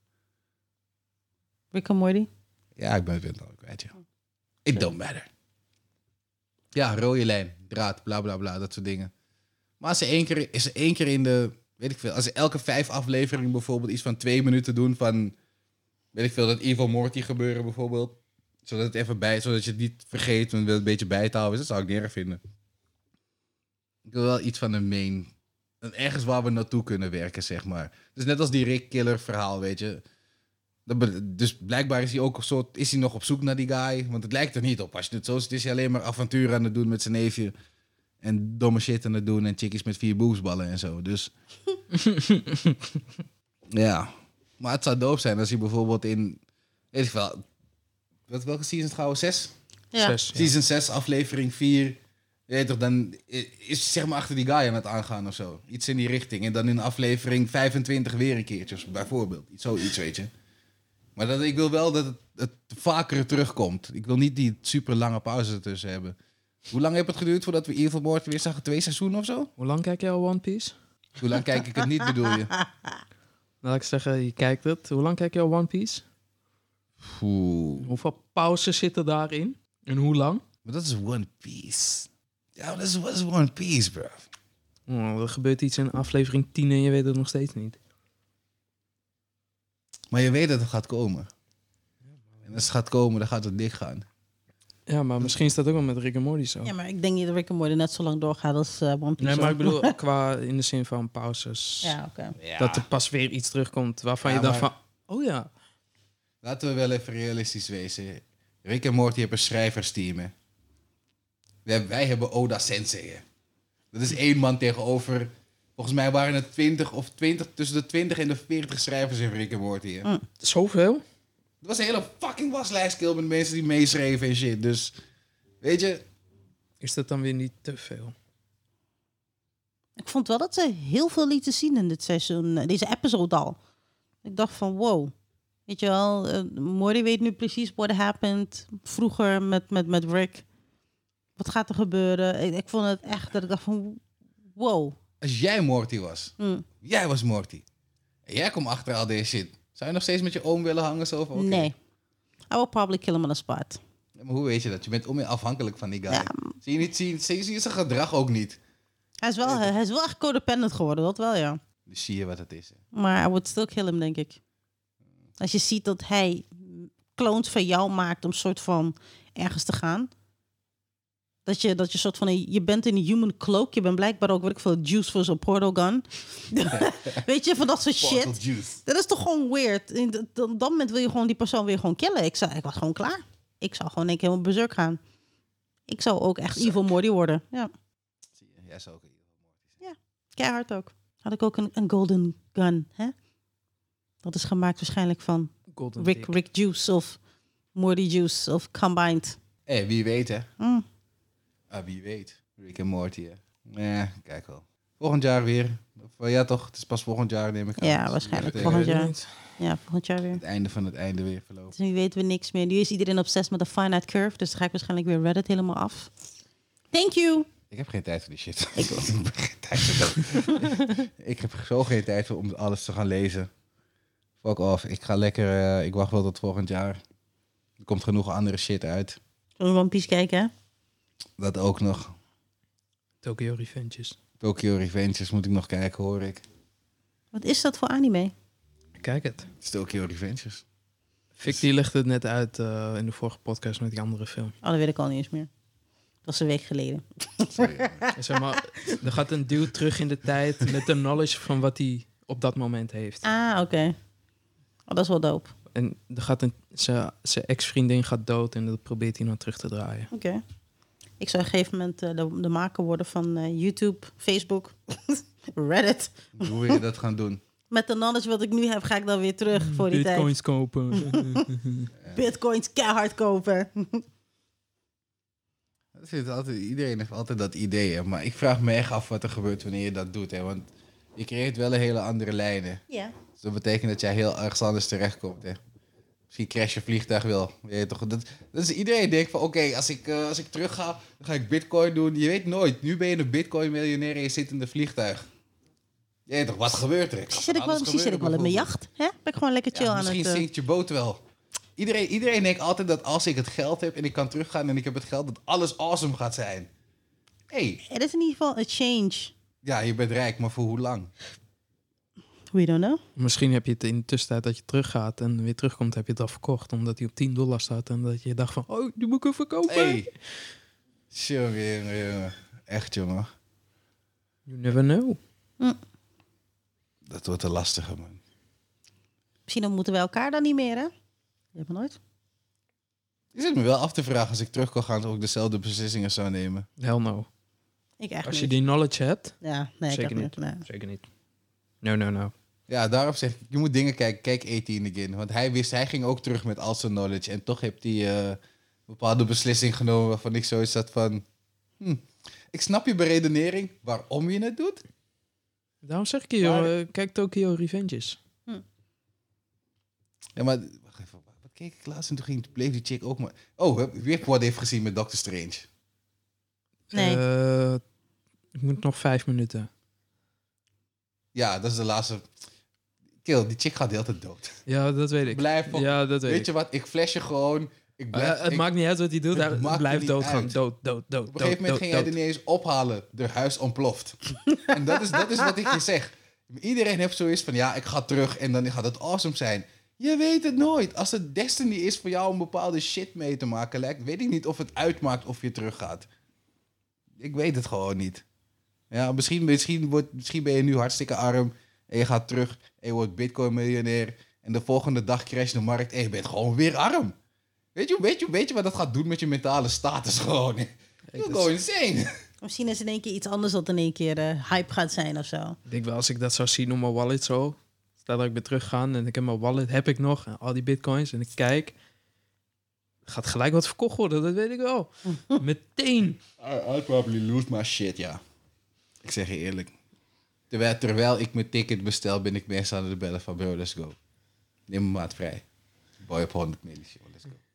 Rick en Morty. Ja, ik ben een punt al kwijt, ja. It don't matter. Ja, rode lijn, draad, bla bla bla, dat soort dingen. Maar als ze één keer in de... Weet ik veel. Als ze elke 5 afleveringen bijvoorbeeld iets van 2 minuten doen van... Weet ik veel, dat Evil Morty gebeuren bijvoorbeeld. Zodat je het niet vergeet en wil een beetje bij te houden. Dat zou ik niet erg vinden. Ik wil wel iets van een main... Ergens waar we naartoe kunnen werken, zeg maar. Dus net als die Rick Killer verhaal, weet je. Dus blijkbaar is hij nog op zoek naar die guy. Want het lijkt er niet op. Als je het zo ziet, is hij alleen maar avonturen aan het doen met zijn neefje. En domme shit aan het doen. En chickies met 4 boobsballen en zo. Dus... ja. Maar het zou doof zijn als hij bijvoorbeeld in... Weet ik wel... Welke season is het trouwens? 6? Ja. 6, ja. Season 6, aflevering 4. Je weet toch, dan is zeg maar achter die guy aan het aangaan of zo. Iets in die richting. En dan in aflevering 25 weer een keertje, bijvoorbeeld. Zoiets, weet je. Maar ik wil wel dat het vaker terugkomt. Ik wil niet die super lange pauze ertussen hebben. Hoe lang heeft het geduurd voordat we Evil Morty weer zagen? 2 seizoenen of zo? Hoe lang kijk jij al One Piece? Hoe lang kijk ik het niet, bedoel je? Laat ik zeggen, je kijkt het. Hoe lang kijk je al One Piece? Oeh. Hoeveel pauzes zitten daarin? En hoe lang? Maar dat is One Piece. Ja, dat is One Piece, bro. Oh, er gebeurt iets in aflevering 10 en je weet het nog steeds niet. Maar je weet dat het gaat komen. En als het gaat komen, dan gaat het dicht gaan. Ja, maar misschien is dat ook wel met Rick en Morty zo. Ja, maar ik denk niet dat Rick en Morty net zo lang doorgaat als One Piece. Nee, maar ik hoor. bedoel qua in de zin van pauzes. Ja, oké. Ja. Dat er pas weer iets terugkomt waarvan Ja, je dacht maar- van... Oh ja. Laten we wel even realistisch wezen. Rick en Morty hebben een schrijversteam, hè. Wij hebben Oda Sensei, hè. Dat is 1 man tegenover... Volgens mij waren het 20, tussen de 20 en de 40 schrijvers in Rick en Morty, hè. Zoveel? Het was een hele fucking waslijstkill met mensen die meeschreven en shit. Dus, weet je... Is dat dan weer niet te veel? Ik vond wel dat ze heel veel lieten zien in dit seizoen. Deze episode al. Ik dacht van wow. Weet je wel, Morty weet nu precies what happened vroeger met Rick. Wat gaat er gebeuren? Ik vond het echt dat ik dacht van... Wow. Als jij Morty was. Mm. Jij was Morty. En jij komt achter al deze shit. Zou je nog steeds met je oom willen hangen? Zo van, oké. Nee. I will probably kill him on the spot. Ja, maar hoe weet je dat? Je bent onmeer afhankelijk van die guy. Ja. Zie je zijn gedrag ook niet. Hij is wel echt codependent geworden, dat wel, ja. Dus zie je wat het is. Hè. Maar I would still kill him, denk ik. Als je ziet dat hij clones van jou maakt om soort van ergens te gaan. Dat je soort van... Je bent in een human cloak. Je bent blijkbaar ook, weet ik veel, juice voor zo'n portal gun. Weet je, van dat soort Portal shit. juice. Dat is toch gewoon weird. Op dat moment wil je gewoon die persoon weer gewoon killen. Ik was gewoon klaar. Ik zou gewoon een keer helemaal berserk gaan. Ik zou ook echt evil Morty worden. Ja, Zie je, jij zou ook evil Morty zijn. keihard ook. Had ik ook een golden gun, hè? Dat is gemaakt waarschijnlijk van Golden Rick, Dick. Rick Juice of Morty Juice of combined. Hé, wie weet hè. Mm. Wie weet. Rick en Morty hè. Nee, kijk wel. Volgend jaar weer. Of, ja toch, het is pas volgend jaar neem ik aan. Ja, Dus waarschijnlijk echt, volgend weet jaar. niet. Ja, volgend jaar weer. Het einde van het einde weer verlopen. Dus nu weten we niks meer. Nu is iedereen obsessed met de finite curve. Dus dan ga ik waarschijnlijk weer Reddit helemaal af. Thank you! Ik heb geen tijd voor die shit. Ik heb geen tijd voor Ik heb zo geen tijd voor om alles te gaan lezen. Fuck off. Ik ga lekker... ik wacht wel tot volgend jaar. Er komt genoeg andere shit uit. Zullen we One Piece kijken, hè? Dat ook nog. Tokyo Revenges. Tokyo Revengers moet ik nog kijken, hoor ik. Wat is dat voor anime? Kijk het. Het is Tokyo Revengers. Vic die legde het net uit in de vorige podcast met die andere film. Oh, dat weet ik al niet eens meer. Dat was een week geleden. Sorry. Zeg maar, er gaat een dude terug in de tijd met de knowledge van wat hij op dat moment heeft. Ah, oké. Oh, dat is wel dope. En er gaat zijn ex-vriendin gaat dood en dat probeert hij nou terug te draaien. Oké. Ik zou op een gegeven moment de maker worden van YouTube, Facebook, Reddit. Hoe wil je dat gaan doen? Met de knowledge wat ik nu heb, ga ik dan weer terug voor die Bitcoins kopen. tijd. Bitcoins keihard kopen. Iedereen heeft altijd dat idee, hè. Maar ik vraag me echt af wat er gebeurt wanneer je dat doet. Hè. Want je creëert wel een hele andere lijnen. Ja. Dus dat betekent dat jij heel ergens anders terechtkomt. Hè. Misschien crash je vliegtuig wel. Weet je toch? Dat is iedereen denkt van oké, als ik terug ga, dan ga ik bitcoin doen. Je weet nooit. Nu ben je een bitcoin miljonair en je zit in de vliegtuig. Je weet toch, wat gebeurt er? Misschien zit ik wel in mijn jacht. Hè? Ben ik gewoon lekker chill aan misschien het... zinkt je boot wel. Iedereen denkt altijd dat als ik het geld heb en ik kan teruggaan en ik heb het geld, dat alles awesome gaat zijn. Het is in ieder geval een change. Ja, je bent rijk, maar voor hoe lang? We don't know. Misschien heb je het in de tussentijd dat je teruggaat en weer terugkomt, heb je het al verkocht. Omdat hij op $10 staat en dat je dacht van, oh, die moet ik even kopen. Hey. Jongen. Echt, jongen. You never know. Dat wordt een lastige, man. Misschien moeten we elkaar dan niet meer, hè? Je hebt het nooit. Ik zit me wel af te vragen als ik terug kan gaan, of ik dezelfde beslissingen zou nemen. Hell no. Ik echt Als je niet. die knowledge hebt, Ja, nee, zeker ik echt niet. niet. Nee. Zeker niet. No. Ja, daarom zeg ik, je moet dingen kijken. Kijk 18 again. Want hij ging ook terug met al zijn knowledge. En toch heeft hij een bepaalde beslissing genomen waarvan ik zoiets had van... ik snap je beredenering waarom je het doet. Daarom zeg ik je, joh, kijk Tokyo Revenges. Ja, maar wacht even. Wat keek ik laatst en toen bleef die chick ook maar... Oh, weer wat heeft gezien met Doctor Strange. Nee. Ik moet nog 5 minuten. Ja, dat is de laatste... Kill, die chick gaat de hele tijd dood. Ja, dat weet ik. Blijf op. Ja, dat weet Weet ik. je wat? Ik flash je gewoon. Het maakt niet uit wat hij doet. Het Hij maakt blijft er niet doodgaan. uit. Dood. Op een gegeven moment ging hij er niet eens ophalen. De huis ontploft. En dat is wat ik je zeg. Iedereen heeft zoiets van, ja, ik ga terug en dan gaat het awesome zijn. Je weet het nooit. Als het destiny is voor jou om bepaalde shit mee te maken, weet ik niet of het uitmaakt of je teruggaat. Ik weet het gewoon niet. Ja, misschien ben je nu hartstikke arm en je gaat terug en je wordt bitcoin miljonair en de volgende dag crasht de markt en je bent gewoon weer arm. Weet je wat dat gaat doen met je mentale status gewoon? You go insane. Misschien is in één keer iets anders dat in één keer hype gaat zijn of zo. Ik denk wel, als ik dat zou zien op mijn wallet zo. Stel dat ik ben teruggaan en ik heb mijn wallet, heb ik nog. En al die bitcoins en ik kijk. Gaat gelijk wat verkocht worden, dat weet ik wel. Meteen. I'll probably lose my shit, ja. Ik zeg je eerlijk. Terwijl ik mijn ticket bestel, ben ik mensen aan het bellen van bro, let's go. Neem me maat vrij. Boy op 100 miljoen, let's go.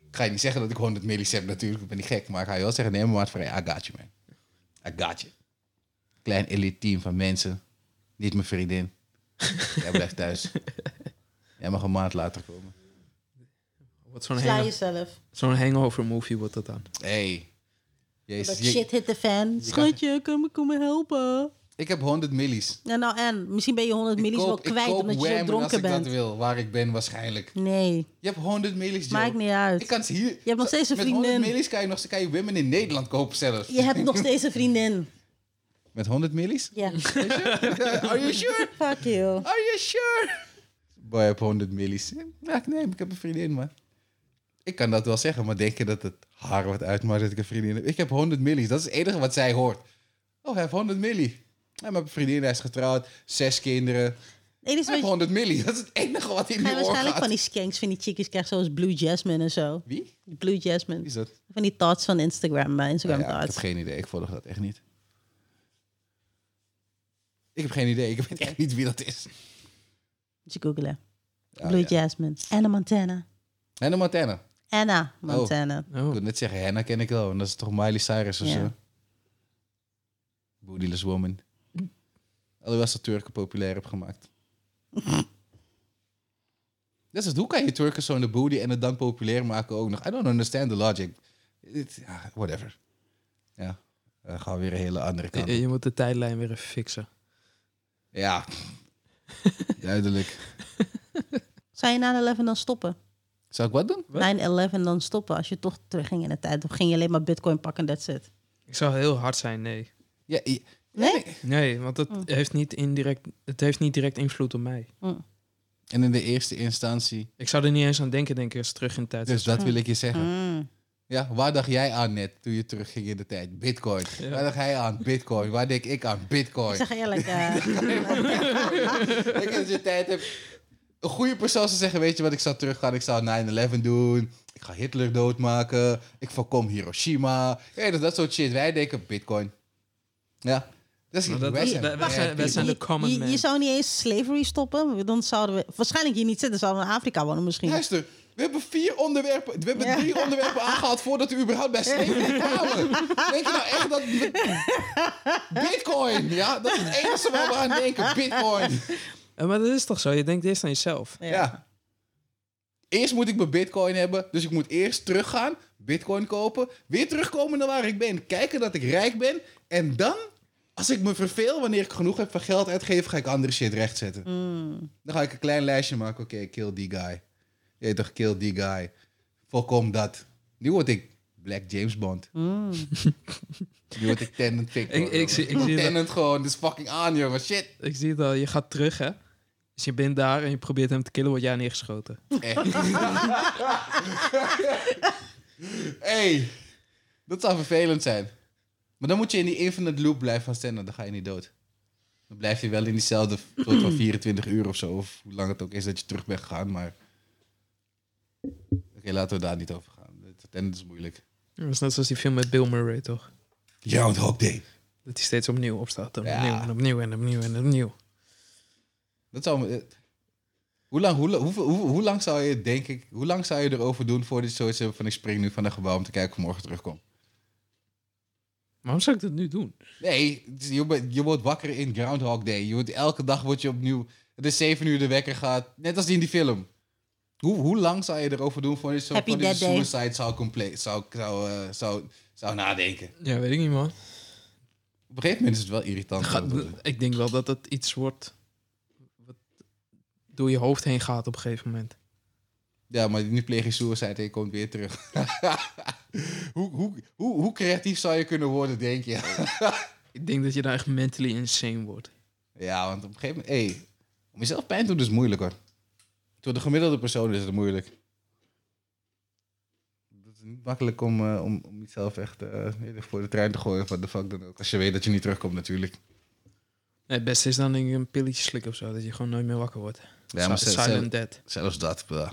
Ik ga je niet zeggen dat ik 100 millis heb natuurlijk. Ik ben niet gek. Maar ik ga je wel zeggen, neem me maar vrij. I got you, man. I got you. Klein elite team van mensen. Niet mijn vriendin. Jij blijft thuis. Jij mag een maand later komen. Wat zo'n Sla jezelf. zo'n hangover movie wordt dat dan. Hey. Jezus. Dat shit hit the fan. Schatje, kom me helpen. Ik heb 100 millies. Ja, nou en? Misschien ben je 100 millis wel kwijt omdat je zo Wham dronken als ik bent. dat wil. Waar ik ben waarschijnlijk. Nee, Je hebt 100 millies, Joe. maakt niet uit. Ik kan ze hier... Je hebt nog steeds een Met 100 vriendin. millies kan je women in Nederland kopen zelfs. Je hebt nog steeds een vriendin. Met 100 millies? Ja. Are you sure? Fuck you. Are you sure? Boy, je hebt 100 millies. Ja, nee, ik heb een vriendin, man. Ik kan dat wel zeggen, maar denk je dat het haar wat uitmaakt dat ik een vriendin heb? Ik heb 100 millies. Dat is het enige wat zij hoort. Oh, hij heeft 100 millie. Hij heeft een vriendin, hij is getrouwd. 6 kinderen. Het enige Hij heeft wat 100 millie. Dat is het enige wat hij ga nu je waarschijnlijk hoort. van die skanks, van die chickies krijgt zoals Blue Jasmine en zo. Wie? Blue Jasmine. Wie is dat? Van die thoughts van Instagram, Instagram Ja, ik heb thoughts. geen idee. Ik volg dat echt niet. Ik heb geen idee. Ik weet echt niet wie dat is. Moet je googlen. Ja, Blue ja. Jasmine. Anna Montana. Hannah Montana. Anna Montana. Ik Oh. wil net zeggen, Hannah ken ik wel. En dat is toch Miley Cyrus of Ja. zo? Bootyless Woman. Alhoewel ze Turken populair heb gemaakt. Dat is het. Hoe kan je Turken zo in de booty en het dan populair maken ook nog? I don't understand the logic. Ja, whatever. Ja, dan gaan we weer een hele andere kant op. Je moet de tijdlijn weer even fixen. Ja, duidelijk. Zou je na 11 dan stoppen? Zou ik wat doen? Wat? 9-11 dan stoppen als je toch terugging in de tijd? Of ging je alleen maar bitcoin pakken en that's it? Ik zou heel hard zijn, nee. Ja, Nee? Nee, want het, heeft het heeft niet direct invloed op mij. En in de eerste instantie... Ik zou er niet eens aan denken, denk ik, als terug in de tijd. Dus dat wil ik je zeggen. Mm. Ja, waar dacht jij aan net toen je terugging in de tijd? Bitcoin. Ja. Waar dacht jij aan? Bitcoin. Waar denk ik aan? Bitcoin. Ik zeg eerlijk, Ik in de tijd heb... Een goede persoon zou zeggen, weet je wat, ik zou teruggaan. Ik zou 9-11 doen. Ik ga Hitler doodmaken. Ik voorkom Hiroshima. Ja, dat soort shit. Wij denken Bitcoin. Ja. Dat is Maar dat- wij zijn wij bad zijn- wij zijn people. de common man. je zou niet eens slavery stoppen. Dan zouden we waarschijnlijk hier niet zitten. Zouden we in Afrika wonen misschien. Luister, we hebben 4 onderwerpen. We hebben Ja. 3 onderwerpen aangehaald voordat we überhaupt bij slavery kwamen. Denk je nou echt dat... Bitcoin, ja? Dat is het enige waar we aan denken. Bitcoin. Maar dat is toch zo? Je denkt eerst aan jezelf. Ja. Eerst moet ik mijn bitcoin hebben. Dus ik moet eerst teruggaan. Bitcoin kopen. Weer terugkomen naar waar ik ben. Kijken dat ik rijk ben. En dan, als ik me verveel, wanneer ik genoeg heb van geld uitgeven, ga ik andere shit rechtzetten. Dan ga ik een klein lijstje maken. Oké, kill die guy. Je weet toch, kill die guy. Voorkom dat. Nu word ik Black James Bond. Nu word ik Tenant Victor. Ik zie dat. Tenant gewoon. Dit is fucking aan, jongen. Shit. Ik zie het al, je gaat terug, hè? Dus je bent daar en je probeert hem te killen, word jij neergeschoten. Echt. Hey, dat zou vervelend zijn. Maar dan moet je in die infinite loop blijven van Senna. Dan ga je niet dood. Dan blijf je wel in diezelfde soort van 24 uur of zo. Of hoe lang het ook is dat je terug bent gegaan. Maar oké, laten we daar niet over gaan. Dat is moeilijk. Dat is net zoals die film met Bill Murray, toch? Groundhog Day. Dat hij steeds opnieuw opstaat. En Ja. opnieuw en opnieuw en opnieuw en opnieuw. Dat zou me... Hoe lang zou je, denk ik... Hoe lang zou je erover doen voordat je zoiets hebt van... Ik spring nu van een gebouw om te kijken of ik morgen terugkom? Waarom zou ik dat nu doen? Nee, je wordt wakker in Groundhog Day. Elke dag word je opnieuw... Het is 7 uur de wekker gaat. Net als die in die film. Hoe lang zou je erover doen voordat je zo Happy van die Death Day. suicide zou nadenken? Ja, weet ik niet, man. Op een gegeven moment is het wel irritant. Ik denk wel dat het iets wordt wat door je hoofd heen gaat op een gegeven moment. Ja, maar nu pleeg je suicide en je komt weer terug. hoe creatief zou je kunnen worden, denk je? Ik denk dat je daar echt mentally insane wordt. Ja, want op een gegeven moment... om jezelf pijn te doen is moeilijk, hoor. Voor de gemiddelde persoon is het moeilijk. Het is niet makkelijk om jezelf echt voor de trein te gooien. Of wat de fuck dan ook. Als je weet dat je niet terugkomt, natuurlijk. Nee, het beste is dan denk ik een pilletje slikken of zo. Dat je gewoon nooit meer wakker wordt. Ja, maar Silent dead. zelfs dat. Ja.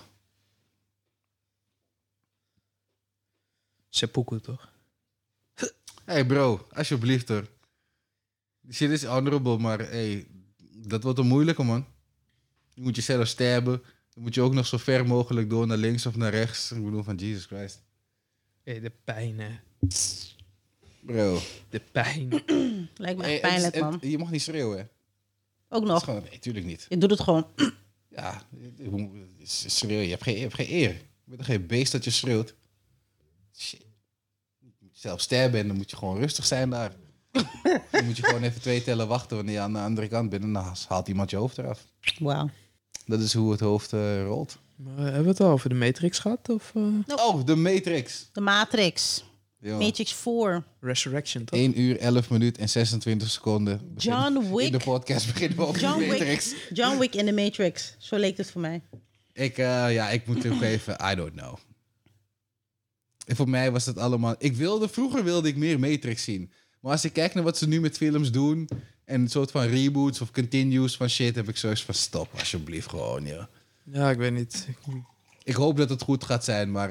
Seppuku, toch? Hey bro, alsjeblieft hoor. Die shit is honorable, maar hey, dat wordt een moeilijke, man. Je moet jezelf sterben. Dan moet je ook nog zo ver mogelijk door naar links of naar rechts. Ik bedoel, van Jesus Christ. Hey, de pijn, hè. Bro. De pijn. Lijkt me Hey, echt pijnlijk, man. je mag niet schreeuwen, hè? Ook Dat is nog. gewoon, nee, tuurlijk niet. Je doet het gewoon. Ja, schreeuwen. Je hebt geen eer. Je bent toch geen beest dat je schreeuwt. Shit. Als je zelf ster bent, dan moet je gewoon rustig zijn daar. Dan moet je gewoon even 2 tellen wachten wanneer je aan de andere kant bent. En dan haalt iemand je hoofd eraf. Wauw. Dat is hoe het hoofd rolt. Maar, hebben we het al over de Matrix gehad? Of Oh, de Matrix. De Matrix. Jongen. Matrix 4. Resurrection, toch? 1 uur, 11 minuten en 26 seconden. John In Wick. de podcast beginnen we over John de Matrix. Wick. John Wick in de Matrix. Zo leek het voor mij. Ik moet toegeven, I don't know. En voor mij was het allemaal... Vroeger wilde ik meer Matrix zien. Maar als ik kijk naar wat ze nu met films doen... en een soort van reboots of continues van shit... heb ik zoiets van stop, alsjeblieft gewoon, ja. Ja, ik weet niet. Ik hoop dat het goed gaat zijn, maar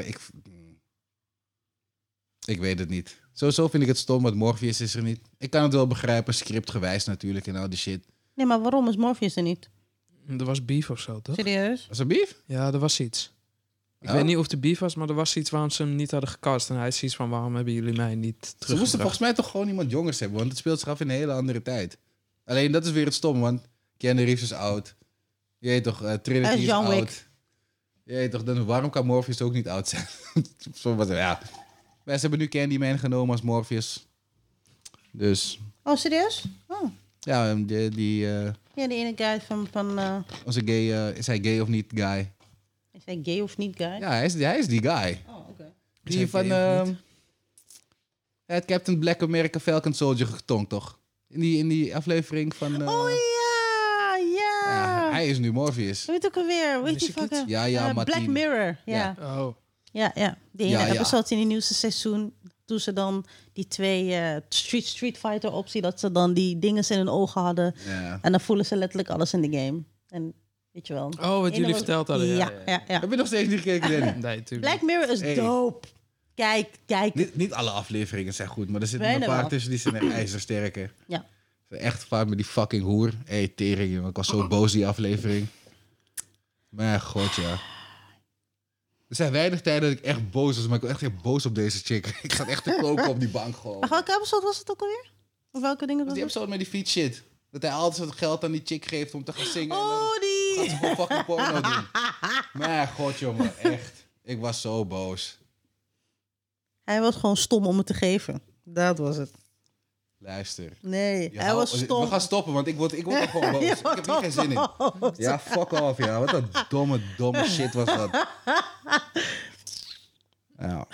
ik weet het niet. Sowieso vind ik het stom, want Morpheus is er niet. Ik kan het wel begrijpen, scriptgewijs natuurlijk en al die shit. Nee, maar waarom is Morpheus er niet? Er was beef of zo, toch? Serieus? Alsjeblieft? Ja, er was iets. Ik Oh? weet niet of de beef was, maar er was iets waarom ze hem niet hadden gecast. En hij is iets van, waarom hebben jullie mij niet Ze moesten teruggebracht? volgens mij toch gewoon iemand jongers hebben, want het speelt zich af in een hele andere tijd. Alleen dat is weer het stom, want Keanu Reeves is oud. Je weet toch, Trinity Hij is is John Wick. oud. Je weet toch, dan waarom kan Morpheus ook niet oud zijn? Zo was het, ja. Maar ze hebben nu Candyman genomen als Morpheus. Dus, Oh, serieus? Oh. ja, Ja, die ene guy van onze gay, is hij gay of niet guy? is hij gay of niet guy? Ja, hij is die guy. Oh, oké. Is hij Die van gay of niet? het Captain Black America Falcon Soldier getonkt, toch? In die aflevering van... Oh ja, ja. ja, hij is nu Morpheus. Weet ook alweer? Weet je Mis ik het? fucking... Ja, Black Martien. Mirror. Ja, Oh, ja. Die Ja, ene ja. episode in het nieuwste seizoen. Toen ze dan die 2 Street Fighter optie, dat ze dan die dingen in hun ogen hadden. Ja. En dan voelen ze letterlijk alles in de game. En weet je wel. oh wat Ene jullie was- verteld hadden. Ja. Heb je nog steeds niet gekeken, Danny? Nee, natuurlijk. Black Mirror is Hey. dope. Kijk. Niet alle afleveringen zijn goed, maar er zitten Bijna een paar wel. tussen die zijn echt ijzersterke. Ja. Ze zijn echt vaak met die fucking hoer. Hey, tering, jongen. Ik was zo boos die aflevering. Maar god, ja. Er zijn weinig tijden dat ik echt boos was, maar ik was echt echt boos op deze chick. Ik zat echt te koken op die bank gewoon. Maar welke episode was het ook alweer? Of welke dingen was Die het? episode met die fiets shit. Dat hij altijd het geld aan die chick geeft om te gaan zingen. en dan Oh, gaat die... ze gewoon fucking porno doen. Maar god, jongen. Echt. Ik was zo boos. Hij was gewoon stom om het te geven. Dat was het. Luister. Nee, Je hij hou- was stom. We gaan stoppen, want ik word er gewoon boos. Je Ik heb hier geen zin in. wordt boos. Ja, fuck off, ja. Wat een domme shit was dat. Ja.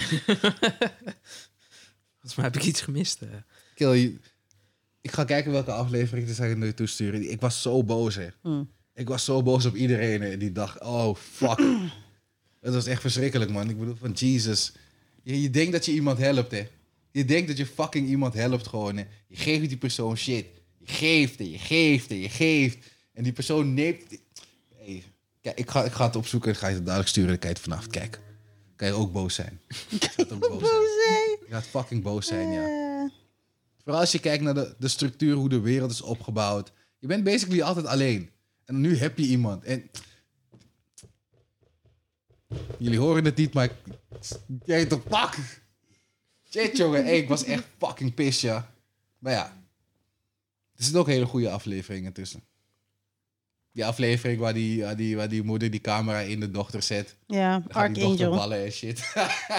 Volgens mij heb ik iets gemist. Hè. Kill, ik ga kijken welke aflevering ze zijn nu toesturen. Ik was zo boos, hè. Ik was zo boos op iedereen hè, die dacht, oh, fuck. Het was echt verschrikkelijk, man. Ik bedoel, van Jesus. Je denkt dat je iemand helpt, hè. Je denkt dat je fucking iemand helpt gewoon, hè. Je geeft die persoon shit. Je geeft en je geeft en je geeft. En die persoon neemt... Hey, kijk, ik ga het opzoeken en ga je het dadelijk sturen. Dan kan je het vanaf kijken. Kan je ook boos zijn. Je gaat ook boos zijn. Je gaat fucking boos zijn, ja. Vooral als je kijkt naar de structuur, hoe de wereld is opgebouwd. Je bent basically altijd alleen. En nu heb je iemand. En... Jullie horen het niet, maar... Jij toch, fuck! Shit, jongen. Hey, ik was echt fucking pissed, ja. Maar ja. Er zitten ook hele goede afleveringen tussen. Die aflevering waar die moeder die camera in de dochter zet. Ja, Dan gaat die dochter Archangel. ballen en shit.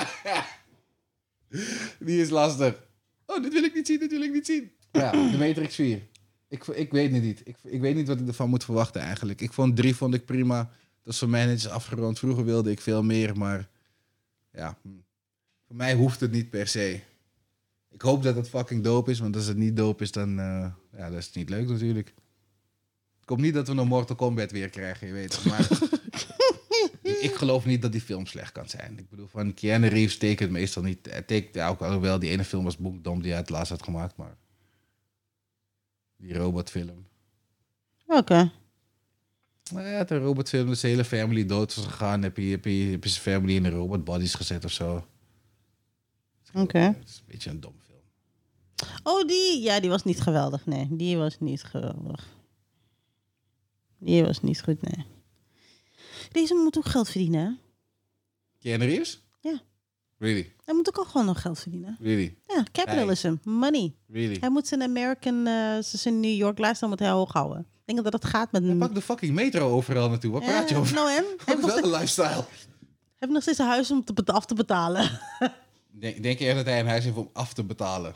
Die is lastig. Oh, dit wil ik niet zien. Ja, de Matrix 4. Ik weet het niet. Ik weet niet wat ik ervan moet verwachten eigenlijk. Ik vond 3 vond ik prima. Dat is voor mij netjes afgerond. Vroeger wilde ik veel meer, maar... Ja, voor mij hoeft het niet per se. Ik hoop dat het fucking dope is, want als het niet dope is, dan... ja, dat is niet leuk natuurlijk. Ik hoop niet dat we nog Mortal Kombat weer krijgen, je weet het. Maar... Ik geloof niet dat die film slecht kan zijn. Ik bedoel, van Keanu Reeves tekent meestal niet. Hij tekent ja, ook wel die ene film was Boekdom die hij het laatst had gemaakt, maar die robotfilm. Oké. Nou ja, de robotfilm, dus de hele family dood was gegaan. Heb je zijn family in de robotbodies gezet of zo. Oké. Het is een beetje een dom film. Oh, die... Ja, die was niet geweldig. Nee, die was niet geweldig. Die was niet goed, nee. Deze moet ook geld verdienen, hè? Keanu Reeves? Ja. Really? Hij moet ook gewoon nog geld verdienen. Really? Ja, capitalism, money. Really? Hij moet zijn American, zijn New York lifestyle moet hij hoog houden. Ik denk dat het gaat met Hij een... pakt de fucking metro overal naartoe. Wat praat je over? Nou, hem. Hij Dat is wel een lifestyle. heeft nog steeds een huis om af te betalen. Denk je echt dat hij een huis heeft om af te betalen?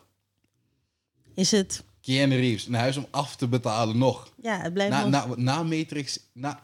Is het... Keanu Reeves, een huis om af te betalen nog. Ja, het blijft nog... Na Matrix...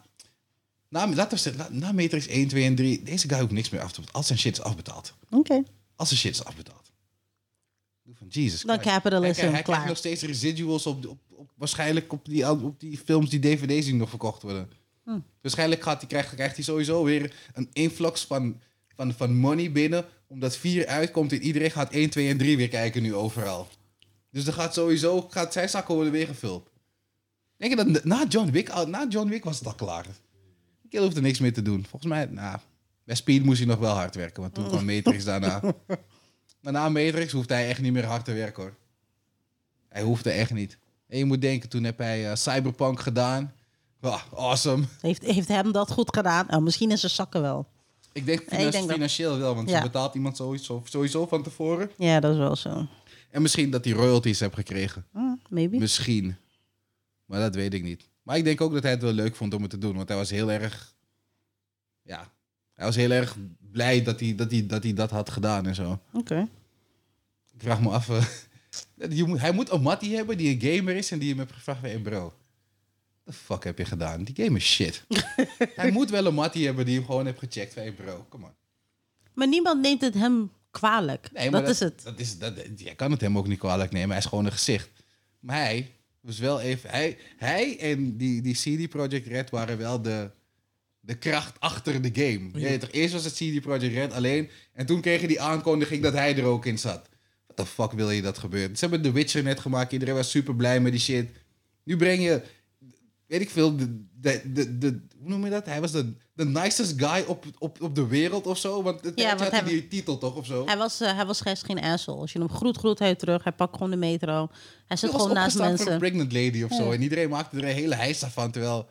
Laten we zeggen, na Matrix 1, 2 en 3... Deze guy hoeft niks meer af te betalen. Al zijn shit is afbetaald. Oké. Als zijn shit is afbetaald. Van Jesus Dan Christ. capitalism, Hij klaar. krijgt nog steeds residuals waarschijnlijk op die films, die dvd's die nog verkocht worden. Waarschijnlijk krijgt hij sowieso weer een influx van money binnen. Omdat 4 uitkomt en iedereen gaat 1, 2 en 3 weer kijken nu overal. Dus er gaat sowieso... zijn zakken worden weer gevuld. Denk je dat na John Wick was het al klaar? Ik hoefde er niks meer te doen. Volgens mij, bij Speed moest hij nog wel hard werken. Want toen kwam Matrix daarna. Maar na Matrix hoeft hij echt niet meer hard te werken, hoor. Hij hoefde echt niet. En je moet denken, toen heb hij Cyberpunk gedaan. Awesome. Heeft hem dat goed gedaan? Nou, misschien in zijn zakken wel. Ik denk financieel wel, want ze betaalt iemand sowieso van tevoren. Ja, dat is wel zo. En misschien dat hij royalties heeft gekregen. Maybe. Misschien. Maar dat weet ik niet. Maar ik denk ook dat hij het wel leuk vond om het te doen. Want hij was heel erg... Ja. Hij was heel erg blij dat hij dat had gedaan en zo. Oké. Ik vraag me af... hij moet een mattie hebben die een gamer is en die hem heeft gevraagd... Hey bro, what the fuck heb je gedaan? Die game is shit. Hij moet wel een mattie hebben die hem gewoon heeft gecheckt. Hey bro, come on. Maar niemand neemt het hem kwalijk. Nee, maar dat is het. Je kan het hem ook niet kwalijk nemen. Hij is gewoon een gezicht. Maar hij was wel even... Hij en die CD Projekt Red waren wel de kracht achter de game. Ja. Je weet toch, eerst was het CD Projekt Red alleen. En toen kreeg je die aankondiging dat hij er ook in zat. What the fuck wil je dat gebeurt? Ze hebben The Witcher net gemaakt. Iedereen was super blij met die shit. Nu breng je... Weet ik veel, hoe noem je dat? Hij was de nicest guy op de wereld of zo. Want het had hij die titel toch of zo? Hij was geen asshole. Als je hem groet hij terug. Hij pakt gewoon de metro. Hij zit gewoon naast mensen. Hij was voor een pregnant lady of zo. En iedereen maakte er een hele heisa van. Terwijl...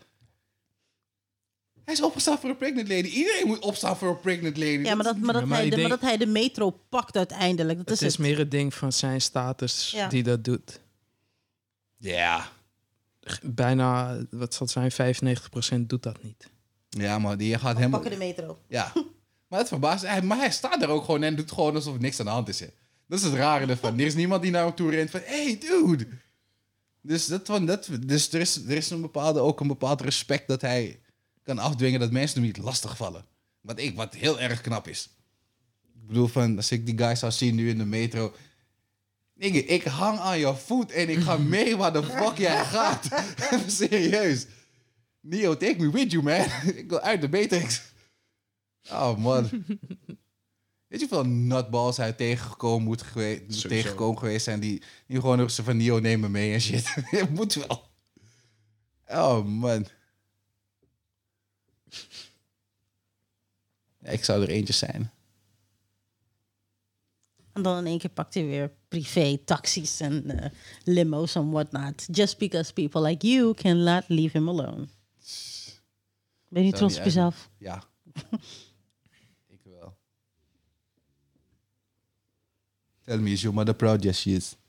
Hij is opgestaan voor een pregnant lady. Iedereen moet opstaan voor een pregnant lady. Ja, maar dat hij de metro pakt uiteindelijk. Het is meer het ding van zijn status die dat doet. Ja. Bijna, wat zal het zijn, 95% doet dat niet. Ja, maar die gaat helemaal... Pakken de metro. Ja. Maar het verbaast... Maar hij staat er ook gewoon en doet gewoon alsof niks aan de hand is. Hè. Dat is het rare ervan. Er is niemand die naar hem toe rent van... Hey, dude! Dus er is een bepaald respect dat hij kan afdwingen dat mensen hem niet lastigvallen. Wat heel erg knap is. Ik bedoel, als ik die guy zou zien nu in de metro... Ik hang aan je voet en ik ga mee waar de fuck jij gaat. Serieus. Neo, take me with you, man. Ik wil uit de Matrix. Oh, man. Weet je hoeveel nutballs hij tegengekomen geweest zijn... die gewoon van Neo nemen mee en shit. Je moet wel. Oh, man. Ja, ik zou er eentje zijn. En dan in één keer pakt hij weer privé taxis en limo's en whatnot. Just because people like you cannot leave him alone. Ben je trots op jezelf? Ja. Ik wel. Tell me, is your mother proud? Yes, she is.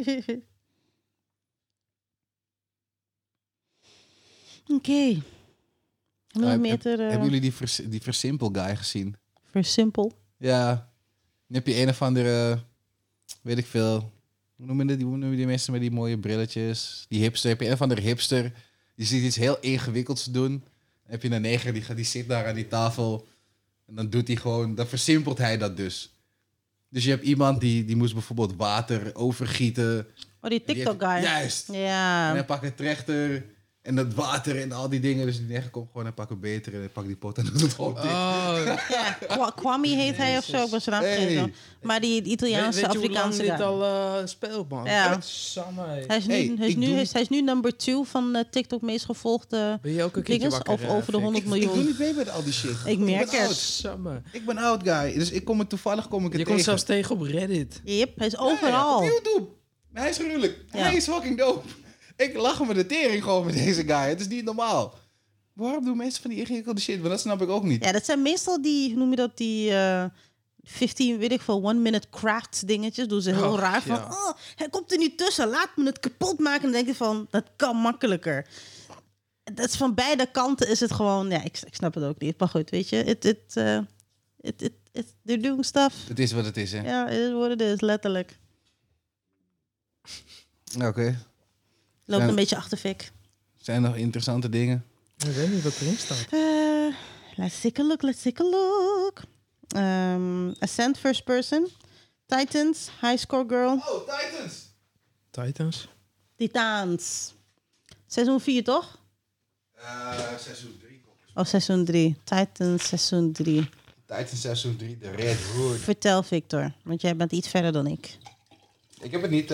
Oké. Hebben jullie die Versimpel guy gezien? Versimpel? Ja. Dan heb je een of andere, weet ik veel, hoe noemen die mensen met die mooie brilletjes? Die hipster, heb je een of andere hipster, die ziet iets heel ingewikkelds doen. Dan heb je een neger, die zit daar aan die tafel en dan doet hij gewoon, dan versimpelt hij dat dus. Dus je hebt iemand die moest bijvoorbeeld water overgieten. Oh, die TikTok-guy. Juist. Ja. En hij pakt een trechter en dat water en al die dingen. Dus die neger komt gewoon en pakt een beter en hij pakt die pot en doet het gewoon dicht. Ja, Kwame heet hij of zo. Ik was eraan vergeten. Maar die Italiaanse, Afrikaanse guy. Weet je hoe lang dit al speelt, man? Ja. Hij is nu number 2 van TikTok meest gevolgde ben je ook een keertje wakker, of over de 100 miljoen. Ik doe niet mee met al die shit. Ik merk het. Ik ben oud guy. Dus toevallig kom ik het tegen. Je komt zelfs tegen op Reddit. Yep, hij is overal. Ja, op YouTube. Hij is gruwelijk. Ja. Hij is fucking dope. Ik lach me de tering gewoon met deze guy. Het is niet normaal. Waarom doen mensen van die ingewikkelde shit? Want dat snap ik ook niet. Ja, dat zijn meestal die, hoe noem je dat, die 15, weet ik veel, 1-minute crafts dingetjes. Doen ze heel raar van, ja. hij komt er niet tussen, laat me het kapot maken. En dan denk je van, dat kan makkelijker. Dat is van beide kanten is het gewoon, ja, ik snap het ook niet. Maar goed, weet je, they're doing stuff. Het is wat het is, hè? Ja, het is wat het is, letterlijk. Oké. Loopt Ja. een beetje achter Fik. Zijn er nog interessante dingen? Ik weet niet wat erin staat. Let's take a look. Ascent first person. Titans, high score girl. Oh, Titans! Titans. Titans. Seizoen 4, toch? Seizoen 3. Oh, seizoen 3. Titans, seizoen 3. Titans seizoen 3, de Red Hood. Vertel, Victor. Want jij bent iets verder dan ik. Ik heb het niet...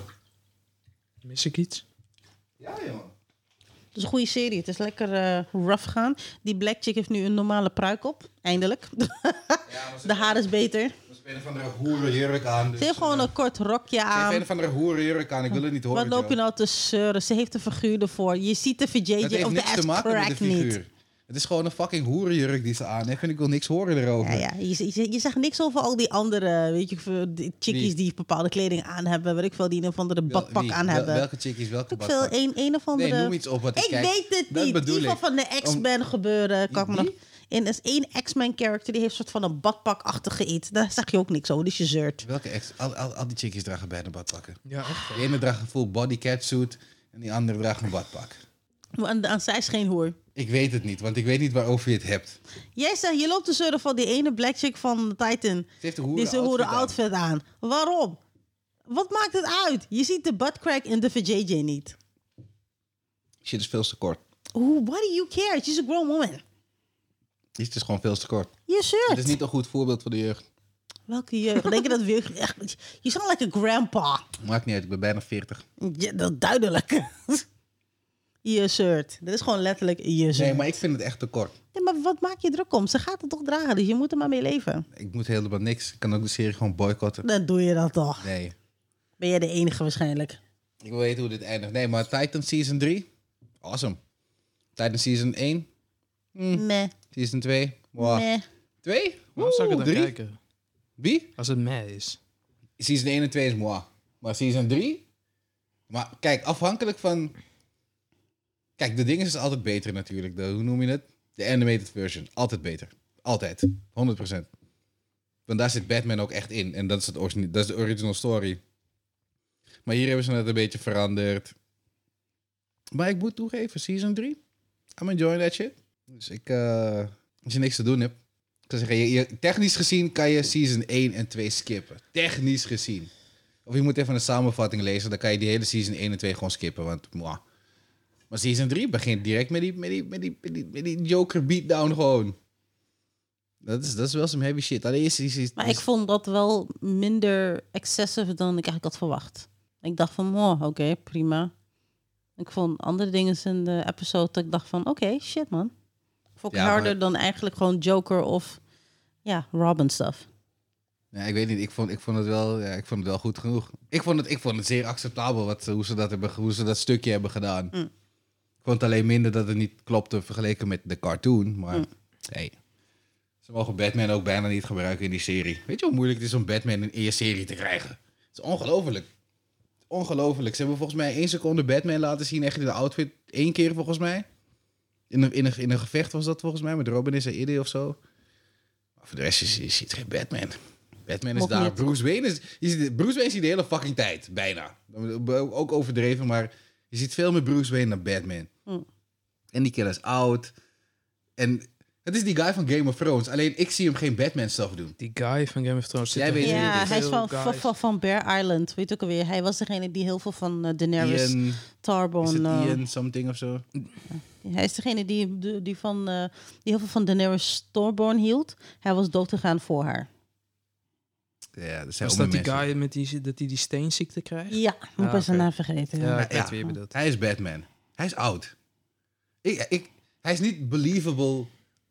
Mis ik iets? Ja, jongen. Het is een goede serie. Het is lekker rough gaan. Die black chick heeft nu een normale pruik op. Eindelijk. Ja, maar De haar is beter. Ze heeft een of andere hoerenjurk aan. Dus, Ze heeft gewoon een kort rokje Ze heeft aan. een of andere hoerenjurk aan. Ik wil het niet horen. Wat loop je nou te zeuren? Ze heeft een figuur ervoor. Je ziet de Het VJJ heeft of de niks te ass maken met de crack figuur. niet. Het is gewoon een fucking hoerenjurk die ze aan heeft. En ik wil niks horen erover. Ja, je zegt niks over al die andere, weet je, die chickies Wie? die bepaalde kleding aan hebben. Weet ik veel, die een of andere badpak aan hebben. Welke chickies, welke Ik veel, badpak? een of andere... Nee, noem iets op wat ik kijk. weet het Dat niet. bedoel Die ik. van de X-Men gebeuren. Kan ik me Wie? nog... Er is één X-Men character die heeft een soort van een badpakachtige iets. Daar zeg je ook niks over, dus je zeurt. Welke ex? Al die chickies dragen bijna badpakken. Ja, echt. De ene draagt een full body catsuit en die andere draagt een badpak. Aan zij is geen hoer. Ik weet het niet, want ik weet niet waarover je het hebt. Jij zegt, je loopt te zeuren van die ene black chick van Titan. Ze heeft een Die zijn hoeren outfit aan. Waarom? Wat maakt het uit? Je ziet de buttcrack in de VJJ niet. Shit is veel te kort. Oeh, why do you care? She's a grown woman. Het is gewoon veel te kort. Je Het shirt. is niet een goed voorbeeld voor de jeugd. Welke jeugd? Denk je dat weer echt... Je sound like a grandpa. Maakt niet uit, ik ben bijna 40. Ja, dat duidelijk. Je shirt. Dat is gewoon letterlijk je shirt. Nee, maar ik vind het echt te kort. Ja, maar wat maak je druk om? Ze gaat het toch dragen, dus je moet er maar mee leven. Ik moet helemaal niks. Ik kan ook de serie gewoon boycotten. Dan doe je dat toch. Nee. Ben jij de enige waarschijnlijk. Ik wil weten hoe dit eindigt. Nee, maar Titan Season 3? Awesome. Titan Season 1? Meh, Season 2? Wow. meh. 2? Waarom zou ik het dan 3? kijken? Wie? Als het mij is. Season 1 en 2 is moi. Maar Season 3? Maar kijk, afhankelijk van... Kijk, de dingen is altijd beter natuurlijk. Hoe noem je het? De animated version. Altijd beter. Altijd. 100%. Want daar zit Batman ook echt in. En dat is, dat is de original story. Maar hier hebben ze het een beetje veranderd. Maar ik moet toegeven, Season 3. I'm enjoying that shit. Dus als je niks te doen hebt... Ik zou zeggen, technisch gezien kan je Season 1 en 2 skippen. Technisch gezien. Of je moet even een samenvatting lezen. Dan kan je die hele Season 1 en 2 gewoon skippen. Want, mwah. Maar Season 3 begint direct met die Joker beatdown gewoon. Dat is wel some heavy shit. Alleen Maar ik vond dat wel minder excessive dan ik eigenlijk had verwacht. Ik dacht van, oké, prima. Ik vond andere dingen in de episode dat ik dacht van, oké, shit man. Vond ik Ja, harder maar- dan eigenlijk gewoon Joker of ja, Robin stuff. Ja, ik weet niet. Ik vond het wel goed genoeg. Ik vond het zeer acceptabel hoe ze dat stukje hebben gedaan. Ik vond alleen minder dat het niet klopte vergeleken met de cartoon. Maar hey, ze mogen Batman ook bijna niet gebruiken in die serie. Weet je hoe moeilijk het is om Batman in je serie te krijgen? Het is ongelooflijk. Ongelooflijk. Ze hebben volgens mij 1 seconde Batman laten zien. Echt in de outfit 1 keer volgens mij. In een gevecht was dat volgens mij. Met Robin is er idee of zo. Maar voor de rest, je ziet geen Batman. Batman is Mocht daar. niet. Bruce Wayne is de hele fucking tijd. Bijna. Ook overdreven, maar je ziet veel meer Bruce Wayne dan Batman. En die killer is oud. En het is die guy van Game of Thrones. Alleen ik zie hem geen Batman stuff doen. Die guy van Game of Thrones. Jij zit er weet heel wie het Ja, is. hij is veel guys. van Bear Island. Weet je ook alweer. Hij was degene die heel veel van Daenerys Ian, is Tarborn... het Ian something of zo? Hij is degene die heel veel van Daenerys Starborn hield. Hij was doodgegaan voor haar. Ja, dat zijn Was ook dat die mensen. guy met die steenziekte krijgt? Ja, moet ik oké. zijn naam vergeten. Ja, ik Ja. weet wie je bedoelt. Hij is Batman. Hij is oud. Hij is niet believable.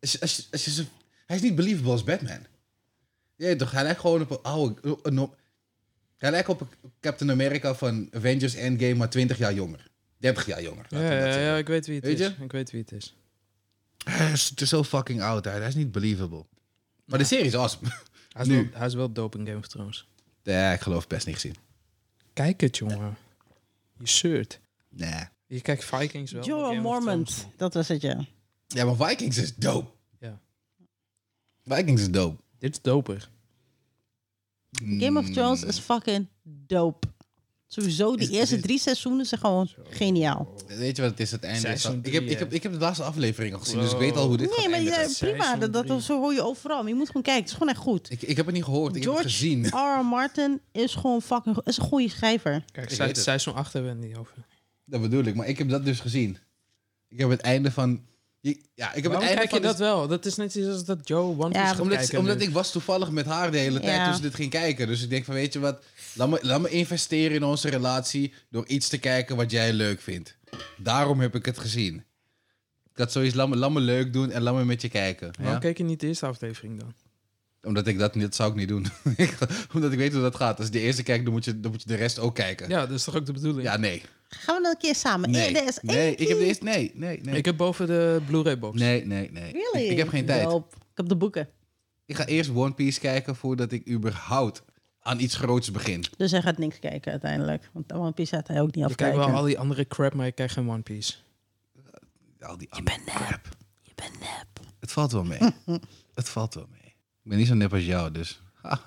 Hij is niet believable als Batman. Ja, toch? Hij lijkt gewoon op een oude... Hij lijkt op een Captain America van Avengers Endgame, maar 20 jaar jonger. 30 jaar jonger. laten we dat zeggen. Ja, ik weet wie het Weet is. je? Ik weet wie het is. Hij is zo fucking oud. Hij is niet believable. Maar de serie is awesome. Hij is wel dope in Game of Thrones. Nee, ik geloof best niet gezien. Kijk het, jongen. Je zeurt. Nee. Je kijkt Vikings wel. maar Jorah Game of Thrones Mormont. niet. Dat was het, ja. Ja, maar Vikings is dope. Ja. Vikings is dope. Dit is doper. Game of Thrones is fucking dope. Sowieso, die eerste 3 seizoenen zijn gewoon geniaal. Weet je wat het is? Het einde is Seizoen al- drie, ik heb de laatste aflevering al gezien, dus ik Wow. weet al hoe dit Nee, gaat maar eindigen. prima. Seizoen Dat 3. zo hoor je overal. Maar je moet gewoon kijken. Het is gewoon echt goed. Ik heb het niet gehoord, ik heb het gezien. R. Martin is gewoon fucking... is een goede schrijver. Kijk, Ik weet het. seizoen 8 hebben we het niet over. Dat bedoel ik, maar ik heb dat dus gezien. Ik heb het einde van... Ja, ik heb het Waarom einde kijk je van dat wel? Dat is net iets als dat Joe One Piece Ja, gaat Omdat, kijken omdat nu. ik was toevallig met haar de hele tijd Ja. toen ze dit ging kijken. Dus ik denk van, weet je wat, laat me investeren in onze relatie door iets te kijken wat jij leuk vindt. Daarom heb ik het gezien. Ik had zoiets, laat me leuk doen en laat me met je kijken. Waarom Ja? keek je niet de eerste aflevering dan? Omdat ik dat zou ik niet doen. Omdat ik weet hoe dat gaat. Als je de eerste kijkt, dan moet je de rest ook kijken. Ja, dat is toch ook de bedoeling? Ja, nee. Gaan we dan een keer samen? Nee, Er is één nee, ik heb de keer. eerste... Nee. Ik heb boven de Blu-ray box. Nee. Really? Ik heb geen tijd. Dope. Ik heb de boeken. Ik ga eerst One Piece kijken voordat ik überhaupt aan iets groots begin. Dus hij gaat niks kijken uiteindelijk. Want One Piece gaat hij ook niet Je kijkt afkijken. wel al die andere crap, maar je kijkt geen One Piece. Al die andere crap. Je bent nep. Het valt wel mee. Het valt wel mee. Ik ben niet zo nep als jou, dus.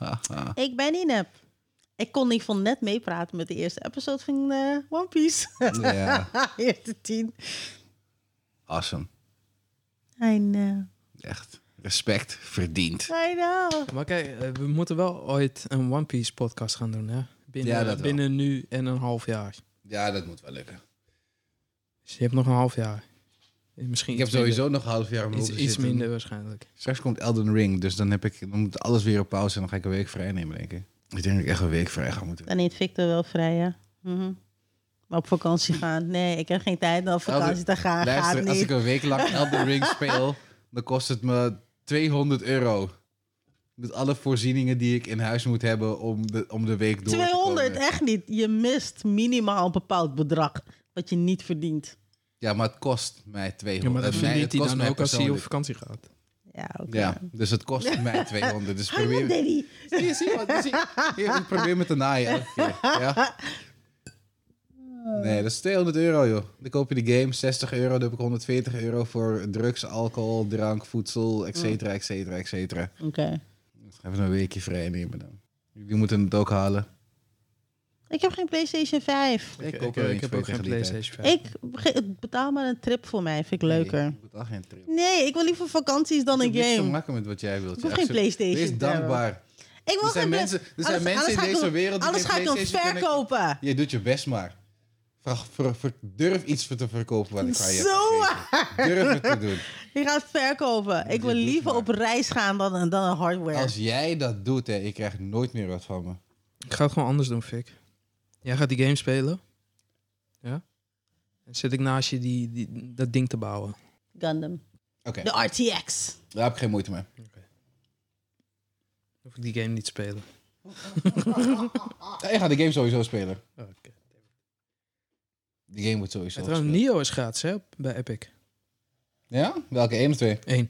Ik ben niet nep. Ik kon niet van net meepraten met de eerste episode van One Piece. Ja, Eerste 10. awesome. I know. Echt. Respect verdiend. I know. Maar kijk, we moeten wel ooit een One Piece podcast gaan doen, hè? Ja, dat wel. Binnen nu en een half jaar. Ja, dat moet wel lukken. Dus je hebt nog een half jaar. Misschien Ik heb iets minder. sowieso nog een half jaar om Iets, te iets zitten. minder waarschijnlijk. Straks komt Elden Ring, dus dan moet alles weer op pauze en dan ga ik een week vrij nemen, denk ik. Ik denk dat ik echt een week vrij ga moeten. Dan neemt Victor wel vrij, ja. Mhm. Maar op vakantie gaan. Nee, ik heb geen tijd om op vakantie te gaan. Gaat Luister, als niet. ik een week lang Elden Ring speel, dan kost het me €200. Met alle voorzieningen die ik in huis moet hebben om de week door te 200, komen. echt niet. Je mist minimaal een bepaald bedrag wat je niet verdient. Ja, maar het kost mij 200. Ja, maar dat mij- verdient het hij kost dan mij ook als hij op persoonlijk. vakantie gaat. Ja, oké. Ja, dus het kost mij 200. Dus Hi, man, probeer... daddy. Zie je wat? Hier, ik probeer me te naaien elke keer. Ja? Nee, dat is €200, joh. Dan koop je de game, €60. Dan heb ik €140 voor drugs, alcohol, drank, voedsel, et cetera, et cetera, et cetera. Oké. Even een weekje vrij nemen dan. Jullie moeten het ook halen. Ik heb geen PlayStation 5. Ik Ik koop er heb eentje ook geen tegen die tijd. PlayStation 5. Ik betaal maar een trip voor mij. Vind ik leuker. Nee, ik betaal geen trip. Nee, ik wil liever vakanties dan Ik een heb niks te game. maken met wat jij wilt. Ik hoef Ja, geen zo- PlayStation Wees te hebben. dankbaar. Ik wil Er zijn geen mensen, in deze wereld die Anders geen ga ik hem PlayStation kunnen- verkopen. Je doet je best maar. Durf iets te verkopen wat ik van je heb Zo gegeven. Durf het te doen. Je gaat verkopen. Ik wil doet liever maar. op reis gaan dan een hardware. Als jij dat doet, hè, ik krijg nooit meer wat van me. Ik ga het gewoon anders doen, Fik. Jij gaat die game spelen. Ja? En zit ik naast je dat ding te bouwen. Gundam. Oké, De RTX. daar heb ik geen moeite mee. Hoef ik die game niet te spelen. Ja, je gaat de game sowieso spelen. Oké. De game wordt sowieso Trouwens, gespeeld. Nio is gratis, hè? Bij Epic. Ja? Welke? 1 of 2? 1.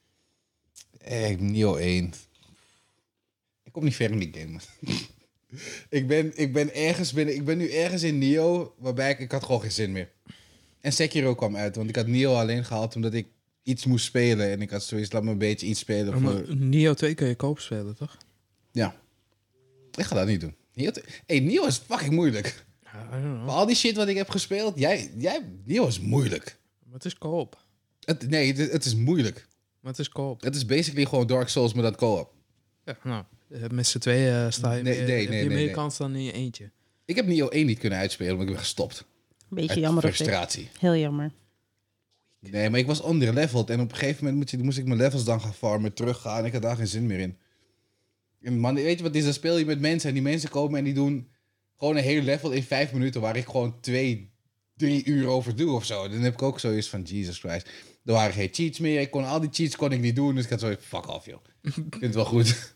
Nio 1. Ik kom niet ver in die game. ik ben nu ergens in Nio waarbij ik had gewoon geen zin meer. En Sekiro kwam uit, want ik had Nio alleen gehaald omdat ik iets moest spelen. En ik had zoiets, laat me een beetje iets spelen voor... Maar Nio 2 kun je koop spelen, toch? Ja. Ik ga dat niet doen. Nio is fucking moeilijk. Ja, I don't know. Maar al die shit wat ik heb gespeeld, Nio is moeilijk. Maar het is koop. Het is moeilijk. Maar het is koop. Het is basically gewoon Dark Souls, maar dan co-op. Ja, nou. Met z'n tweeën sta je Nee, meer, nee, heb nee, je nee, meer nee. kans dan in je eentje. Ik heb Nio 1 niet kunnen uitspelen, maar ik ben gestopt. Beetje Uit jammer. Of ik. frustratie. Heel jammer. Nee, maar ik was underleveld. En op een gegeven moment moest ik mijn levels dan gaan farmen, teruggaan. Ik had daar geen zin meer in. En man, weet je wat het is? Dan speel je met mensen en die mensen komen en die doen gewoon een hele level in 5 minuten... waar ik gewoon 2-3 uur over doe of zo. Dan heb ik ook zoiets van, Jesus Christ. Er waren geen cheats meer. Al die cheats kon ik niet doen. Dus ik had zoiets, fuck off, joh. Ik vind het wel goed.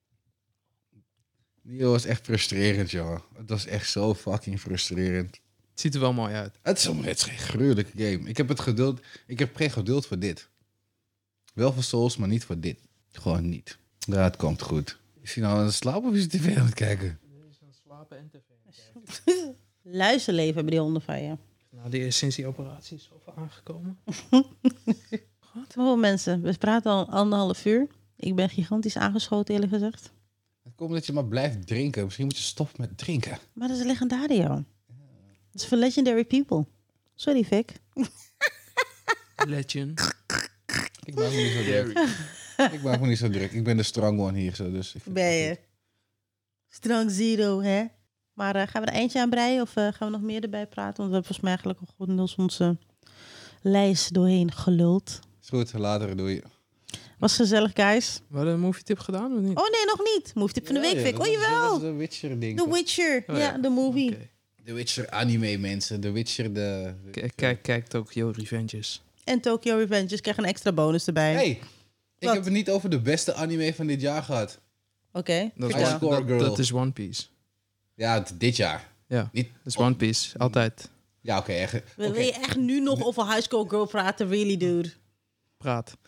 Nio was echt frustrerend, joh. Het was echt zo fucking frustrerend. Het ziet er wel mooi uit. Het is geen gruwelijke game. Ik heb geen geduld voor dit. Wel voor Souls, maar niet voor dit. Gewoon niet. Ja, het komt goed. Is hij nou aan het slapen of is hij tv aan het kijken? Deze is aan het slapen en tv. Luisterleven hebben die honden van je. Nou, die is sinds die operatie is over aangekomen. Hoeveel mensen? We praten al 1,5 uur. Ik ben gigantisch aangeschoten, eerlijk gezegd. Het komt dat je maar blijft drinken. Misschien moet je stoppen met drinken. Maar dat is legendario. Dat is voor legendary people. Sorry, Vic. Legend. Ik maak me niet zo druk. Ik maak me niet zo druk. Ik ben de strong one hier zo. Dus ik vind Ben het je? goed. Strong zero, hè? Maar gaan we er eentje aan breien of gaan we nog meer erbij praten? Want we hebben volgens mij eigenlijk al goed onze lijst doorheen geluld. Is goed, later doe je. Was gezellig, guys. We hadden een movie tip gedaan of niet? Oh nee, nog niet. Move tip van de week, Vic. Oh Dat jawel. is de Witcher ding. The Witcher. Oh, ja, de movie. Oké. De Witcher anime mensen. De Witcher Kijk Tokyo Revenges. En Tokyo Revengers krijgen een extra bonus erbij. Hey, ik Wat? heb het niet over de beste anime van dit jaar gehad. Oké. Dat, High is, Score Girl. dat is One Piece. Ja, dit jaar. Ja, Niet, dat is One Piece. Altijd. ja, oké. Echt. Wil Oké. je echt nu nog over High School Girl praten? Really, dude? Praat.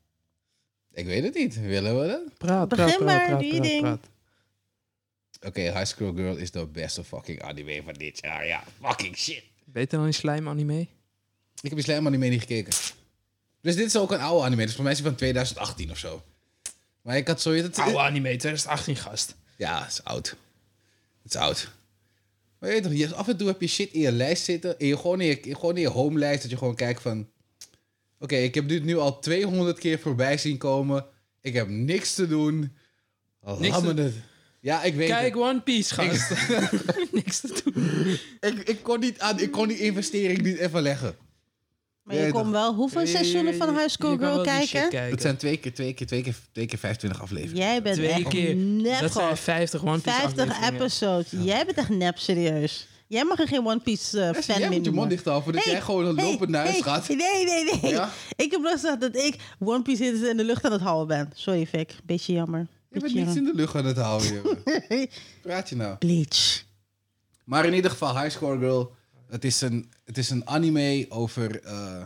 Ik weet het niet. Willen we dat? Praat, Begin maar, praat, doe je praat, ding. praat. Oké, High School Girl is de beste fucking anime van dit jaar. Ja, fucking shit. Beter dan die slime anime? Ik heb die slijm anime niet gekeken. Dus dit is ook een oude anime. Dus voor mij is die van 2018 of zo. Maar ik had zoiets... Oude anime, 2018 gast. Ja, het is oud. Het is oud. Maar je weet toch, af en toe heb je shit in je lijst zitten. Gewoon in je home-lijst. Dat je gewoon kijkt van... Oké, ik heb dit nu al 200 keer voorbij zien komen. Ik heb niks te doen. Niks Laat te- me het. Ja, ik weet Kijk het. One Piece, gast. Niks te doen. Ik kon die investering niet even leggen. Maar je Ja, kon toch. wel hoeveel seizoenen van High School Je kan Girl wel die shit kijken? Het zijn twee keer 25 afleveringen. Jij bent Twee echt keer. nep Dat gewoon. zijn 50 One Piece 50 afleveringen. episodes. Jij bent echt nep, serieus. Jij mag er geen One Piece Jij fan moet meer je mond noemen. dicht houden dat jij gewoon lopend naar huis gaat. Nee. Ja? Ik heb nog gezegd dat ik One Piece in de lucht aan het houden ben. Sorry, Vic. Beetje jammer. Je bent Beetje niks in de lucht aan het houden, jongen. jammer. Praat je nou? Bleach. Maar in ieder geval, High Score Girl. Het is een anime over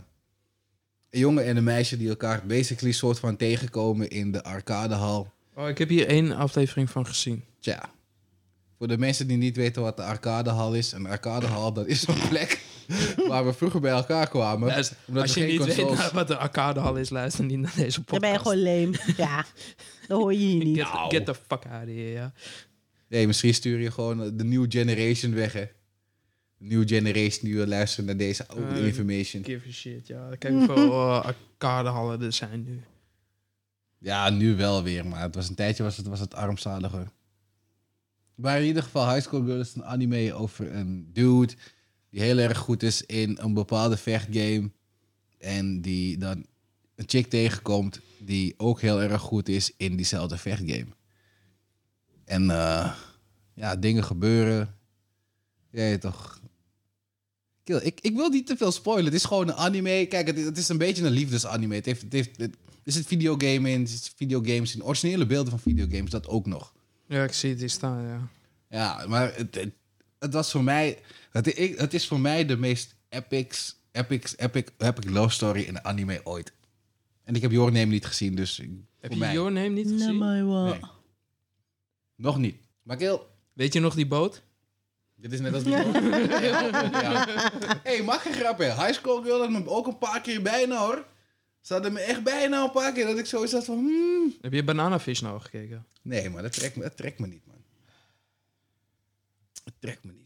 een jongen en een meisje die elkaar basically soort van tegenkomen in de arcadehal. Oh, ik heb hier 1 aflevering van gezien. Tja, voor de mensen die niet weten wat de arcadehal is. Een arcadehal, dat is een plek waar we vroeger bij elkaar kwamen. Luister, omdat als er je geen niet weet consoles- wat de arcadehal is, luister niet naar deze podcast. Dan ben je gewoon leem. Ja, dat hoor je hier niet. Get the fuck out of here, ja. Nee, misschien stuur je gewoon de new generation weg, hè. De new generation die wil luisteren naar deze oude information. Give a shit, ja. Kijk hoeveel arcadehallen er zijn nu. Ja, nu wel weer, maar het was een tijdje was het armzaliger. Maar in ieder geval, High School Girl is een anime over een dude die heel erg goed is in een bepaalde vechtgame. En die dan een chick tegenkomt die ook heel erg goed is in diezelfde vechtgame. En ja, dingen gebeuren. Ja, toch. Kill, ik wil niet te veel spoilen. Het is gewoon een anime. Kijk, het is een beetje een liefdesanime. Er zit videogame in, er zit videogames in. Originele beelden van videogames, dat ook nog. Ja, ik zie het hier staan, ja. Ja, maar het was voor mij... Het is voor mij de meest epic love story in een anime ooit. En ik heb Your Name niet gezien, dus Heb voor je mij... Your Name niet gezien? Nee. Nog niet. Maar Kill, Weet je nog die boot? dit is net als die... ja. Hey, mag geen grap, hè. High School Girl had me ook een paar keer bijna, hoor. Ze hadden me echt bijna een paar keer dat ik zoiets had van... Heb je Bananafish nou gekeken? Nee, maar dat trekt me niet, man. Het trekt me niet.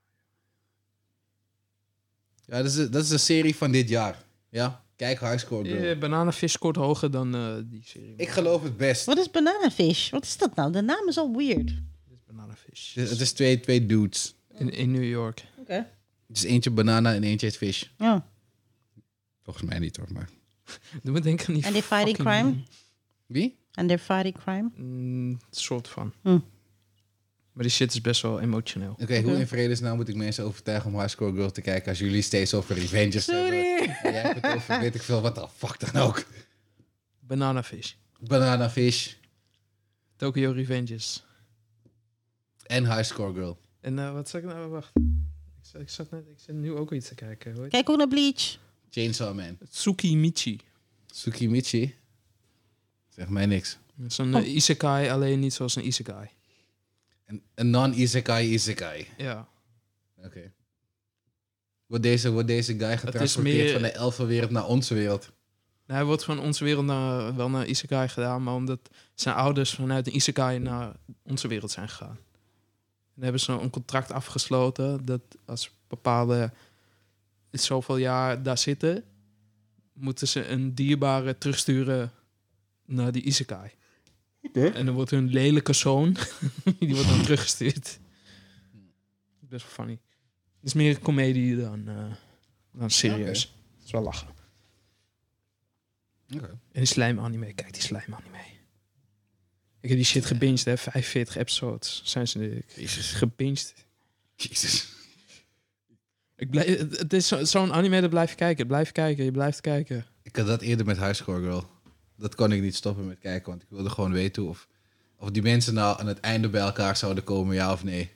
Ja, dat is een serie van dit jaar. Ja? Kijk, High School Girl. Bananafish scoort hoger dan die serie. Ik geloof het best. Wat is Bananafish? Wat is dat nou? De naam is al weird. Dit is Bananafish. Het is twee dudes. In New York. Oké. Het is eentje banana en eentje heet fish. Ja. Volgens mij niet, hoor. Maar... Doe me denken aan die En they fighting fucking- crime? Wie? And they're fighting crime? Soort van. Hm. Maar die shit is best wel emotioneel. Oké, hoe in vredesnaam moet ik mensen overtuigen om High School Girl te kijken als jullie steeds over Revengers hebben? Sorry. En jij hebt het over weet ik veel, wat de fuck dan ook. Bananafish. Banana Fish Tokyo Revengers. en High School Girl. En wat zeg ik nou? Wacht. Ik Ik zit nu ook iets te kijken. Hoe heet Kijk ook naar Bleach. Chainsaw Man. het? Tsukimichi. Tsukimichi. Zeg mij niks. Dat is een isekai, alleen niet zoals een isekai. Een non-isekai isekai. Ja. Oké. Wordt deze guy getransporteerd meer- van de elfenwereld naar onze wereld? Nou, hij wordt van onze wereld wel naar isekai gedaan, maar omdat zijn ouders vanuit een isekai naar onze wereld zijn gegaan. Dan hebben ze een contract afgesloten dat als bepaalde zoveel jaar daar zitten, moeten ze een dierbare terugsturen naar die isekai. En dan wordt hun lelijke zoon, die wordt dan teruggestuurd. Best wel funny. Het is meer comedie dan serieus. Oké. Het is wel lachen. Oké. En die slijm-anime. Kijk, die slijm-anime. Ik heb die shit gebinged, hè. 45 episodes zijn ze nu. Jezus. Gebinged. Jezus. Het is zo'n anime dat blijf je kijken. Je blijft kijken. Ik had dat eerder met High Score Girl. Dat kon ik niet stoppen met kijken, want ik wilde gewoon weten of die mensen nou aan het einde bij elkaar zouden komen, ja of nee.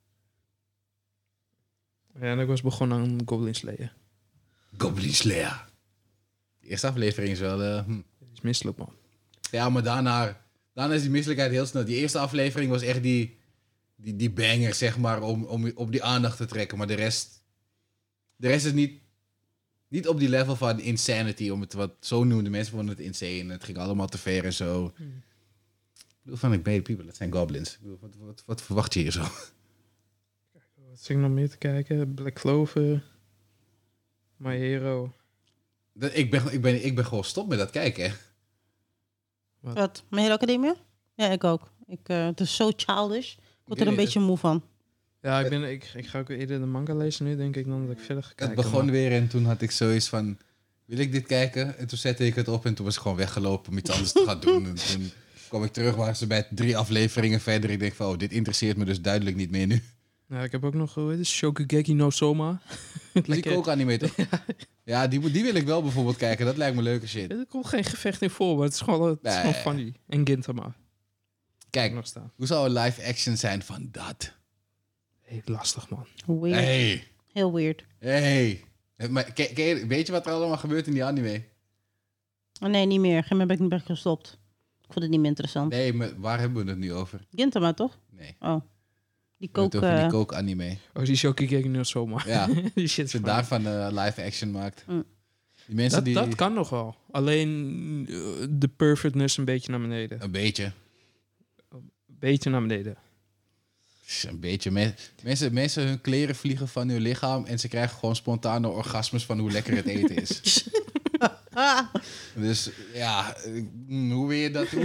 Ja, en ik was begonnen aan Goblin Slayer. Goblin Slayer. De eerste aflevering is wel... Dat is misselijk, man. Ja, maar daarna is die misselijkheid heel snel. Die eerste aflevering was echt die banger, zeg maar, om op die aandacht te trekken. Maar de rest is niet op die level van insanity, om het wat zo noemden. Mensen vonden het insane. Het ging allemaal te ver en zo. Ik bedoel, van ik baby people, dat zijn goblins. Ik bedoel, wat verwacht je hier zo? Wat zit ik nog meer te kijken? Black Clover. My Hero. Ik ben gewoon stop met dat kijken, hè. Wat? Mijn hele academie? Ja, ik ook. Het is zo childish. Ik word er een weet beetje moe van. Ja, ik ga ook eerder de manga lezen nu, denk ik, dan dat ik verder ga Het kijken. begon maar- weer en toen had ik zoiets van... Wil ik dit kijken? En toen zette ik het op en toen was ik gewoon weggelopen om iets anders te gaan doen. En toen kwam ik terug, waren ze bij 3 afleveringen verder. Ik denk van, oh, dit interesseert me dus duidelijk niet meer nu. Ja, ik heb ook nog, hoe heet het? Shokugeki no Soma. Die ook anime, toch? Ja, die wil ik wel bijvoorbeeld kijken. Dat lijkt me leuke shit. Er komt geen gevecht in voor, maar het is gewoon Nee. funny. En Gintama. Kijk, Nog staan. hoe zou een live action zijn van dat? Hey, lastig, man. Weird. Hey, Heel weird. hey. Maar, weet je wat er allemaal gebeurt in die anime? Oh, nee, niet meer. Geen ben ik niet gestopt. Ik vond het niet meer interessant. Nee, maar waar hebben we het nu over? Gintama, toch? Nee, Oh. Die we hebben kook... het over die kook-anime. Oh, die Shokugeki no Soma. Ja, die shit als je is daarvan live action maakt. Mm. Die mensen dat kan nog wel. Alleen de perfectness een beetje naar beneden. Een beetje. Een beetje naar beneden. Een beetje. Mensen hun kleren vliegen van hun lichaam en ze krijgen gewoon spontane orgasmes van hoe lekker het eten is. Dus ja, hoe wil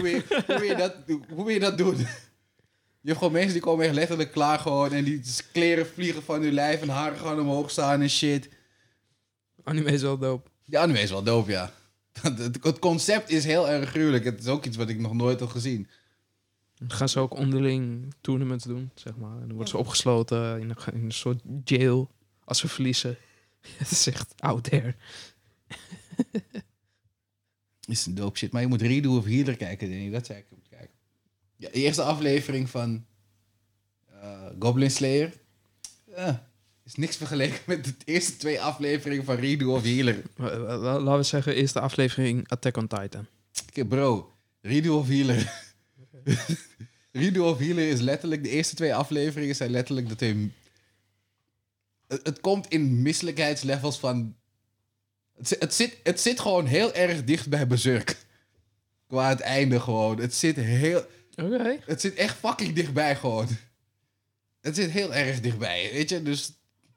je dat doen? Je hebt gewoon mensen die komen echt letterlijk klaar gewoon en die kleren vliegen van hun lijf en haren gaan omhoog staan en shit. Anime is wel dope. Die anime is wel dope, ja. Het concept is heel erg gruwelijk. Het is ook iets wat ik nog nooit had gezien. Dan gaan ze ook onderling tournaments doen, zeg maar. En dan worden ze opgesloten in een soort jail als ze verliezen. Het is echt out there. Is een dope shit. Maar je moet Redo of Healer kijken, Danny. Dat zei ik moet kijken. Ja, de eerste aflevering van Goblin Slayer is niks vergeleken met de eerste 2 afleveringen van Redo of Healer. Laten we zeggen, eerste aflevering Attack on Titan. Kijk, bro, Redo of Healer. Redo of Healer is letterlijk... De eerste 2 afleveringen zijn letterlijk dat hij... Het komt in misselijkheidslevels van... Het zit gewoon heel erg dicht bij Berserk. Qua het einde gewoon. Het zit Het zit echt fucking dichtbij gewoon. Het zit heel erg dichtbij, weet je? Dus...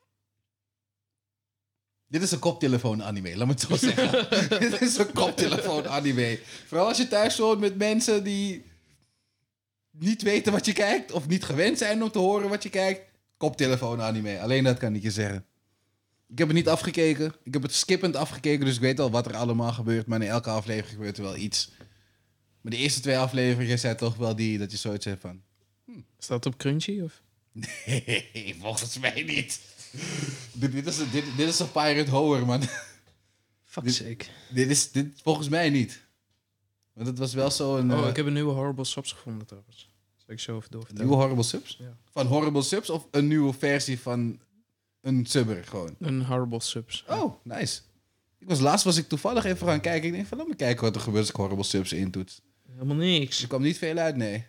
Dit is een koptelefoon anime, laat me het zo zeggen. Dit is een koptelefoon anime. Vooral als je thuis woont met mensen die niet weten wat je kijkt... of niet gewend zijn om te horen wat je kijkt. Koptelefoon anime, alleen dat kan ik je zeggen. Ik heb het niet afgekeken. Ik heb het skippend afgekeken, dus ik weet al wat er allemaal gebeurt. Maar in elke aflevering gebeurt er wel iets. Maar de eerste 2 afleveringen zijn toch wel die dat je zoiets hebt van... Staat het op Crunchy? Of? Nee, volgens mij niet. Dit is een Pirate Hoer, man. Fuck's sake. Dit volgens mij niet. Want het was wel zo een... Ik heb een nieuwe Horrible Subs gevonden trouwens. Zal ik zo even doorvertellen? nieuwe Horrible Subs? Ja. Van Horrible Subs of een nieuwe versie van Een subber gewoon. Een horrible subs. Oh, nice. Laatst was ik toevallig even gaan kijken. Ik denk van, laat me kijken wat er gebeurt als ik horrible subs intoets. Helemaal niks. Er kwam niet veel uit, nee.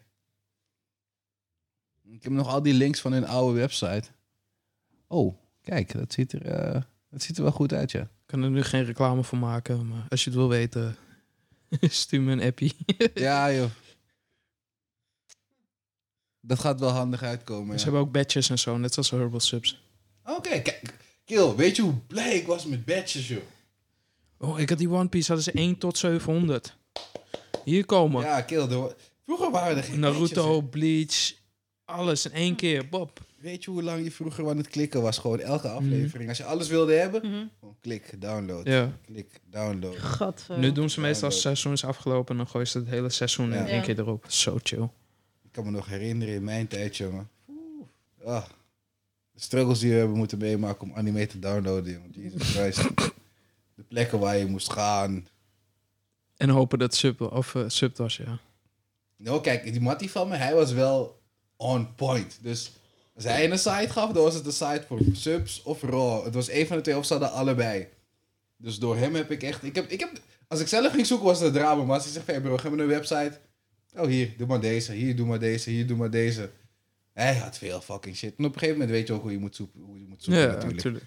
Ik heb nog al die links van hun oude website. Oh, kijk, dat ziet er wel goed uit, ja. Ik kan er nu geen reclame voor maken, maar als je het wil weten, stuur me een appie. Ja, joh. Dat gaat wel handig uitkomen, Ze ja. hebben ook badges en zo, net zoals horrible subs. Oké, kijk. Kill, weet je hoe blij ik was met badges, joh? Oh, ik had die One Piece, hadden ze 1 tot 700. Hier komen. Ja, Kill, vroeger waren er geen Naruto, badges, hè. Bleach, alles in 1 keer, Bob. Weet je hoe lang je vroeger aan het klikken was? Gewoon elke aflevering. Als je alles wilde hebben, gewoon klik, download. Ja. Klik, download. Gadver. Nu doen ze meestal als het seizoen is afgelopen, dan gooien ze het hele seizoen in Ja. 1 keer erop. Zo chill. Ik kan me nog herinneren in mijn tijd, jongen. Ah, de struggles die we hebben moeten meemaken om anime te downloaden, jongen. Jesus Christ. De plekken waar je moest gaan. En hopen dat sub was, ja. Nou, kijk, die mattie van me, hij was wel on point. Dus als hij een site gaf, dan was het een site voor subs of raw. Het was één van de twee of ze hadden allebei. Dus door hem heb ik echt... als ik zelf ging zoeken, was het een drama. Maar als hij zegt, hey bro, geef me een website. Oh, hier, doe maar deze. Hier, doe maar deze. Hier, doe maar deze. Hij had veel fucking shit. En op een gegeven moment weet je ook hoe je moet zoeken, Ja, natuurlijk. natuurlijk.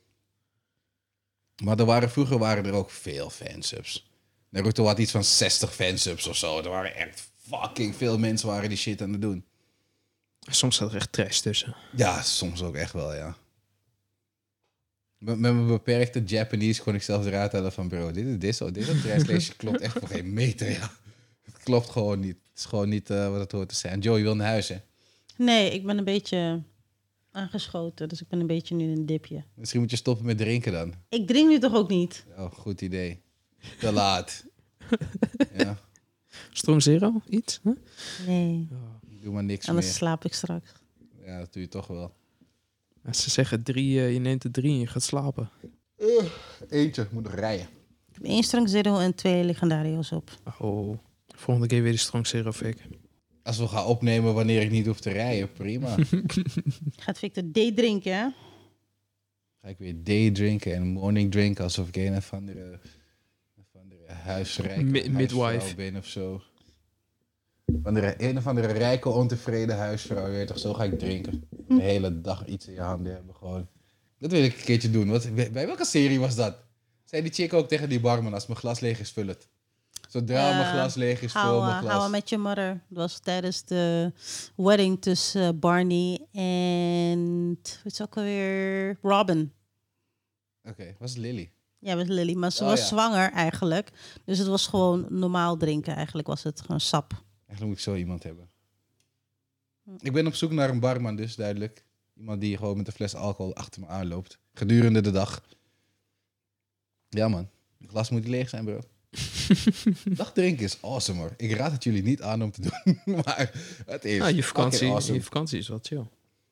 Maar vroeger waren er ook veel fansubs. Naruto had iets van 60 fansubs of zo. Er waren echt fucking veel mensen waren die shit aan het doen. Soms staat er echt trash tussen. Ja, soms ook echt wel, ja. Met mijn beperkte Japanese kon ik zelfs eruit halen van... Bro, dit translation klopt echt voor geen meter, ja. Het klopt gewoon niet. Het is gewoon niet wat het hoort te zijn. Joe, je wil naar huis, hè? Nee, ik ben een beetje aangeschoten. Dus ik ben een beetje nu in een dipje. Misschien moet je stoppen met drinken dan. Ik drink nu toch ook niet? Oh, goed idee. Te laat. Ja, Strong Zero, iets? Huh? Nee, doe maar niks anders meer. slaap ik straks. Ja, dat doe je toch wel. Ja, ze zeggen 3, je neemt er 3 en je gaat slapen. Eentje, moet nog rijden. Ik heb 1 Strong Zero en 2 Legendarios op. Oh, volgende keer weer die Strong Zero fik. Als we gaan opnemen wanneer ik niet hoef te rijden, prima. Gaat Victor D drinken, hè? Ga ik weer day drinken en morning drinken alsof ik een of andere huisrijke Midwife. huisvrouw ben of zo. Een of andere rijke, ontevreden huisvrouw, je weet toch, zo ga ik drinken. De hele dag iets in je handen hebben, gewoon. Dat wil ik een keertje doen. Bij welke serie was dat? Zei die chick ook tegen die barman, als mijn glas leeg is, vul het. Zodra mijn glas leeg is, vul mijn glas. How I Met Your Mother. Dat was tijdens de wedding tussen Barney en... Wat is ook alweer? Robin. Oké, was het Lily? Ja, met Lily. Maar ze Oh, was ja. zwanger eigenlijk. Dus het was gewoon normaal drinken. Eigenlijk was het gewoon sap. Eigenlijk moet ik zo iemand hebben. Ik ben op zoek naar een barman, dus duidelijk. Iemand die gewoon met een fles alcohol achter me aanloopt. Gedurende de dag. Ja, man. Het glas moet leeg zijn, bro. Dagdrinken is awesome, hoor. Ik raad het jullie niet aan om te doen. Maar het is Ah, je fucking awesome. je vakantie is wel chill.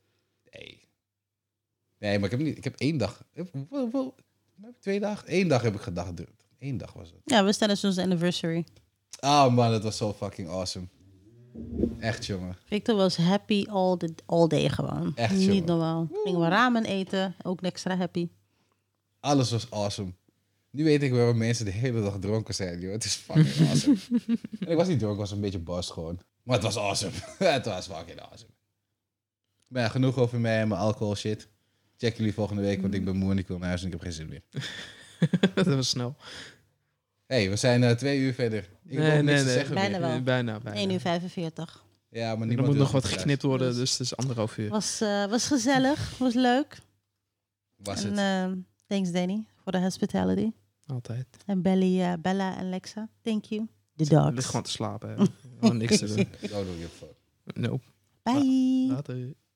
Nee, maar ik heb 1 dag. Hoeveel? 2 dagen? 1 dag heb ik gedagdrukt. 1 dag was het. Ja, we staan dus onze anniversary. Ah, man, dat was zo fucking awesome. Echt, jongen. Victor was happy all day gewoon. Echt, Niet jongen. normaal. Gingen we ramen eten. Ook extra happy. Alles was awesome. Nu weet ik waarom mensen de hele dag dronken zijn, joh. Het is fucking awesome. En ik was niet dronken, ik was een beetje boss gewoon. Maar het was awesome. Het was fucking awesome. Maar ja, genoeg over mij en mijn alcohol shit. Check jullie volgende week, want ik ben moe en ik wil naar huis en ik heb geen zin meer. Dat was snel. Hey, we zijn 2 uur verder. Ik heb ook niks te zeggen Bijna meer. wel. Bijna. 1 uur 45. Ja, maar Er niemand moet wil nog wat het geknipt worden, dus het is 1,5 uur. Was gezellig. Was leuk. Was En het? thanks Danny voor de hospitality. Altijd. En Bella en Lexa. Thank you. The Ligt dogs. gewoon te slapen. Hè. Gewoon niks te doen. Go do your fuck. Nope. Bye. Later.